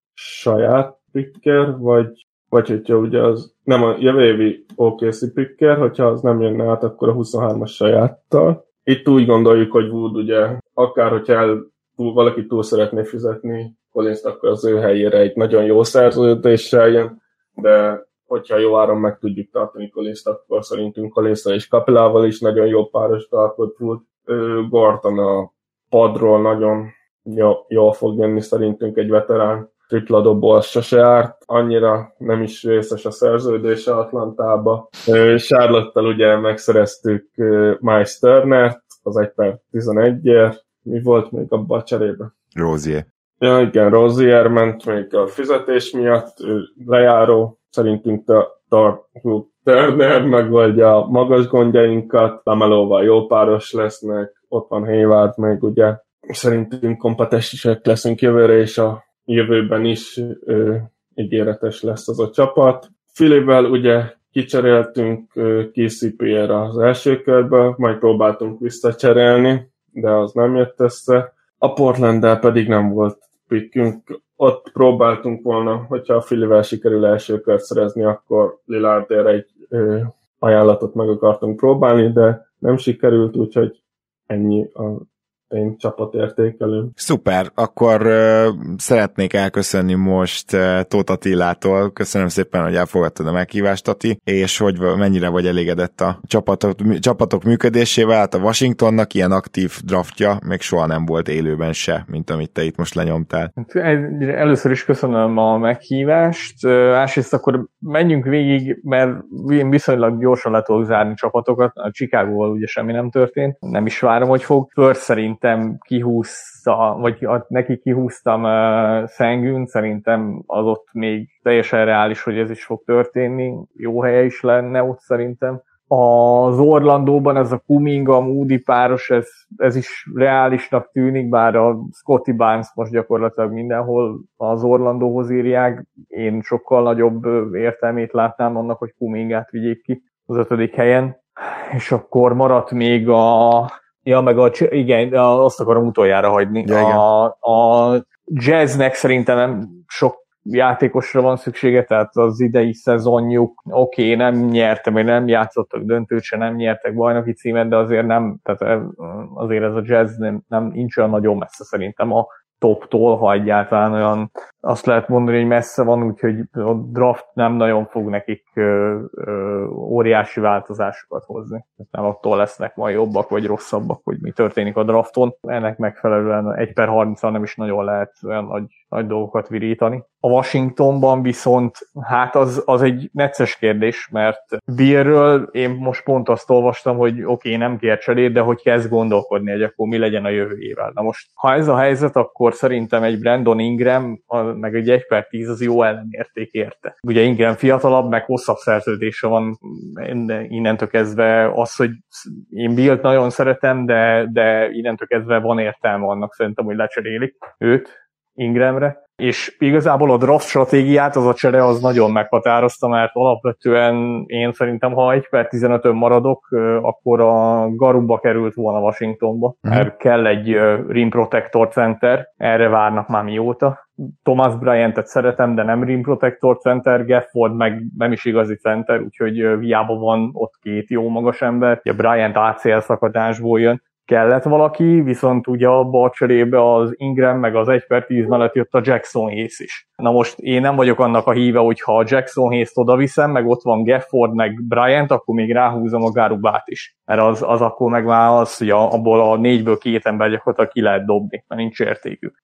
saját picker, vagy, vagy hogyha ugye az nem a jövő évi o ká cé picker, hogyha az nem jönne át, akkor a huszonhármas sajáttal. Itt úgy gondoljuk, hogy Wood ugye akár, hogyha el túl, valaki túl szeretné fizetni Collins-t, akkor az ő helyére egy nagyon jó szerződéssel jön, de hogyha jó áron meg tudjuk tartani Collins-t, akkor szerintünk Collins-sal és Capellával is nagyon jó páros tartott volt. Gordon a padról nagyon jól, jól fog jönni, szerintünk egy veterán tripla dobó az sose árt, annyira nem is részes a szerződése Atlantába. Charlotte-tal ugye megszereztük Miles Turnert, az egy per tizenegyért, mi volt még abban a cserében? Rozier. Ja, igen, Rozier ment még a fizetés miatt, lejáró, szerintünk tartjuk Turner megoldja a magas gondjainkat, Lamelóval jó páros lesznek, ott van Hayward még ugye, szerintünk kompetensek leszünk jövőre, és a jövőben is ö, ígéretes lesz az a csapat. Philipvel ugye kicseréltünk K C P-re az első körből, majd próbáltunk visszacserélni, de az nem jött össze. A Portlanddel pedig nem volt pickünk. Ott próbáltunk volna, hogyha a Phillyvel sikerül első kört szerezni, akkor Lillardért egy ö, ajánlatot meg akartunk próbálni, de nem sikerült, úgyhogy ennyi a én csapatértékelőm. Szuper, akkor uh, szeretnék elköszönni most uh, Tóth Attilától. Köszönöm szépen, hogy elfogadtad a meghívást, Ati, és hogy mennyire vagy elégedett a csapatok, csapatok működésével. Hát a Washingtonnak ilyen aktív draftja még soha nem volt élőben se, mint amit te itt most lenyomtál. Először is köszönöm a meghívást. Másrészt akkor menjünk végig, mert én viszonylag gyorsan le tudok zárni csapatokat. A Chicagóval ugye semmi nem történt. Nem is várom, hogy fog. Pör szerint kihúzta, vagy neki kihúztam uh, Sengun, szerintem az ott még teljesen reális, hogy ez is fog történni. Jó helye is lenne ott szerintem. Az Orlandóban ez a Kuminga, Moody páros, ez, ez is reálisnak tűnik, bár a Scotty Barnes most gyakorlatilag mindenhol az Orlandóhoz írják. Én sokkal nagyobb értelmét látnám annak, hogy Kumingát vigyék ki az ötödik helyen. És akkor maradt még a Ja, meg a, igen, azt akarom utoljára hagyni. Ja, a, a Jazznek szerintem nem sok játékosra van szüksége, tehát az idei szezonjuk, oké, okay, nem nyertem, vagy nem játszottak döntőt, se nem nyertek bajnoki címet, de azért nem, tehát azért ez a Jazz nem, nem nincs olyan nagyon messze szerintem a toptól, ha egyáltalán olyan azt lehet mondani, hogy messze van, úgyhogy a draft nem nagyon fog nekik ö, ö, óriási változásokat hozni. Nem attól lesznek majd jobbak vagy rosszabbak, hogy mi történik a drafton. Ennek megfelelően egy per harminccal nem is nagyon lehet olyan nagy, nagy dolgokat virítani. A Washingtonban viszont hát az, az egy necces kérdés, mert Bealről én most pont azt olvastam, hogy oké, okay, nem kér cserét, de hogy kezd gondolkodni, hogy akkor mi legyen a jövőjével. Na most, ha ez a helyzet, akkor szerintem egy Brandon Ingram, meg egy egy per tíz az jó ellenérték érte. Ugye Ingram fiatalabb, meg hosszabb szerződése van innentől kezdve az, hogy én Bealt nagyon szeretem, de, de innentől kezdve van értelme annak szerintem, hogy lecserélik őt Ingramre. És igazából a draft stratégiát, az a csere az nagyon meghatározta, mert alapvetően én szerintem, ha egy per tizenötön maradok, akkor a Garuba került volna Washingtonba, mert mm. kell egy rim protector center, erre várnak már mióta. Thomas Bryantet szeretem, de nem rim protector center, Gafford meg nem is igazi center, úgyhogy hiába van ott két jó magas ember. A Bryant á cé el szakadásból jön. Kellett valaki, viszont ugye abba a cserébe az Ingram meg az egy per tíz mellett jött a Jackson Hayes is. Na most én nem vagyok annak a híve, hogy ha a Jackson Hayes-t oda viszem, meg ott van Gafford meg Bryant, akkor még ráhúzom a Garubát is. Mert az, az akkor meg már az, hogy abból a négyből két ember gyakorlatilag ki lehet dobni, mert nincs értékük.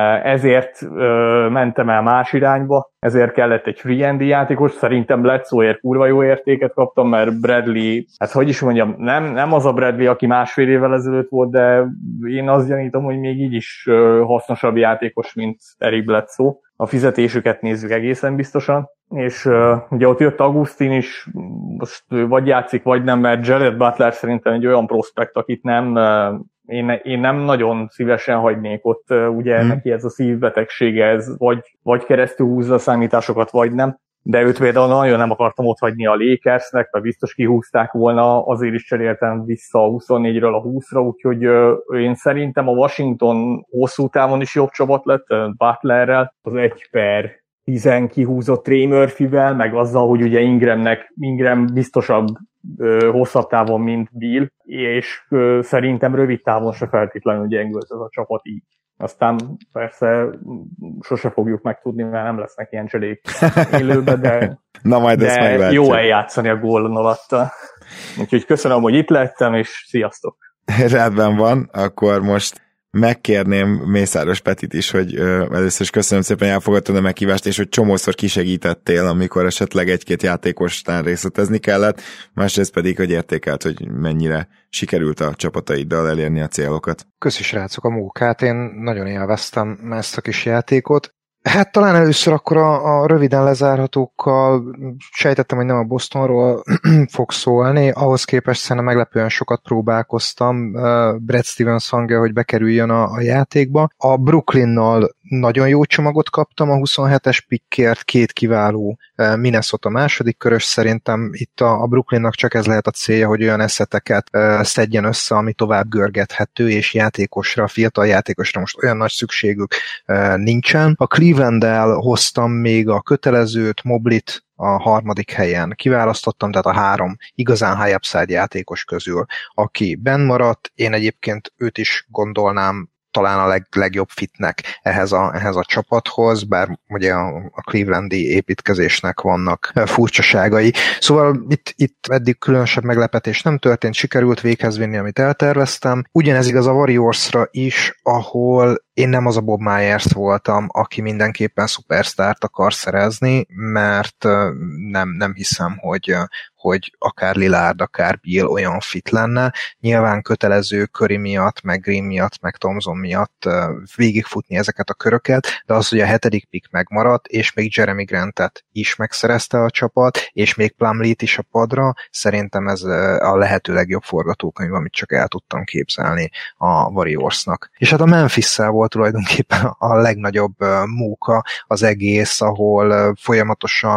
Ezért ö, mentem el más irányba, ezért kellett egy free and játékos, szerintem Bledsoe-ért kurva jó értéket kaptam, mert Bradley, hát hogy is mondjam, nem, nem az a Bradley, aki másfél évvel ezelőtt volt, de én azt gyanítom, hogy még így is ö, hasznosabb játékos, mint Eric Bledsoe. A fizetésüket nézzük egészen biztosan, és uh, ugye ott jött Augustin is, most vagy játszik, vagy nem, mert Jared Butler szerintem egy olyan prospekt, akit nem, uh, én, én nem nagyon szívesen hagynék ott, uh, ugye hmm. neki ez a szívbetegsége, ez vagy, vagy keresztül húzza a számításokat, vagy nem, de őt például nagyon nem akartam ott hagyni a Lakersnek, mert biztos kihúzták volna, azért is cseréltem vissza a huszonnégyről a húszra, úgyhogy uh, én szerintem a Washington hosszú távon is jobb csapat lett, uh, Butlerrel, az egy per tízen kihúzott Trey Murphyvel, meg azzal, hogy ugye Ingramnek, Ingram biztosabb ö, hosszabb távon, mint Beal, és ö, szerintem rövid távon se feltétlenül gyengült ez a csapat így. Aztán persze sose fogjuk megtudni, mert nem lesznek ilyen cserék élőbe, de, Na majd de jó eljátszani a gólon alatta. Úgyhogy köszönöm, hogy itt lettem, és sziasztok! Rendben van, akkor most megkérném Mészáros Petit is, hogy ö, először is köszönöm szépen, elfogadtad a meghívást, és hogy csomószor kisegítettél, amikor esetleg egy-két játékostán részletezni kellett, másrészt pedig, hogy értékelt, hogy mennyire sikerült a csapataiddal elérni a célokat. Köszi srácok a munkát, én nagyon élveztem ezt a kis játékot. Hát talán először akkor a, a röviden lezárhatókkal sejtettem, hogy nem a Bostonról fog szólni, ahhoz képest szerintem meglepően sokat próbálkoztam uh, Brad Stevens hangja, hogy bekerüljön a, a játékba. A Brooklynnal nagyon jó csomagot kaptam a huszonhetes pickért, két kiváló uh, Minnesota második körös, szerintem itt a, a Brooklynnak csak ez lehet a célja, hogy olyan eszeteket uh, szedjen össze, ami tovább görgethető, és játékosra, fiatal játékosra most olyan nagy szükségük uh, nincsen. A Cleveland-el hoztam még a kötelezőt, Moblit a harmadik helyen kiválasztottam, tehát a három igazán high upside játékos közül, aki benn maradt, én egyébként őt is gondolnám talán a leg, legjobb fitnek ehhez a, ehhez a csapathoz, bár ugye a, a clevelandi építkezésnek vannak furcsaságai. Szóval itt, itt eddig különösebb meglepetés nem történt, sikerült véghez vinni, amit elterveztem. Ugyanez igaz a Warriorsra is, ahol én nem az a Bob Myers voltam, aki mindenképpen szupersztárt akar szerezni, mert nem, nem hiszem, hogy, hogy akár Lillard, akár Beal olyan fit lenne. Nyilván kötelező Curry miatt, meg Green miatt, meg Thompson miatt végigfutni ezeket a köröket, de az, hogy a hetedik pick megmaradt, és még Jeremy Grantet is megszerezte a csapat, és még Plumlee-t is a padra, szerintem ez a lehető legjobb forgatókönyv, amit csak el tudtam képzelni a Warriorsnak. És hát a Memphis-szel volt tulajdonképpen a legnagyobb móka az egész, ahol folyamatosan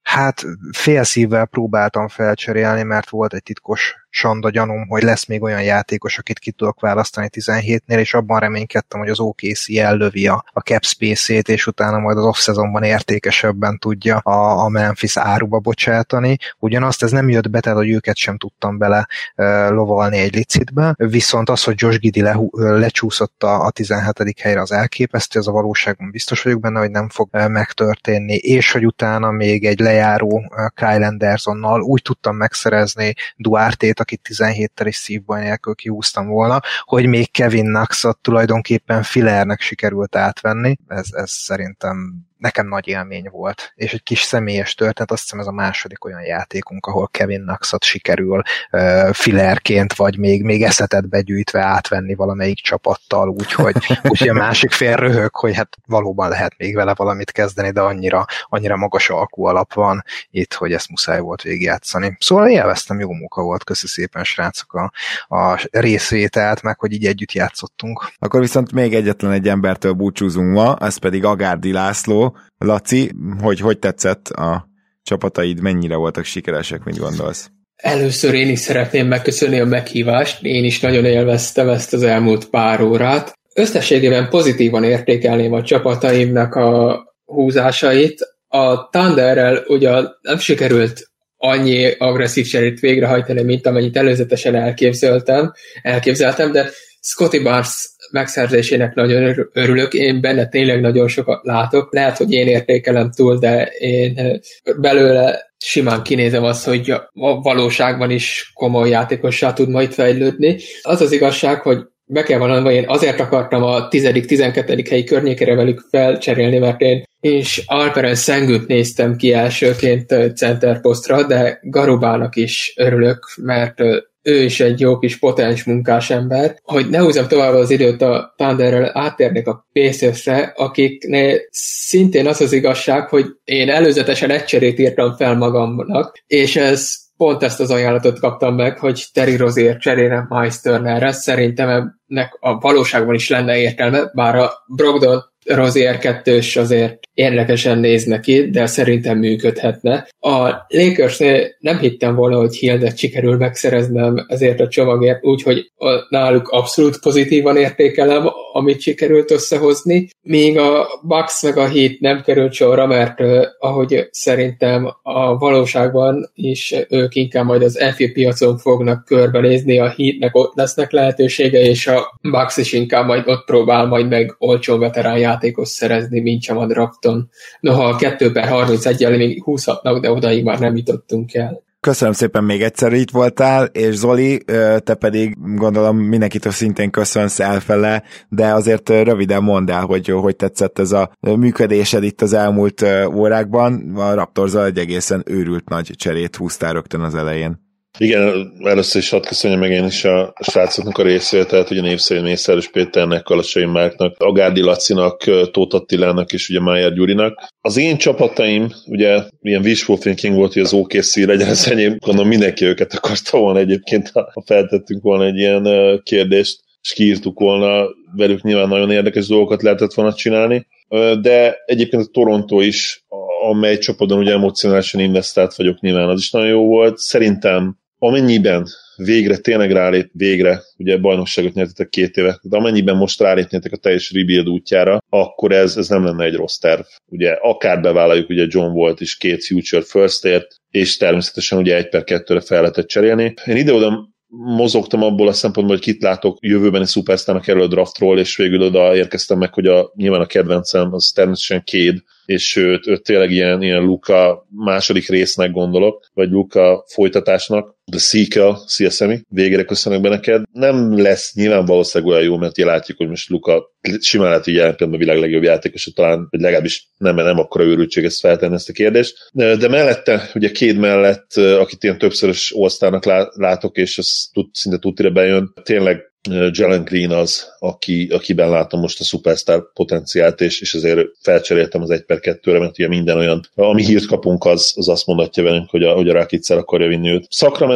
Hát félszívvel próbáltam felcserélni, mert volt egy titkos sanda gyanúm, hogy lesz még olyan játékos, akit ki tudok választani tizenhétnél, és abban reménykedtem, hogy az o ká cé ellövi a, a cap space-ét, és utána majd az off-szezonban értékesebben tudja a, a Memphis áruba bocsátani. Ugyanazt ez nem jött be, tehát hogy őket sem tudtam bele uh, lovalni egy licitbe, viszont az, hogy Josh Giddey le, lecsúszott a, a tizenhetedik helyre, az elképesztő, ez a valóságban biztos vagyok benne, hogy nem fog uh, megtörténni, és hogy utána még egy lejáró uh, Kyle Andersonnal úgy tudtam megszerezni Duarte-t, akit tizenhéttel és szívbaj nélkül kihúztam volna, hogy még Kevin Knoxot tulajdonképpen Fillernek sikerült átvenni. Ez, ez szerintem nekem nagy élmény volt. És egy kis személyes történet, azt hiszem ez a második olyan játékunk, ahol Kevin Knoxot sikerül uh, Fillerként, vagy még, még eszetet begyűjtve átvenni valamelyik csapattal, úgyhogy úgy a másik fél röhög, hogy hát valóban lehet még vele valamit kezdeni, de annyira, annyira magas alkú alap van itt, hogy ezt muszáj volt végigjátszani. Szóval élveztem, jó munka volt, köszi szépen srácok a, a részvételt, meg hogy így együtt játszottunk. Akkor viszont még egyetlen egy embertől búcsúzunk ma, ez pedig Agárdi László. Laci, hogy hogy tetszett a csapataid, mennyire voltak sikeresek, mit gondolsz? Először én is szeretném megköszönni a meghívást, én is nagyon élveztem ezt az elmúlt pár órát. Összességében pozitívan értékelném a csapataimnak a húzásait. A Thunderrel ugye nem sikerült annyi agresszív cserét végrehajtani, mint amennyit előzetesen elképzeltem, elképzeltem, de Scotty Barnes megszerzésének nagyon örülök, én benne tényleg nagyon sokat látok, lehet, hogy én értékelem túl, de én belőle simán kinézem azt, hogy a valóságban is komoly játékossá tud majd fejlődni. Az az igazság, hogy be kell vallanom, én azért akartam a tizedik-tizenkettedik helyi környékére velük felcserélni, mert én és Alperen Sengut néztem ki elsőként center posztra, de Garubának is örülök, mert ő is egy jó kis potens munkás ember. Hogy ne húzzam tovább az időt a Thunderrel, áttérnék a Pacersre, akiknél szintén az az igazság, hogy én előzetesen egy cserét írtam fel magamnak, és ez pont ezt az ajánlatot kaptam meg, hogy Terry Rozier cserélem Miles Turnerre. Szerintem ennek a valóságban is lenne értelme, bár a Brogdon Rozier kettős azért érdekesen néz neki, de szerintem működhetne. A Lakersnél nem hittem volna, hogy Hildet sikerül megszereznem ezért a csomagért, úgyhogy náluk abszolút pozitívan értékelem, amit sikerült összehozni, míg a Bucks meg a Heat nem került sorra, mert uh, ahogy szerintem a valóságban is ők inkább majd az en bé á piacon fognak körbenézni, a Heatnek ott lesznek lehetősége, és a Bucks is inkább majd ott próbál majd meg olcsó veterán játékos szerezni, mint sem a drafton. Noha a kettő per harmincegy-el még húzhatnak, de odaig már nem jutottunk el. Köszönöm szépen, még egyszer itt voltál, és Zoli, te pedig gondolom mindenkitől szintén köszönsz elfele, de azért röviden mondd el, hogy hogy tetszett ez a működésed itt az elmúlt órákban. A Raptorzzal egy egészen őrült nagy cserét húztál rögtön az elején. Igen, először is hadd köszönjem meg én is a srácoknak a részvételt, ugye Népszerű Mészáros Péternek, Kalacsai Márknak, Agárdi Lacinak, Tóth Attilának és ugye Májer Gyurinak. Az én csapataim, ugye ilyen wishful thinking volt, hogy az o ká cé legyen az enyém, gondolom mindenki őket akarta volna egyébként, ha feltettünk volna egy ilyen kérdést, és kiírtuk volna, velük nyilván nagyon érdekes dolgokat lehetett volna csinálni, de egyébként a Toronto is, amely csapaton ugye emocionálisan investált vagyok, nyilván az is nagyon jó volt. Szerintem amennyiben végre, tényleg rálép, végre, ugye bajnokságot nyertetek két éve, de amennyiben most rálépnétek a teljes rebuild útjára, akkor ez, ez nem lenne egy rossz terv. Ugye akár bevállaljuk, ugye John Wall is két future firstért, és természetesen ugye egy per kettőre fel lehetett cserélni. Én ide-oda mozogtam abból a szempontból, hogy kit látok jövőbeni szupersztárnak erről a draftról, és végül oda érkeztem meg, hogy a, nyilván a kedvencem az természetesen Cade, és őt, őt tényleg ilyen, ilyen Luka második résznek gondolok, vagy Luka folytatásnak, The Sequel, szia Szemi, végére köszönök be neked. Nem lesz nyilván valószínűleg olyan jó, mert ugye látjuk, hogy most Luka simán lehet, hogy jelen pillanatban a világ legjobb játékosa, talán, vagy legalábbis nem, nem akkora őrültség ezt feltenni ezt a kérdést. De, de mellette, ugye Cade mellett, akit ilyen többszörös all-sztárnak látok, és az tud, szinte tudtire bejön, tényleg Jalen Green az, aki, akiben látom most a szupersztár potenciált, és, és azért felcseréltem az egy per kettőre, mert ugye minden olyan, ami hírt kapunk, az, az azt mondatja velünk, hogy a, hogy a Rakic el akarja vinni őt. Sacramento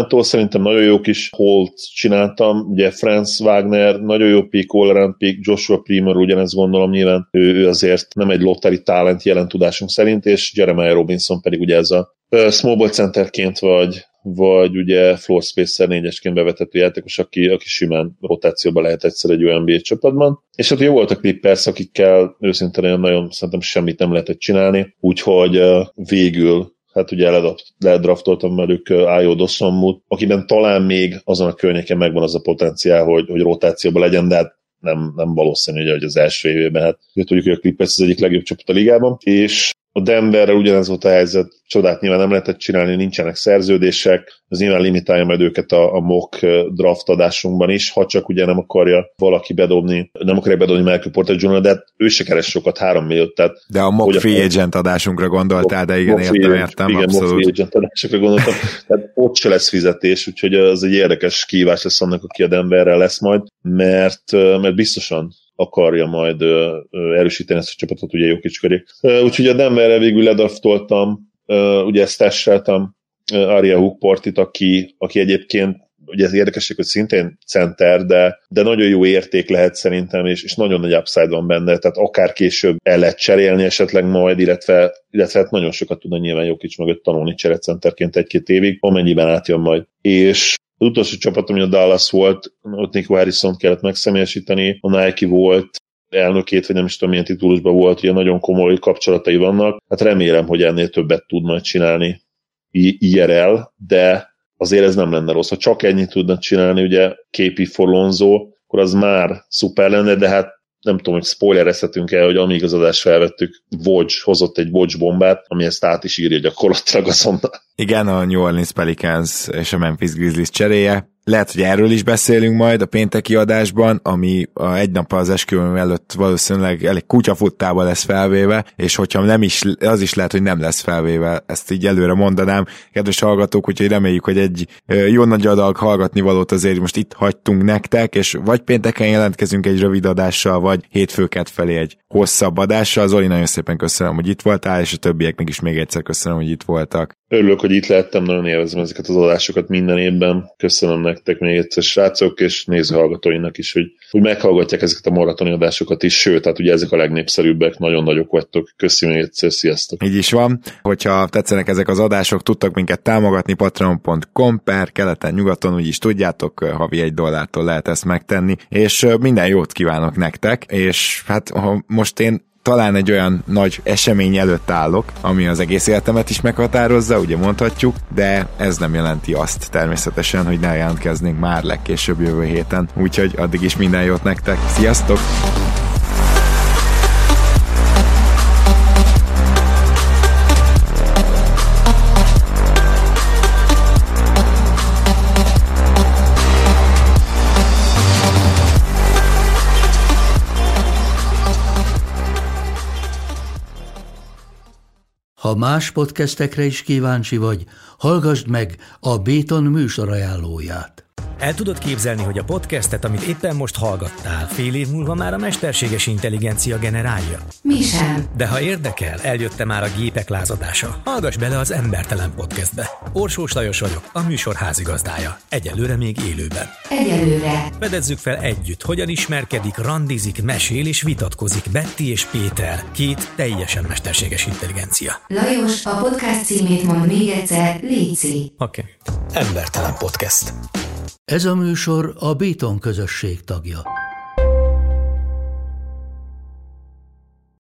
Indiánától szerintem nagyon jó kis holt csináltam, ugye Franz Wagner, nagyon jó pick, all-around pick, Joshua Primo, ugyanezt gondolom nyilván, ő, ő azért nem egy lottery talent jelen tudásunk szerint, és Jeremiah Robinson pedig ugye ez a uh, small ball centerként vagy vagy ugye floor spacer négyesként bevetető játékos, aki, aki simán rotációban lehet egyszer egy olyan en bé á csapatban. És hát jó volt a Clippers, akikkel őszintén nagyon szerintem semmit nem lehetett csinálni, úgyhogy uh, végül hát ugye ledraftoltam velük Ayo Dosunmut, akiben talán még azon a környéken megvan az a potenciál, hogy, hogy rotációban legyen, de hát nem, nem valószínű, hogy az első évében, hát tudjuk, hogy a Clippers az egyik legjobb csapat a ligában, és a Denverrel ugyanez volt a helyzet, csodát nyilván nem lehetett csinálni, nincsenek szerződések, az nyilván limitálja majd őket a, a mock draft adásunkban is, ha csak ugye nem akarja valaki bedobni, nem akarja bedobni Michael Porter junior, de hát ő se keres sokat, három milliót. Tehát, de a mock free agent adásunkra gondoltál, de igen, értem, értem, igen, abszolút. mock free agent adásokra gondoltam, tehát ott se lesz fizetés, úgyhogy az egy érdekes kihívás lesz annak, aki a Denverrel lesz majd, mert, mert biztosan akarja majd ö, ö, erősíteni ezt a csapatot, ugye Jokic köré. Úgyhogy a Denverre végül ledraftoltam, ö, ugye ezt tesseltem Aria Hookportit, aki, aki egyébként, ugye ez érdekesség, hogy szintén center, de, de nagyon jó érték lehet szerintem, és, és nagyon nagy upside van benne, tehát akár később el lehet cserélni esetleg majd, illetve, illetve hát nagyon sokat tudna nyilván Jokic mögött tanulni cserecenterként egy-két évig, amennyiben átjön majd. És az utolsó csapat, ami a Dallas volt, ott Nico Harrison kellett megszemélyesíteni, a Nike volt elnökét, vagy nem is tudom milyen titulusban volt, ugye nagyon komoly kapcsolatai vannak. Hát remélem, hogy ennél többet tud majd csinálni i er el, de azért ez nem lenne rossz. Ha csak ennyit tudnak csinálni, ugye ká pé for Lonzo, akkor az már szuper lenne, de hát nem tudom, hogy spoilerezhetünk el, hogy amíg az adást felvettük, Woj hozott egy Woj bombát, ami ezt át is írja gyakorlatilag azonnal. Igen, a New Orleans Pelicans és a Memphis Grizzlies cseréje. Lehet, hogy erről is beszélünk majd a pénteki adásban, ami a egy nappal az esküvőm előtt valószínűleg elég kutyafuttában lesz felvéve, és hogyha nem is, az is lehet, hogy nem lesz felvéve, ezt így előre mondanám. Kedves hallgatók, úgyhogy reméljük, hogy egy jó nagy adag hallgatni valót azért most itt hagytunk nektek, és vagy pénteken jelentkezünk egy rövid adással, vagy hétfőket felé egy hosszabb adással. Zoli, nagyon szépen köszönöm, hogy itt voltál, és a többieknek is még egyszer köszönöm, hogy itt voltak. Örülök, hogy itt lehettem, nagyon élvezem ezeket az adásokat minden évben. Köszönöm nektek még egyszer, srácok, és néző hallgatóinak is, hogy, hogy meghallgatják ezeket a maratoni adásokat is, sőt, hát ugye ezek a legnépszerűbbek, nagyon nagyok vagytok. Köszönöm még egyszer, sziasztok! Így is van, hogyha tetszenek ezek az adások, tudtak minket támogatni patreon pont com per keleten-nyugaton, úgyis tudjátok, havi egy dollártól lehet ezt megtenni, és minden jót kívánok nektek, és hát ha most én talán egy olyan nagy esemény előtt állok, ami az egész életemet is meghatározza, ugye mondhatjuk, de ez nem jelenti azt természetesen, hogy ne jelentkeznénk már legkésőbb jövő héten. Úgyhogy addig is minden jót nektek. Sziasztok! Ha más podcastekre is kíváncsi vagy, hallgassd meg a Béton műsor ajánlóját. El tudod képzelni, hogy a podcastet, amit éppen most hallgattál, fél év múlva már a mesterséges intelligencia generálja? Mi sem. De ha érdekel, eljött már a gépek lázadása. Hallgass bele az Embertelen Podcastbe. Orsós Lajos vagyok, a műsor házigazdája. Egyelőre még élőben. Egyelőre. Fedezzük fel együtt, hogyan ismerkedik, randizik, mesél és vitatkozik Betty és Péter, két teljesen mesterséges intelligencia. Lajos, a podcast címét mond még egyszer, léci. Oké. Okay. Embertelen Podcast. Ez a műsor a Béton közösség tagja.